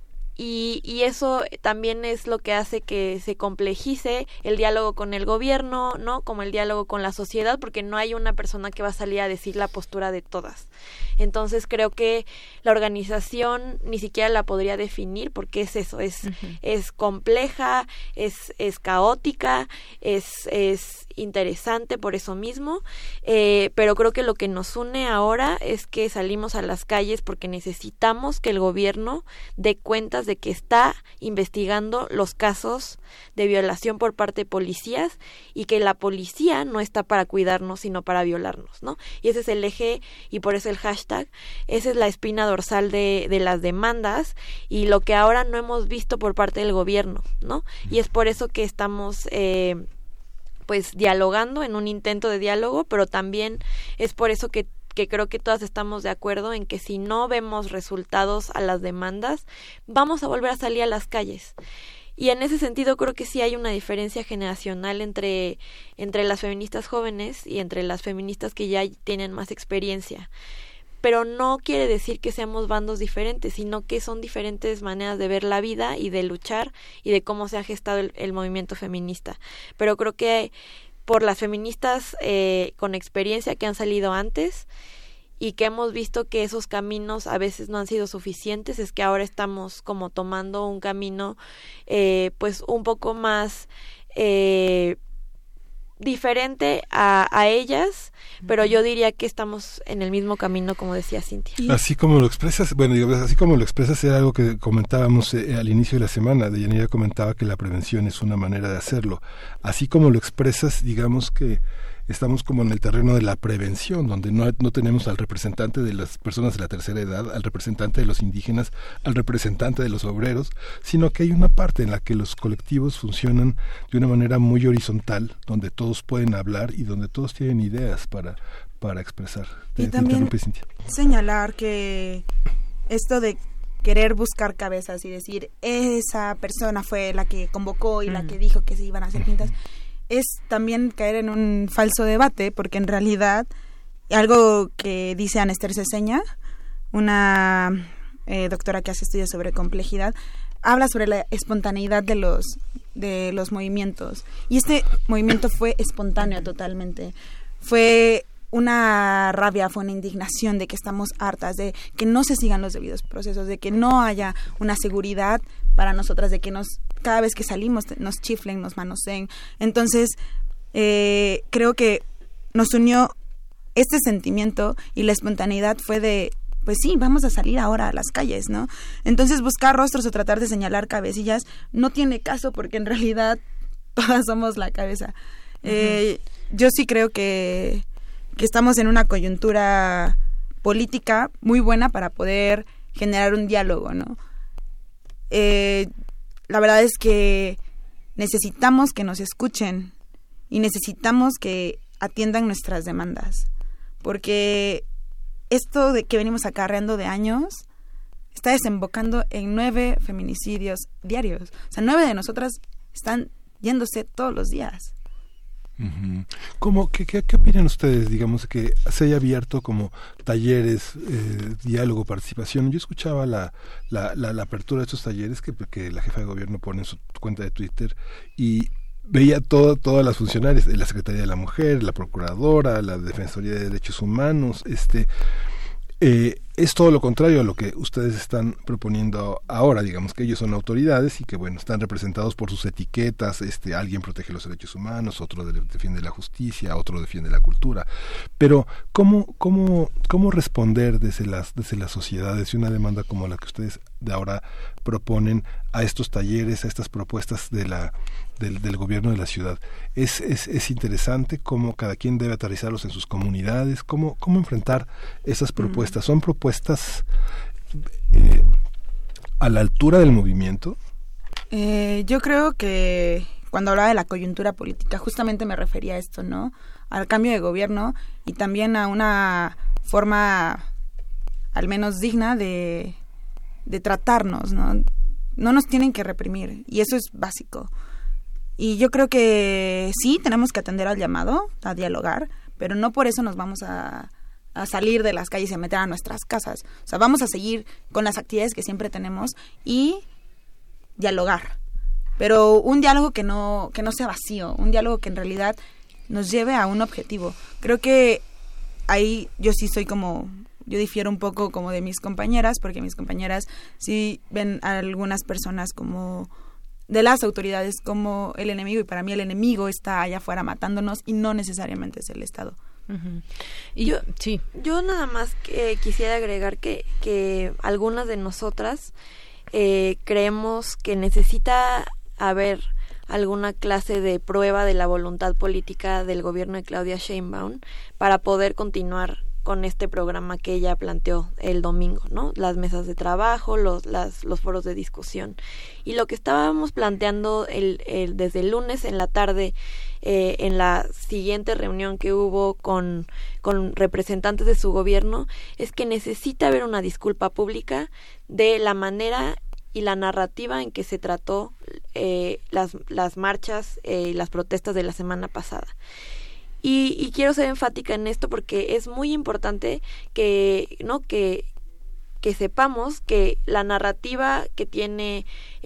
Y eso también es lo que hace que se complejice el diálogo con el gobierno, ¿no?, como el diálogo con la sociedad, porque no hay una persona que va a salir a decir la postura de todas. Entonces creo que la organización ni siquiera la podría definir, porque es eso, es compleja, es caótica, es interesante por eso mismo, pero creo que lo que nos une ahora es que salimos a las calles porque necesitamos que el gobierno dé cuentas de que está investigando los casos de violación por parte de policías, y que la policía no está para cuidarnos sino para violarnos, ¿no? Y ese es el eje, y por eso el hashtag, esa es la espina dorsal de las demandas, y lo que ahora no hemos visto por parte del gobierno, ¿no? Y es por eso que estamos pues dialogando, en un intento de diálogo, pero también es por eso que creo que todas estamos de acuerdo en que si no vemos resultados a las demandas, vamos a volver a salir a las calles. Y en ese sentido creo que sí hay una diferencia generacional entre las feministas jóvenes y entre las feministas que ya tienen más experiencia. Pero no quiere decir que seamos bandos diferentes, sino que son diferentes maneras de ver la vida y de luchar, y de cómo se ha gestado el movimiento feminista. Pero creo que por las feministas con experiencia que han salido antes, y que hemos visto que esos caminos a veces no han sido suficientes, es que ahora estamos como tomando un camino pues un poco más diferente a ellas, pero yo diría que estamos en el mismo camino, como decía Cintia. Así como lo expresas, así como lo expresas era algo que comentábamos al inicio de la semana. Deyanira comentaba que la prevención es una manera de hacerlo. Así como lo expresas, digamos que estamos como en el terreno de la prevención, donde no tenemos al representante de las personas de la tercera edad, al representante de los indígenas, al representante de los obreros, sino que hay una parte en la que los colectivos funcionan de una manera muy horizontal, donde todos pueden hablar y donde todos tienen ideas para expresar. Y también señalar que esto de querer buscar cabezas y decir esa persona fue la que convocó y la que dijo que se iban a hacer pintas, es también caer en un falso debate, porque en realidad algo que dice Ana Esther Ceseña, una doctora que hace estudios sobre complejidad, habla sobre la espontaneidad de los movimientos, y este movimiento fue espontáneo totalmente. Fue una rabia, fue una indignación de que estamos hartas de que no se sigan los debidos procesos, de que no haya una seguridad para nosotras, de que cada vez que salimos nos chiflen, nos manoseen. Entonces creo que nos unió este sentimiento, y la espontaneidad fue de, pues sí, vamos a salir ahora a las calles, ¿no? Entonces buscar rostros o tratar de señalar cabecillas no tiene caso, porque en realidad todas somos la cabeza. Yo sí creo que estamos en una coyuntura política muy buena para poder generar un diálogo, ¿no? La verdad es que necesitamos que nos escuchen y necesitamos que atiendan nuestras demandas, porque esto de que venimos acarreando de años está desembocando en 9 feminicidios diarios. O sea, 9 de nosotras están yéndose todos los días. ¿Qué opinan ustedes, digamos, que se haya abierto como talleres, diálogo, participación? Yo escuchaba la apertura de estos talleres que la jefa de gobierno pone en su cuenta de Twitter, y veía todas las funcionarias de la Secretaría de la Mujer, la Procuradora, la Defensoría de Derechos Humanos, es todo lo contrario a lo que ustedes están proponiendo ahora. Digamos que ellos son autoridades y que, bueno, están representados por sus etiquetas. Alguien protege los derechos humanos, otro defiende la justicia, otro defiende la cultura. Pero ¿cómo responder desde las sociedades y una demanda como la que ustedes de ahora proponen a estos talleres, a estas propuestas del gobierno de la ciudad? Es interesante cómo cada quien debe aterrizarlos en sus comunidades, cómo enfrentar esas propuestas. ¿Son propuestas a la altura del movimiento? Yo creo que cuando hablaba de la coyuntura política, justamente me refería a esto, ¿no? Al cambio de gobierno y también a una forma al menos digna de tratarnos, ¿no? No nos tienen que reprimir, y eso es básico. Y yo creo que sí, tenemos que atender al llamado, a dialogar, pero no por eso nos vamos a salir de las calles y a meter a nuestras casas. O sea, vamos a seguir con las actividades que siempre tenemos y dialogar. Pero un diálogo que no sea vacío, un diálogo que en realidad nos lleve a un objetivo. Creo que ahí yo sí soy yo difiero un poco como de mis compañeras, porque mis compañeras sí ven a algunas personas como de las autoridades como el enemigo, y para mí el enemigo está allá afuera matándonos y no necesariamente es el Estado. Uh-huh. Yo nada más quisiera agregar que algunas de nosotras creemos que necesita haber alguna clase de prueba de la voluntad política del gobierno de Claudia Sheinbaum para poder continuar con este programa que ella planteó el domingo, ¿no? Las mesas de trabajo, los foros de discusión. Y lo que estábamos planteando desde el lunes en la tarde, en la siguiente reunión que hubo con representantes de su gobierno, es que necesita haber una disculpa pública de la manera y la narrativa en que se trató las marchas y las protestas de la semana pasada. Y quiero ser enfática en esto porque es muy importante que sepamos que la narrativa que tiene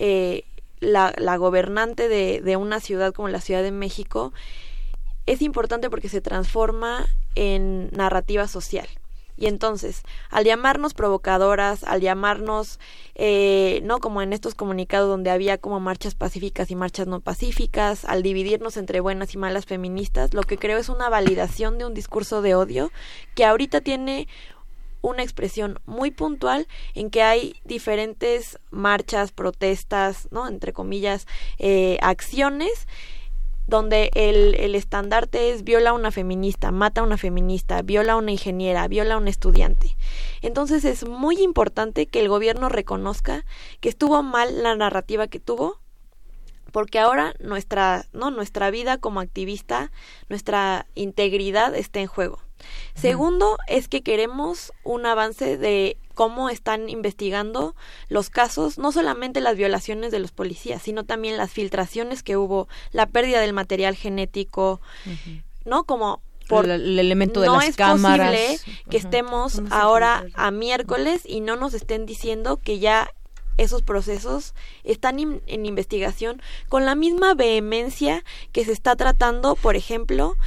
la gobernante de una ciudad como la Ciudad de México es importante porque se transforma en narrativa social. Y entonces, al llamarnos provocadoras, al llamarnos, no como en estos comunicados donde había como marchas pacíficas y marchas no pacíficas, al dividirnos entre buenas y malas feministas, lo que creo es una validación de un discurso de odio que ahorita tiene una expresión muy puntual en que hay diferentes marchas, protestas, ¿no? Entre comillas, acciones donde el estandarte es viola a una feminista, mata a una feminista, viola a una ingeniera, viola a un estudiante. Entonces es muy importante que el gobierno reconozca que estuvo mal la narrativa que tuvo, porque ahora nuestra vida como activista, nuestra integridad está en juego. Segundo, es que queremos un avance de cómo están investigando los casos, no solamente las violaciones de los policías, sino también las filtraciones que hubo, la pérdida del material genético, ¿no? Como por el elemento de las cámaras. No es posible que estemos ahora a miércoles y no nos estén diciendo que ya esos procesos están en investigación con la misma vehemencia que se está tratando, por ejemplo,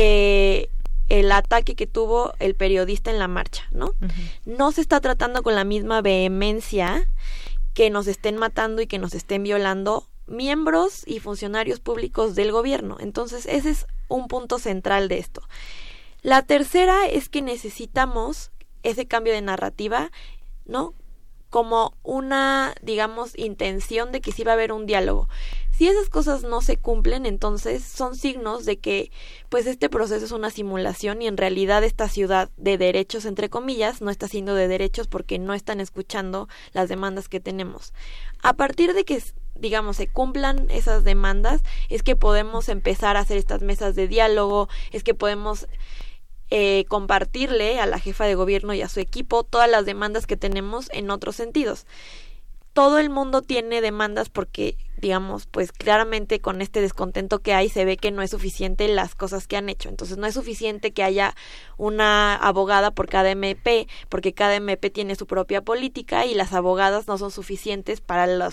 el ataque que tuvo el periodista en la marcha, ¿no? Uh-huh. No se está tratando con la misma vehemencia que nos estén matando y que nos estén violando miembros y funcionarios públicos del gobierno. Entonces, ese es un punto central de esto. La tercera es que necesitamos ese cambio de narrativa, ¿no? Como una, digamos, intención de que sí va a haber un diálogo. Si esas cosas no se cumplen, entonces son signos de que pues este proceso es una simulación y en realidad esta ciudad de derechos, entre comillas, no está siendo de derechos porque no están escuchando las demandas que tenemos. A partir de que, digamos, se cumplan esas demandas, es que podemos empezar a hacer estas mesas de diálogo, es que podemos compartirle a la jefa de gobierno y a su equipo todas las demandas que tenemos en otros sentidos. Todo el mundo tiene demandas porque, digamos, pues claramente con este descontento que hay se ve que no es suficiente las cosas que han hecho. Entonces no es suficiente que haya una abogada por cada MP, porque cada MP tiene su propia política y las abogadas no son suficientes para los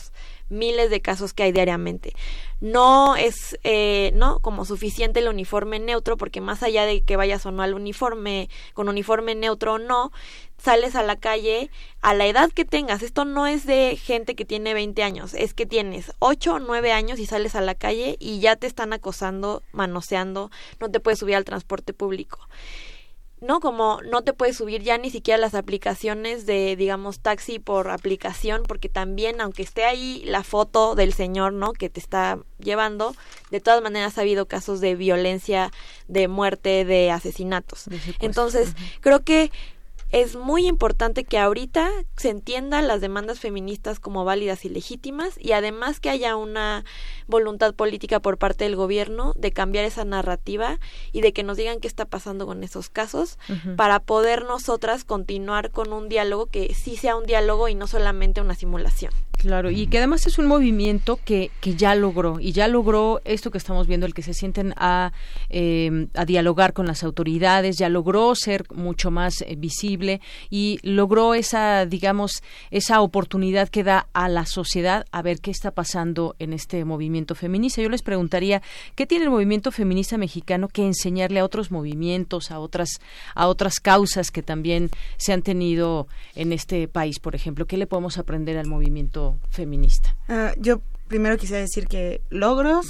miles de casos que hay diariamente. No es no como suficiente el uniforme neutro, porque más allá de que vayas o no al uniforme, con uniforme neutro o no, sales a la calle a la edad que tengas. Esto no es de gente que tiene 20 años, es que tienes 8 o 9 años y sales a la calle y ya te están acosando, manoseando, no te puedes subir al transporte público. No, como no te puedes subir ya ni siquiera a las aplicaciones de, digamos, taxi por aplicación, porque también, aunque esté ahí la foto del señor, ¿no?, que te está llevando, de todas maneras ha habido casos de violencia, de muerte, de asesinatos. Entonces, creo que es muy importante que ahorita se entiendan las demandas feministas como válidas y legítimas, y además que haya una voluntad política por parte del gobierno de cambiar esa narrativa y de que nos digan qué está pasando con esos casos, para poder nosotras continuar con un diálogo que sí sea un diálogo y no solamente una simulación. Claro, y que además es un movimiento que ya logró esto que estamos viendo, el que se sienten a dialogar con las autoridades, ya logró ser mucho más visible y logró esa, digamos, esa oportunidad que da a la sociedad a ver qué está pasando en este movimiento feminista. Yo les preguntaría, ¿qué tiene el movimiento feminista mexicano que enseñarle a otros movimientos, a otras causas que también se han tenido en este país, por ejemplo? ¿Qué le podemos aprender al movimiento feminista? Yo primero quisiera decir que logro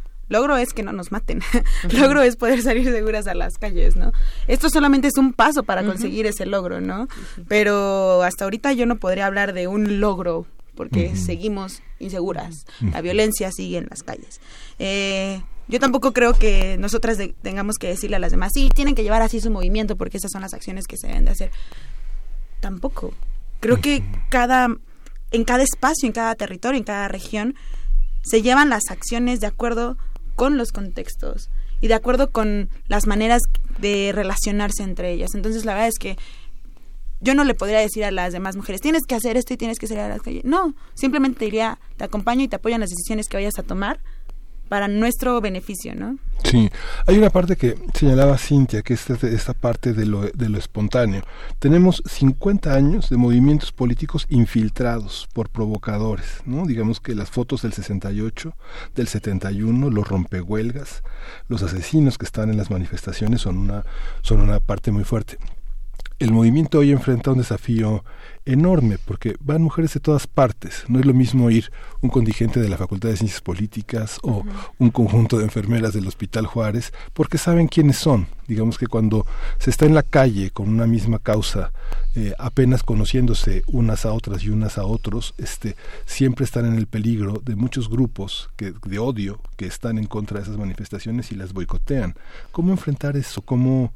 es que no nos maten. Logro es poder salir seguras a las calles, ¿no? Esto solamente es un paso para conseguir ese logro, ¿no? Pero hasta ahorita yo no podría hablar de un logro porque seguimos inseguras. La violencia sigue en las calles. Yo tampoco creo que nosotras tengamos que decirle a las demás, sí, tienen que llevar así su movimiento porque esas son las acciones que se deben de hacer. Tampoco. Creo que en cada espacio, en cada territorio, en cada región, se llevan las acciones de acuerdo con los contextos y de acuerdo con las maneras de relacionarse entre ellas. Entonces, la verdad es que yo no le podría decir a las demás mujeres, tienes que hacer esto y tienes que salir a la calle. No, simplemente te diría, te acompaño y te apoyo en las decisiones que vayas a tomar para nuestro beneficio, ¿no? Sí, hay una parte que señalaba Cintia, que es esta parte de lo espontáneo. Tenemos 50 años de movimientos políticos infiltrados por provocadores, ¿no? Digamos que las fotos del 68, del 71, los rompehuelgas, los asesinos que están en las manifestaciones son una parte muy fuerte. El movimiento hoy enfrenta un desafío enorme porque van mujeres de todas partes. No es lo mismo ir un contingente de la Facultad de Ciencias Políticas o un conjunto de enfermeras del Hospital Juárez, porque saben quiénes son. Digamos que cuando se está en la calle con una misma causa, apenas conociéndose unas a otras y unas a otros, siempre están en el peligro de muchos grupos de odio que están en contra de esas manifestaciones y las boicotean. ¿Cómo enfrentar eso? ¿Cómo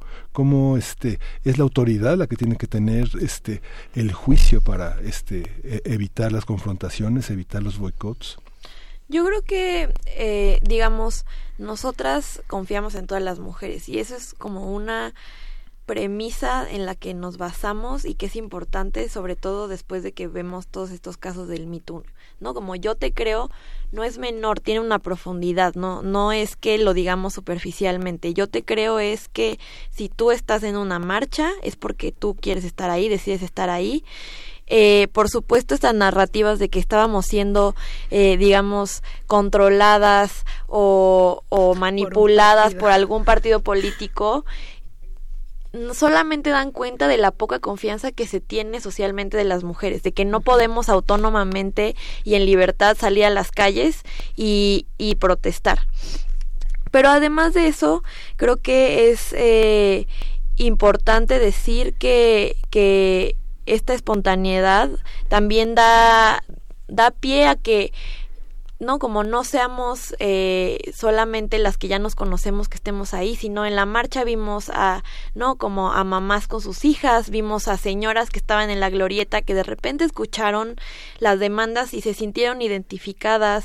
es la autoridad la que tiene que tener el juicio para evitar las confrontaciones, evitar los boicots? Yo creo que, digamos, nosotras confiamos en todas las mujeres y eso es como una premisa en la que nos basamos y que es importante, sobre todo después de que vemos todos estos casos del Me Too, ¿no? Como yo te creo, no es menor, tiene una profundidad, no es que lo digamos superficialmente. Yo te creo es que si tú estás en una marcha es porque tú quieres estar ahí, decides estar ahí. Por supuesto, estas narrativas de que estábamos siendo, digamos, controladas o manipuladas por algún partido político, solamente dan cuenta de la poca confianza que se tiene socialmente de las mujeres, de que no podemos autónomamente y en libertad salir a las calles y protestar. Pero además de eso, creo que es importante decir que esta espontaneidad también da pie a que como no seamos solamente las que ya nos conocemos que estemos ahí, sino en la marcha vimos como a mamás con sus hijas, vimos a señoras que estaban en la glorieta que de repente escucharon las demandas y se sintieron identificadas,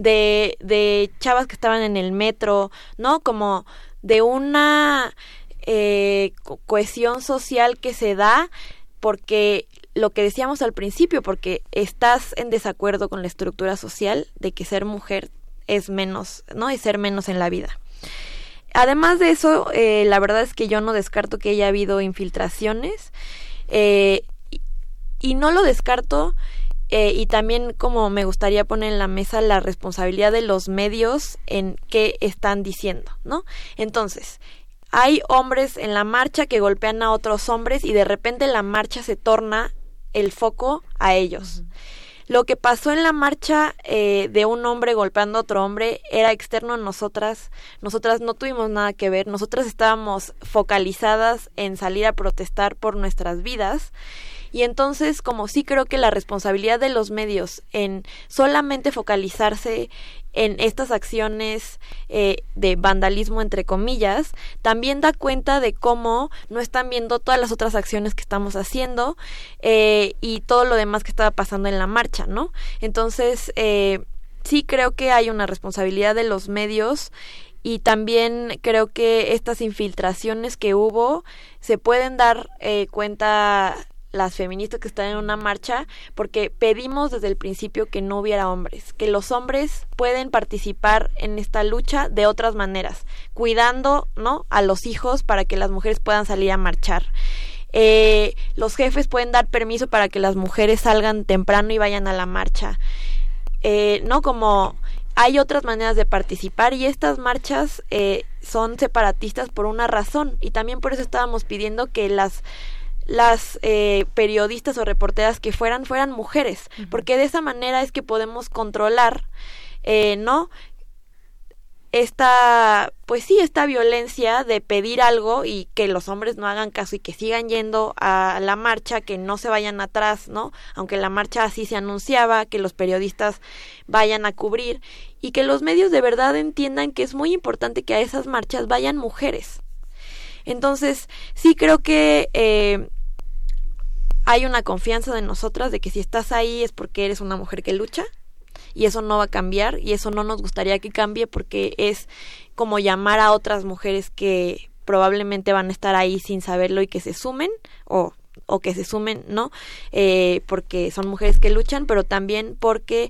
de chavas que estaban en el metro, como de una cohesión social que se da porque lo que decíamos al principio, porque estás en desacuerdo con la estructura social de que ser mujer es menos, es ser menos en la vida. Además de eso, la verdad es que yo no descarto que haya habido infiltraciones y no lo descarto y también como me gustaría poner en la mesa la responsabilidad de los medios en qué están diciendo, ¿no? Entonces, hay hombres en la marcha que golpean a otros hombres y de repente la marcha se torna el foco a ellos. Lo que pasó en la marcha de un hombre golpeando a otro hombre era externo a nosotras. Nosotras no tuvimos nada que ver. Nosotras estábamos focalizadas en salir a protestar por nuestras vidas. Y entonces, como sí creo que la responsabilidad de los medios en solamente focalizarse en estas acciones de vandalismo, entre comillas, también da cuenta de cómo no están viendo todas las otras acciones que estamos haciendo y todo lo demás que estaba pasando en la marcha, ¿no? Entonces, sí creo que hay una responsabilidad de los medios. Y también creo que estas infiltraciones que hubo se pueden dar cuenta las feministas que están en una marcha, porque pedimos desde el principio que no hubiera hombres, que los hombres pueden participar en esta lucha de otras maneras, cuidando, ¿no?, a los hijos para que las mujeres puedan salir a marchar. Los jefes pueden dar permiso para que las mujeres salgan temprano y vayan a la marcha. ¿No? Como hay otras maneras de participar y estas marchas son separatistas por una razón y también por eso estábamos pidiendo que las periodistas o reporteras que fueran mujeres, porque de esa manera es que podemos controlar, ¿no?, esta violencia de pedir algo y que los hombres no hagan caso y que sigan yendo a la marcha, que no se vayan atrás, ¿no?, aunque la marcha así se anunciaba, que los periodistas vayan a cubrir y que los medios de verdad entiendan que es muy importante que a esas marchas vayan mujeres. Entonces, sí creo que hay una confianza de nosotras de que si estás ahí es porque eres una mujer que lucha y eso no va a cambiar y eso no nos gustaría que cambie porque es como llamar a otras mujeres que probablemente van a estar ahí sin saberlo y que se sumen o que se sumen, ¿no? Porque son mujeres que luchan, pero también porque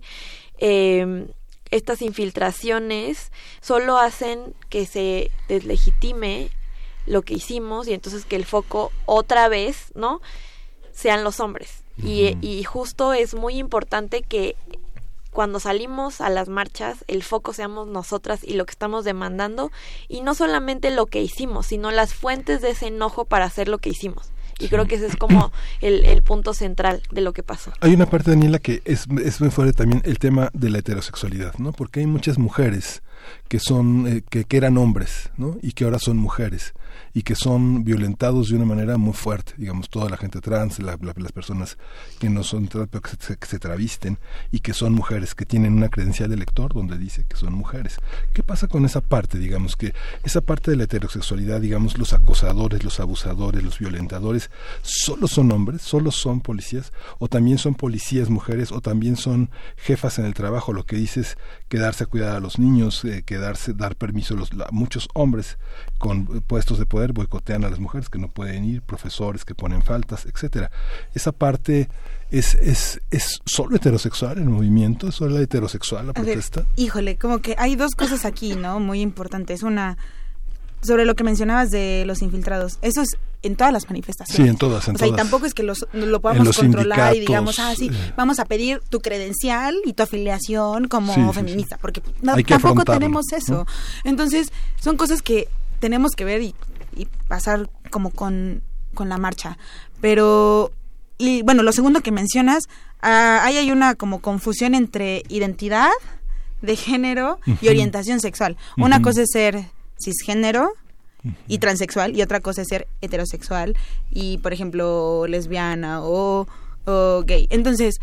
estas infiltraciones solo hacen que se deslegitime lo que hicimos y entonces que el foco otra vez, ¿no?, sean los hombres. Y justo es muy importante que cuando salimos a las marchas el foco seamos nosotras y lo que estamos demandando y no solamente lo que hicimos, sino las fuentes de ese enojo para hacer lo que hicimos. Y creo que ese es como el punto central de lo que pasó. Hay una parte, Daniela, que es muy fuerte también, el tema de la heterosexualidad, ¿no? Porque hay muchas mujeres que son que eran hombres, ¿no?, y que ahora son mujeres y que son violentados de una manera muy fuerte, digamos, toda la gente trans, las personas que no son trans pero que se travisten y que son mujeres, que tienen una credencial de lector donde dice que son mujeres. ¿Qué pasa con esa parte, digamos, que esa parte de la heterosexualidad, digamos, los acosadores, los abusadores, los violentadores, solo son hombres, solo son policías, o también son policías mujeres, o también son jefas en el trabajo, lo que dices, quedarse a cuidar a los niños, dar permiso a muchos hombres con puestos de poder boicotean a las mujeres que no pueden ir, profesores que ponen faltas, etcétera. Esa parte es solo heterosexual el movimiento, es solo heterosexual la protesta. A ver, híjole, como que hay dos cosas aquí, ¿no?, muy importantes. Una, sobre lo que mencionabas de los infiltrados, eso es en todas las manifestaciones. Sí, en todas. Y tampoco es que lo podamos controlar y digamos, vamos a pedir tu credencial y tu afiliación como feminista, porque tampoco tenemos eso, ¿no? Entonces, son cosas que tenemos que ver y pasar como con la marcha. Pero, y bueno, lo segundo que mencionas, ahí hay una como confusión entre identidad de género y orientación sexual. Una cosa es ser cisgénero y transexual y otra cosa es ser heterosexual y, por ejemplo, lesbiana o gay. Entonces,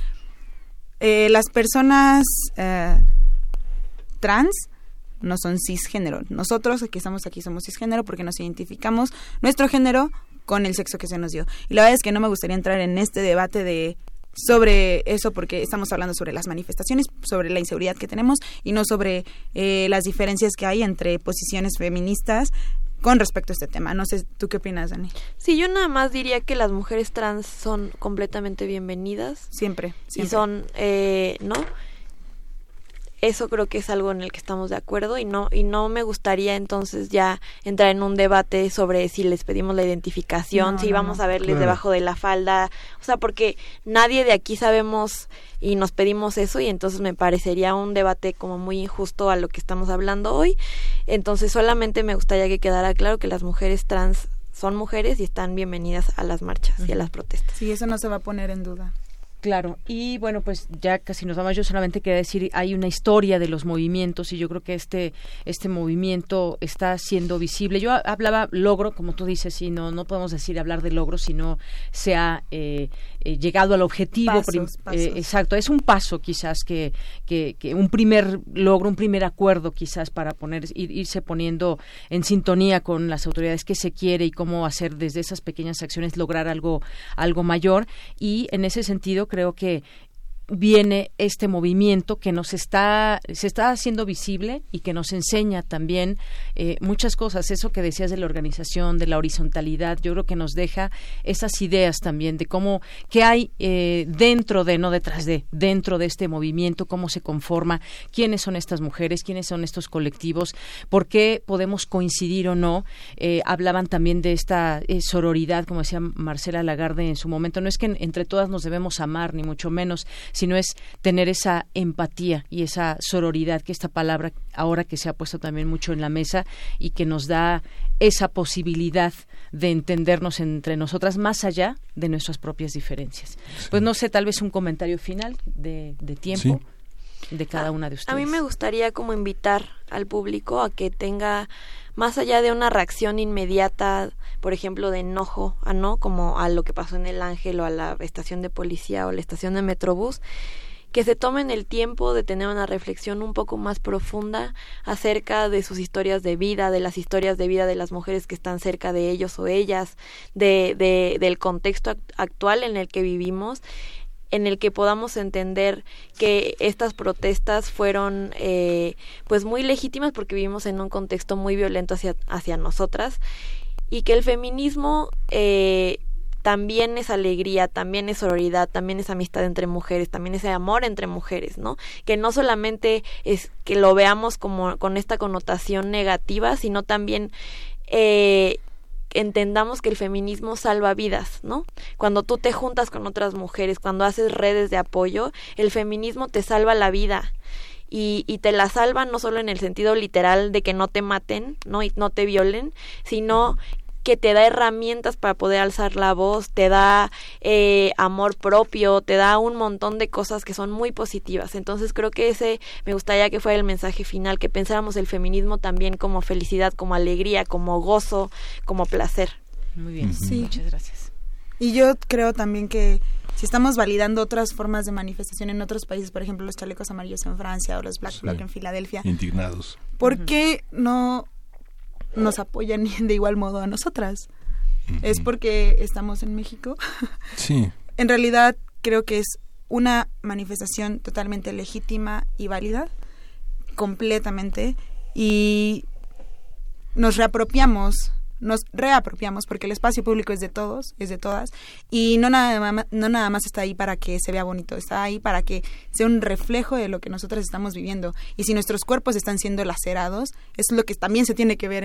las personas trans no son cisgénero. Nosotros que estamos aquí somos cisgénero porque nos identificamos nuestro género con el sexo que se nos dio. Y la verdad es que no me gustaría entrar en este debate sobre eso porque estamos hablando sobre las manifestaciones, sobre la inseguridad que tenemos y no sobre las diferencias que hay entre posiciones feministas con respecto a este tema. No sé, ¿tú qué opinas, Dani? Sí, yo nada más diría que las mujeres trans son completamente bienvenidas. Siempre. Y son, ¿no?, eso creo que es algo en el que estamos de acuerdo y no me gustaría entonces ya entrar en un debate sobre si les pedimos la identificación, si vamos a verles debajo de la falda, o sea, porque nadie de aquí sabemos y nos pedimos eso y entonces me parecería un debate como muy injusto a lo que estamos hablando hoy. Entonces solamente me gustaría que quedara claro que las mujeres trans son mujeres y están bienvenidas a las marchas y a las protestas. Sí, eso no se va a poner en duda. Claro, y bueno, pues ya casi nos vamos. Yo solamente quería decir, hay una historia de los movimientos y yo creo que este movimiento está siendo visible. Yo hablaba logro, como tú dices, y no podemos hablar de logro si no se ha llegado al objetivo. Pasos. Exacto, es un paso quizás que un primer logro, un primer acuerdo quizás para irse poniendo en sintonía con las autoridades que se quiere y cómo hacer desde esas pequeñas acciones lograr algo mayor, y en ese sentido creo que viene este movimiento que se está haciendo visible y que nos enseña también muchas cosas. Eso que decías de la organización, de la horizontalidad, yo creo que nos deja esas ideas también de cómo, qué hay dentro de este movimiento, cómo se conforma, quiénes son estas mujeres, quiénes son estos colectivos, por qué podemos coincidir o no. Hablaban también de esta sororidad, como decía Marcela Lagarde en su momento. No es que entre todas nos debemos amar, ni mucho menos, sino es tener esa empatía y esa sororidad, que esta palabra ahora que se ha puesto también mucho en la mesa y que nos da esa posibilidad de entendernos entre nosotras más allá de nuestras propias diferencias. Sí. Pues no sé, tal vez un comentario final de tiempo. Sí. De cada una de ustedes. A mí me gustaría como invitar al público a que tenga, más allá de una reacción inmediata, por ejemplo, de enojo, como a lo que pasó en El Ángel o a la estación de policía o la estación de Metrobús, que se tomen el tiempo de tener una reflexión un poco más profunda acerca de sus historias de vida, de las historias de vida de las mujeres que están cerca de ellos o ellas, del contexto actual en el que vivimos, en el que podamos entender que estas protestas fueron pues muy legítimas porque vivimos en un contexto muy violento hacia nosotras, y que el feminismo también es alegría, también es sororidad, también es amistad entre mujeres, también es amor entre mujeres, ¿no? Que no solamente es que lo veamos como con esta connotación negativa, sino también entendamos que el feminismo salva vidas, ¿no? Cuando tú te juntas con otras mujeres, cuando haces redes de apoyo, el feminismo te salva la vida. Y te la salva no solo en el sentido literal de que no te maten, ¿no? Y no te violen, sino que te da herramientas para poder alzar la voz, te da amor propio, te da un montón de cosas que son muy positivas. Entonces creo que ese me gustaría que fuera el mensaje final, que pensáramos el feminismo también como felicidad, como alegría, como gozo, como placer. Muy bien, sí. Muchas gracias. Y yo creo también que si estamos validando otras formas de manifestación en otros países, por ejemplo los chalecos amarillos en Francia o los Black Bloc en Filadelfia, indignados, ¿por qué no nos apoyan de igual modo a nosotras? ¿Es porque estamos en México? Sí. En realidad creo que es una manifestación totalmente legítima y válida, completamente, y nos reapropiamos porque el espacio público es de todos, es de todas, y no nada más está ahí para que se vea bonito, está ahí para que sea un reflejo de lo que nosotras estamos viviendo. Y si nuestros cuerpos están siendo lacerados, es lo que también se tiene que ver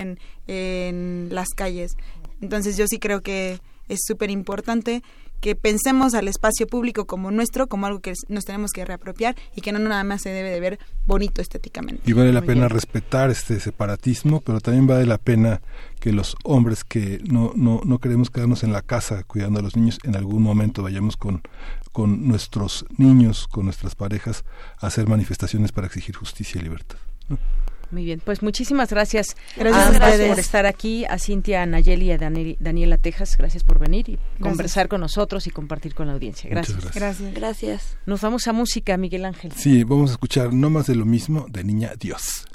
en las calles. Entonces yo sí creo que es súper importante que pensemos al espacio público como nuestro, como algo que nos tenemos que reapropiar y que no nada más se debe de ver bonito estéticamente. Y vale la pena respetar este separatismo, pero también vale la pena que los hombres que no queremos quedarnos en la casa cuidando a los niños, en algún momento vayamos con nuestros niños, con nuestras parejas, a hacer manifestaciones para exigir justicia y libertad, ¿no? Muy bien, pues muchísimas gracias. Gracias por estar aquí, a Cintia, a Nayeli y a Daniela Tejas. Gracias por venir y conversar con nosotros y compartir con la audiencia. Gracias. Gracias. Nos vamos a música, Miguel Ángel. Sí, vamos a escuchar No más de lo mismo de Niña Dios.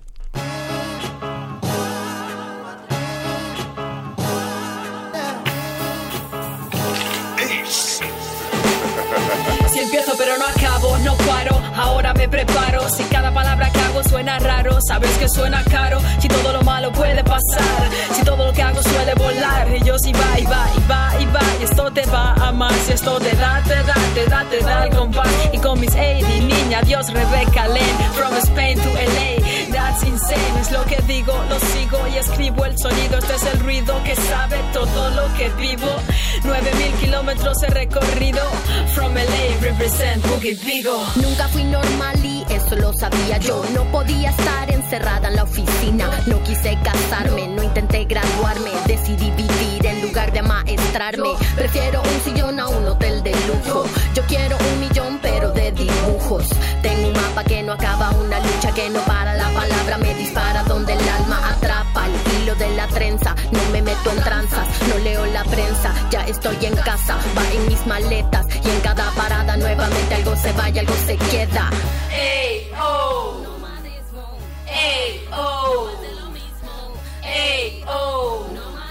Si empiezo pero no acabo, no paro, ahora me preparo. Si cada palabra que hago suena raro, sabes que suena caro. Si todo lo malo puede pasar, si todo lo que hago suele volar. Y yo si va y va y va y va, y esto te va a más. Y esto te da el compás. Y con mis AD, Niña Dios, Rebeca Lane, from Spain insane. Es lo que digo, lo sigo y escribo el sonido. Este es el ruido que sabe todo lo que vivo. 9,000 kilómetros he recorrido. From LA, represent Boogie Vigo. Nunca fui normal y eso lo sabía yo. No podía estar encerrada en la oficina. No quise casarme, no intenté graduarme. Decidí vivir en lugar de maestrarme. Prefiero un sillón a un hotel de lujo. Yo quiero 1,000,000 pero de dibujos. Tengo un mapa que no acaba, una lucha que no para. La palabra me dispara donde el alma atrapa. El hilo de la trenza, no me meto en tranzas. No leo la prensa, ya estoy en casa. Va en mis maletas y en cada parada nuevamente algo se va y algo se queda. Ey, oh. Ey, oh. Ey, oh.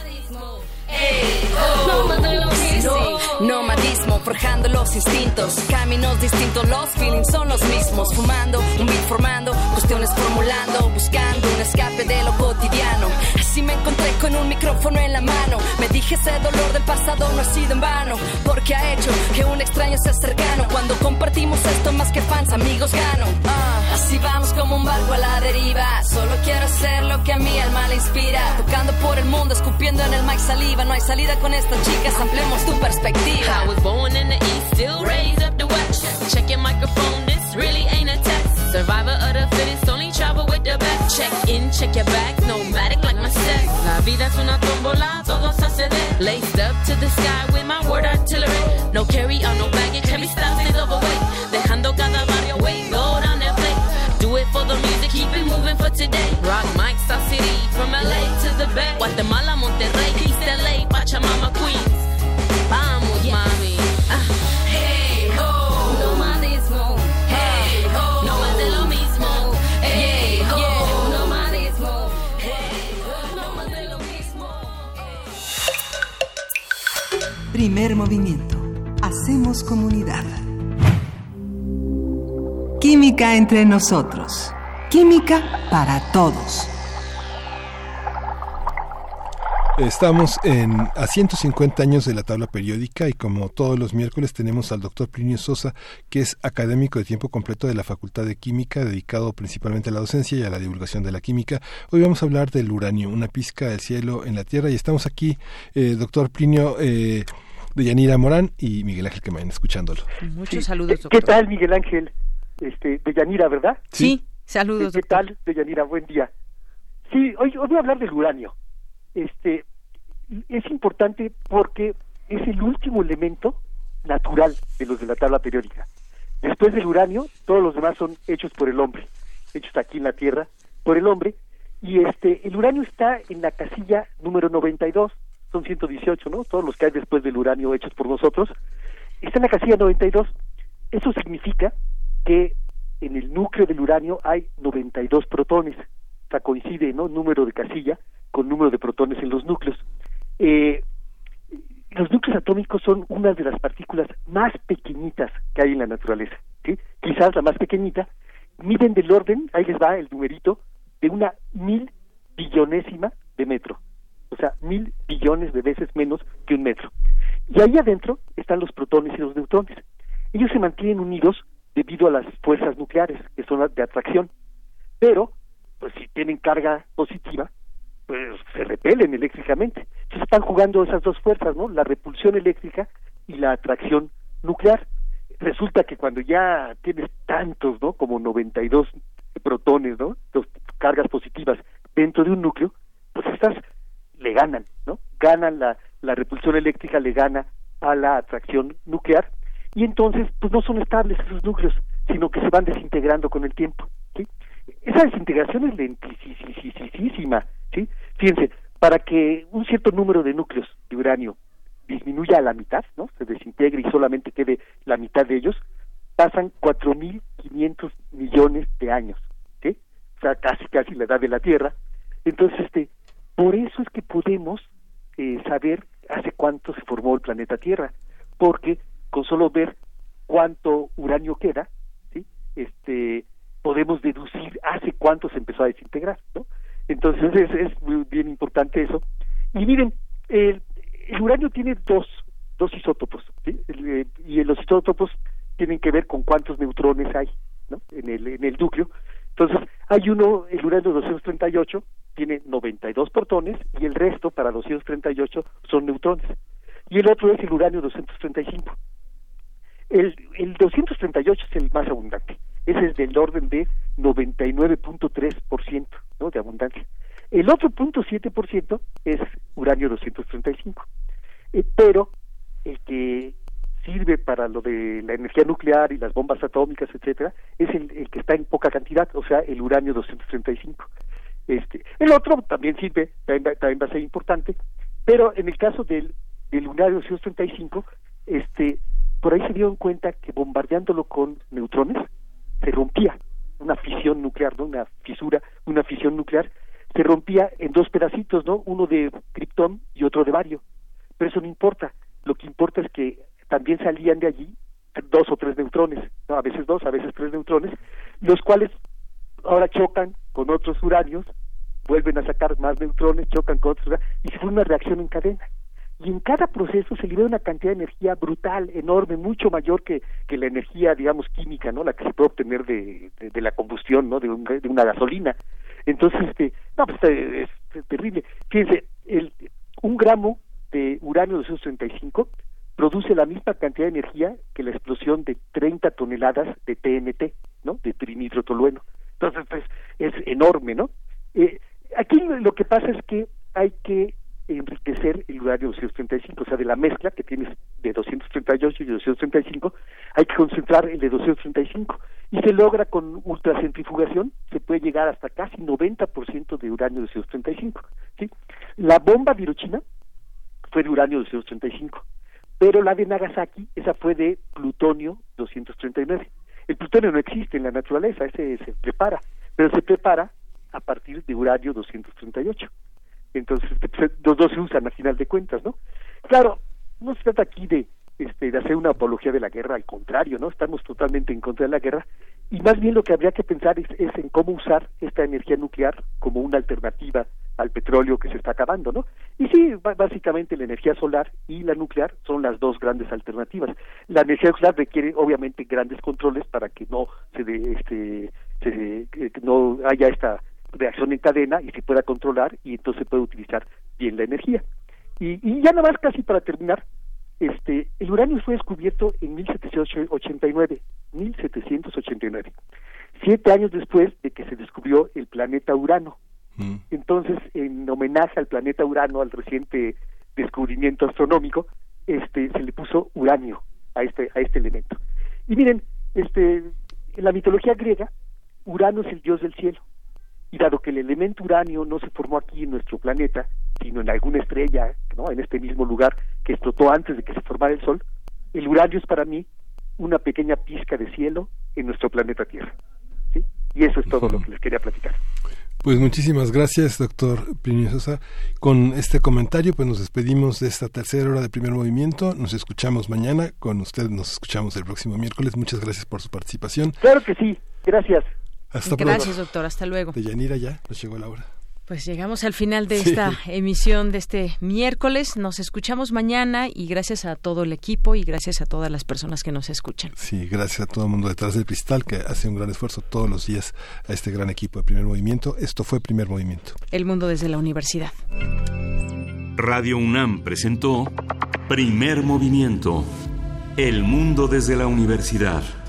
Ey, oh. No más de lo mismo. Nomadismo, forjando los instintos. Caminos distintos, los feelings son los mismos. Fumando, un beat formando, cuestiones formulando. Buscando un escape de lo cotidiano. Así me encontré con un micrófono en la mano. Me dije ese dolor del pasado no ha sido en vano. Porque ha hecho que un extraño sea cercano. Cuando compartimos esto más que fans, amigos gano. Así vamos como un barco a la deriva. Solo quiero hacer lo que a mi alma le inspira. Tocando por el mundo, escupiendo en el mic saliva. No hay salida con estas chicas, ampliemos tu perspectiva. I was born in the east, still raised up the west. Check your microphone, this really ain't a test. Survivor of the fittest, only travel with the best. Check in, check your bags, nomadic like my sex. La vida es una tómbola, todo se hace de. Laced up to the sky with my word artillery. No carry on, no baggage, heavy stuff is overweight. Dejando cada barrio weight, go down and play. Do it for the music, keep it moving for today. Rock Mike, South City, from LA to the Bay. Guatemala, Monterrey, East LA, Pachamama, Queens. Vamos, mami. Hey, ho. Nomadismo. Hey, ho. No más de lo mismo. Hey, ho. Nomadismo. Hey, ho. No más de lo mismo. Primer movimiento. Hacemos comunidad. Química entre nosotros. Química para todos. Estamos a 150 años de la tabla periódica y como todos los miércoles tenemos al doctor Plinio Sosa, que es académico de tiempo completo de la Facultad de Química, dedicado principalmente a la docencia y a la divulgación de la química. Hoy vamos a hablar del uranio, una pizca del cielo en la Tierra, y estamos aquí, doctor Plinio, Deyanira Morán y Miguel Ángel Quemain, escuchándolo. Muchos saludos, doctor. ¿Qué tal, Miguel Ángel? Deyanira, ¿verdad? Sí, saludos, ¿Qué tal, Deyanira? Buen día. Sí, hoy voy a hablar del uranio. Es importante porque es el último elemento natural de los de la tabla periódica. Después del uranio, todos los demás son hechos por el hombre, hechos aquí en la Tierra por el hombre, y el uranio está en la casilla número 92, son 118, ¿no? Todos los que hay después del uranio hechos por nosotros, está en la casilla 92. Eso significa que en el núcleo del uranio hay 92 protones. O sea, coincide, ¿no?, número de casilla con número de protones en los núcleos. Los núcleos atómicos son una de las partículas más pequeñitas que hay en la naturaleza, ¿sí? Quizás la más pequeñita. Miden del orden, ahí les va el numerito, de una 1,000 billonésima de metro. O sea, 1,000 billones de veces menos que un metro. Y ahí adentro están los protones y los neutrones. Ellos se mantienen unidos debido a las fuerzas nucleares, que son las de atracción. Pero, pues si tienen carga positiva, pues se repelen eléctricamente. Se están jugando esas dos fuerzas, ¿no? La repulsión eléctrica y la atracción nuclear. Resulta que cuando ya tienes tantos, ¿no?, como 92 protones, ¿no?, dos cargas positivas dentro de un núcleo, pues estas le ganan, ¿no? Ganan la repulsión eléctrica, le gana a la atracción nuclear, y entonces pues no son estables esos núcleos, sino que se van desintegrando con el tiempo, ¿sí? Esa desintegración es lentísima, ¿sí? Fíjense, para que un cierto número de núcleos de uranio disminuya a la mitad, ¿no?, se desintegre y solamente quede la mitad de ellos, pasan 4,500 millones de años, ¿sí? O sea, casi la edad de la Tierra. Entonces, por eso es que podemos saber hace cuánto se formó el planeta Tierra, porque con solo ver cuánto uranio queda, ¿sí?, podemos deducir hace cuánto se empezó a desintegrar, ¿no? Entonces es muy bien importante eso. Y miren, el uranio tiene dos isótopos, ¿sí? Y los isótopos tienen que ver con cuántos neutrones hay, ¿no?, en el núcleo. Entonces, hay uno, el uranio 238, tiene 92 protones y el resto, para 238, son neutrones. Y el otro es el uranio 235. El 238 es el más abundante. Ese es del orden de 99.3%, ¿no?, de abundancia. El otro 0.7% es uranio 235. Pero el que sirve para lo de la energía nuclear y las bombas atómicas, etcétera, es el que está en poca cantidad, o sea, el uranio 235. El otro también sirve, también va a ser importante, pero en el caso del uranio 235, por ahí se dieron cuenta que bombardeándolo con neutrones se rompía una fisión nuclear, ¿no?, una fisión nuclear, se rompía en dos pedacitos, ¿no?, uno de kriptón y otro de bario. Pero eso no importa, lo que importa es que también salían de allí 2 o 3 neutrones, ¿no?, a veces 2, a veces 3 neutrones, los cuales ahora chocan con otros uranios, vuelven a sacar más neutrones, chocan con otros uranios, y se fue una reacción en cadena. Y en cada proceso se libera una cantidad de energía brutal, enorme, mucho mayor que la energía, digamos, química, ¿no?, la que se puede obtener de la combustión, ¿no?, de una gasolina. Entonces, es terrible. Fíjense, 1 gramo de uranio 235 produce la misma cantidad de energía que la explosión de 30 toneladas de TNT, ¿no?, de trinitrotolueno. Entonces, pues, es enorme, ¿no? Aquí lo que pasa es que hay que enriquecer el uranio 235, o sea, de la mezcla que tienes de 238 y 235, hay que concentrar el de 235, y se logra con ultracentrifugación, se puede llegar hasta casi 90% de uranio 235, ¿sí? La bomba de Hiroshima fue de uranio 235, pero la de Nagasaki, esa fue de plutonio 239. El plutonio no existe en la naturaleza, ese se prepara, pero se prepara a partir de uranio 238. Entonces, los dos se usan a final de cuentas, ¿no? Claro, no se trata aquí de hacer una apología de la guerra, al contrario, ¿no? Estamos totalmente en contra de la guerra, y más bien lo que habría que pensar es en cómo usar esta energía nuclear como una alternativa al petróleo que se está acabando, ¿no? Y sí, básicamente la energía solar y la nuclear son las dos grandes alternativas. La energía nuclear requiere, obviamente, grandes controles para que no no haya esta reacción en cadena y se pueda controlar, y entonces se puede utilizar bien la energía. Y ya nada más, casi para terminar, el uranio fue descubierto en 1789, 7 años después de que se descubrió el planeta Urano. Entonces, en homenaje al planeta Urano, al reciente descubrimiento astronómico, se le puso uranio a este elemento. Y miren, en la mitología griega, Urano es el dios del cielo. Y dado que el elemento uranio no se formó aquí en nuestro planeta, sino en alguna estrella, ¿no?, en este mismo lugar que explotó antes de que se formara el Sol, el uranio es para mí una pequeña pizca de cielo en nuestro planeta Tierra, ¿sí? Y eso es todo lo que les quería platicar. Pues muchísimas gracias, doctor Plinio Sosa. Con este comentario, pues nos despedimos de esta tercera hora de Primer Movimiento. Nos escuchamos mañana. Con usted nos escuchamos el próximo miércoles. Muchas gracias por su participación. Claro que sí. Gracias. Hasta pronto. Gracias, doctor. Hasta luego. Deyanira, ya nos llegó la hora. Pues llegamos al final de esta emisión de este miércoles. Nos escuchamos mañana, y gracias a todo el equipo y gracias a todas las personas que nos escuchan. Sí, gracias a todo el mundo detrás del cristal que hace un gran esfuerzo todos los días, a este gran equipo de Primer Movimiento. Esto fue Primer Movimiento. El mundo desde la universidad. Radio UNAM presentó Primer Movimiento. El mundo desde la universidad.